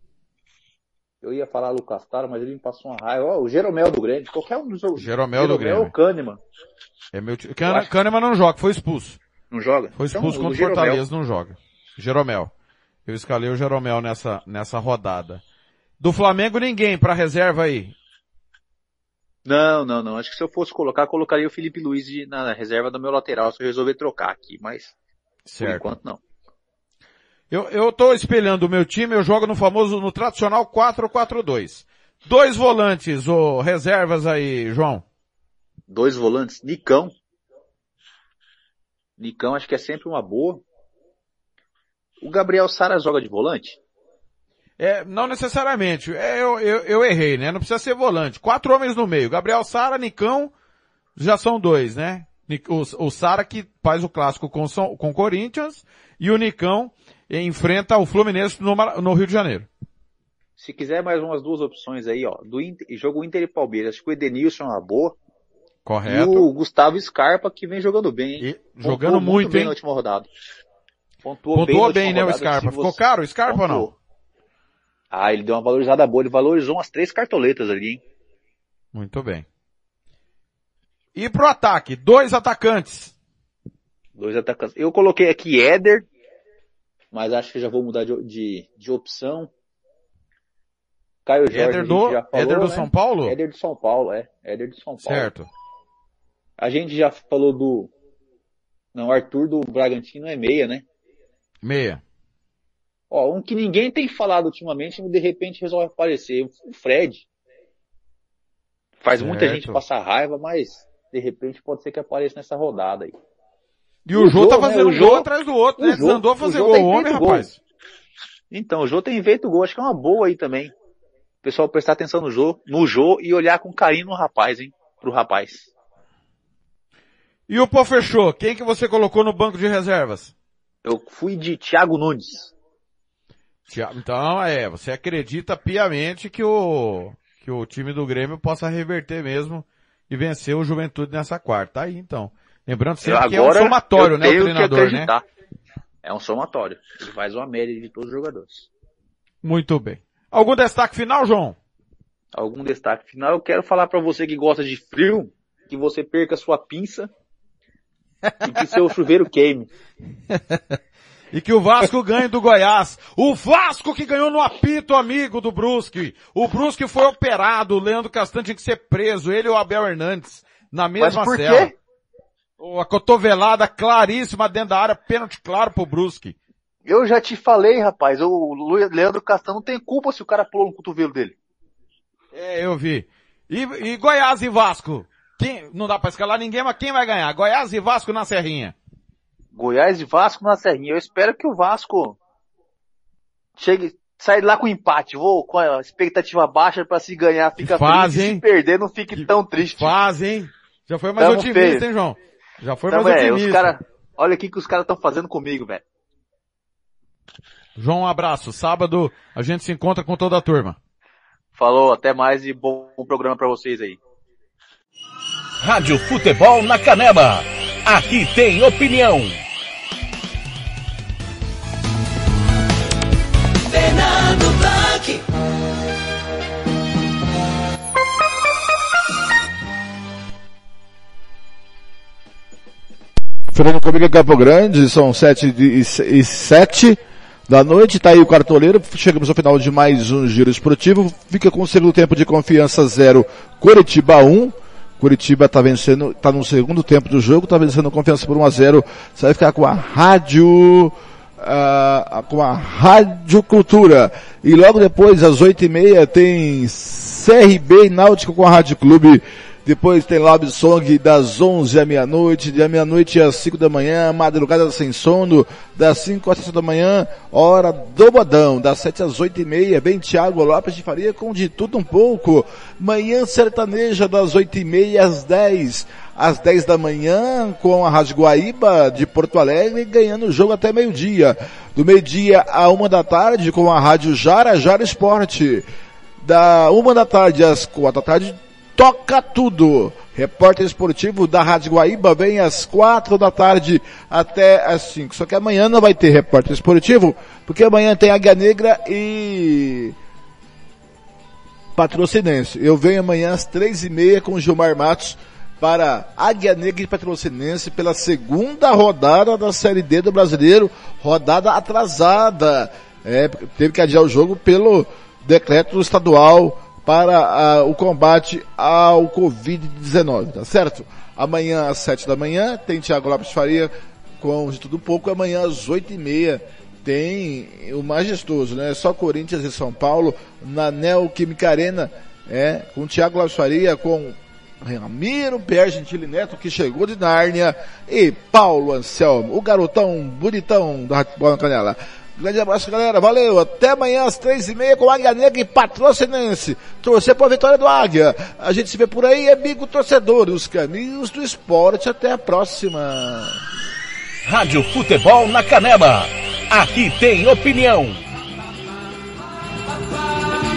Eu ia falar Lucas Taro, mas ele me passou uma raiva. O Jeromel do Grêmio. Qualquer um dos Jeromel do Grêmio. ou Kahneman. Kahneman não joga, foi expulso. Não joga? Foi expulso contra o Fortaleza, não joga. Jeromel. Eu escalei o Jeromel nessa rodada. Do Flamengo ninguém pra reserva aí. Não. Acho que se eu fosse colocar, colocaria o Felipe Luiz na reserva do meu lateral, se eu resolver trocar aqui, mas certo. Por enquanto não. Eu tô espelhando o meu time, eu jogo no tradicional 4-4-2. 2 volantes, reservas aí, João. 2 volantes, Nicão acho que é sempre uma boa. O Gabriel Sara joga de volante? Não necessariamente. Eu errei, né? Não precisa ser volante. 4 homens no meio. Gabriel Sara, Nicão, já são 2, né? O Sara que faz o clássico com o Corinthians e o Nicão enfrenta o Fluminense no Rio de Janeiro. Se quiser mais umas 2 opções aí, ó. Jogo Inter e Palmeiras. Acho que o Edenilson é uma boa. Correto. E o Gustavo Scarpa que vem jogando bem, hein? Jogando muito bem na última rodada. Pontuou bem, né, o Scarpa? Ficou caro o Scarpa ou não? Ele deu uma valorizada boa. Ele valorizou umas 3 cartoletas ali, hein? Muito bem. E pro ataque, 2 atacantes. 2 atacantes. Eu coloquei aqui Éder, mas acho que já vou mudar de opção. Caio Jorge, Éder do né? São Paulo? Éder do São Paulo, Éder do São Paulo. Certo. A gente já falou Não, o Arthur do Bragantino é meia, né? Meia. Um que ninguém tem falado ultimamente, de repente resolve aparecer. O Fred. Faz muita gente passar raiva, mas de repente pode ser que apareça nessa rodada aí. E o Jô tá fazendo um gol atrás do outro, né? Desandou a fazer gol. Homem, rapaz. Então, o Jô tem feito gol. Acho que é uma boa aí também. O pessoal prestar atenção no Jô e olhar com carinho no rapaz, hein? Pro rapaz. E o Pô fechou? Quem que você colocou no banco de reservas? Eu fui de Thiago Nunes. Então, você acredita piamente que o time do Grêmio possa reverter mesmo e vencer o Juventude nessa quarta. Aí, então. Lembrando sempre que é um somatório, né, o treinador, né? É um somatório. Ele faz uma média de todos os jogadores. Muito bem. Algum destaque final, João? Algum destaque final? Eu quero falar pra você que gosta de frio, que você perca sua pinça e que seu chuveiro queime. E que o Vasco ganhe do Goiás. O Vasco que ganhou no apito amigo do Brusque. O Brusque foi operado, o Leandro Castanho tinha que ser preso, ele e o Abel Hernandes, na mesma Mas por cela. quê? A cotovelada claríssima dentro da área, pênalti claro pro Brusque. Eu já te falei, rapaz, o Leandro Castanho não tem culpa se o cara pulou no cotovelo dele. Eu vi. E Goiás e Vasco? Não dá pra escalar ninguém, mas quem vai ganhar? Goiás e Vasco na Serrinha. Goiás e Vasco na Serrinha. Eu espero que o Vasco saia lá com empate. Vou com a expectativa baixa pra se ganhar, fica feliz. Se perder, não fique tão triste. Hein? Já foi mais otimista, hein, João? Já foi mais otimista. Olha o que os caras estão fazendo comigo, velho. João, um abraço. Sábado a gente se encontra com toda a turma. Falou, até mais e bom programa pra vocês aí. Rádio Futebol na Canela. Aqui tem opinião. Fernando Blanc. Fernando comigo em Campo Grande, são 7h07 da noite, tá aí o cartoleiro, chegamos ao final de mais um Giro Esportivo, fica com o segundo tempo de Confiança 0, Coritiba 1, Coritiba tá vencendo, tá no segundo tempo do jogo, tá vencendo Confiança por 1-0, você vai ficar com a Rádio Cultura, e logo depois às 8h30 tem CRB e Náutico com a Rádio Clube. Depois tem Love Song das 11 à meia-noite, da meia-noite às 5 da manhã, madrugada sem sono, das 5 às 6 da manhã, hora do bodão, das 7 às 8h30, bem Thiago Lopes de Faria com de tudo um pouco, manhã sertaneja das 8h30 às 10 da manhã, com a Rádio Guaíba de Porto Alegre, ganhando o jogo até meio-dia, do meio-dia à 1 da tarde, com a Rádio Jara Esporte, da 1 da tarde às 4 da tarde, Toca Tudo. Repórter esportivo da Rádio Guaíba vem às 4 da tarde até às 5. Só que amanhã não vai ter repórter esportivo, porque amanhã tem Águia Negra e Patrocinense. Eu venho amanhã às 3h30 com o Gilmar Matos para Águia Negra e Patrocinense pela segunda rodada da Série D do Brasileiro, rodada atrasada. Teve que adiar o jogo pelo decreto estadual para o combate ao Covid-19, tá certo? Amanhã às 7 da manhã tem Thiago Lopes Faria com de tudo um pouco, amanhã às 8h30 tem o majestoso, né? Só Corinthians e São Paulo na Neoquímica Arena, com o Thiago Lafaria, com Ramiro Pierre Gentili Neto, que chegou de Nárnia, e Paulo Anselmo, o garotão bonitão da Rádio Futebol na Canela. Grande abraço, galera. Valeu. Até amanhã às 3h30 com Águia Negra e Patrocinense. Torcer para a vitória do Águia. A gente se vê por aí, amigo torcedor. Os caminhos do esporte. Até a próxima. Rádio Futebol na Canela. Aqui tem opinião.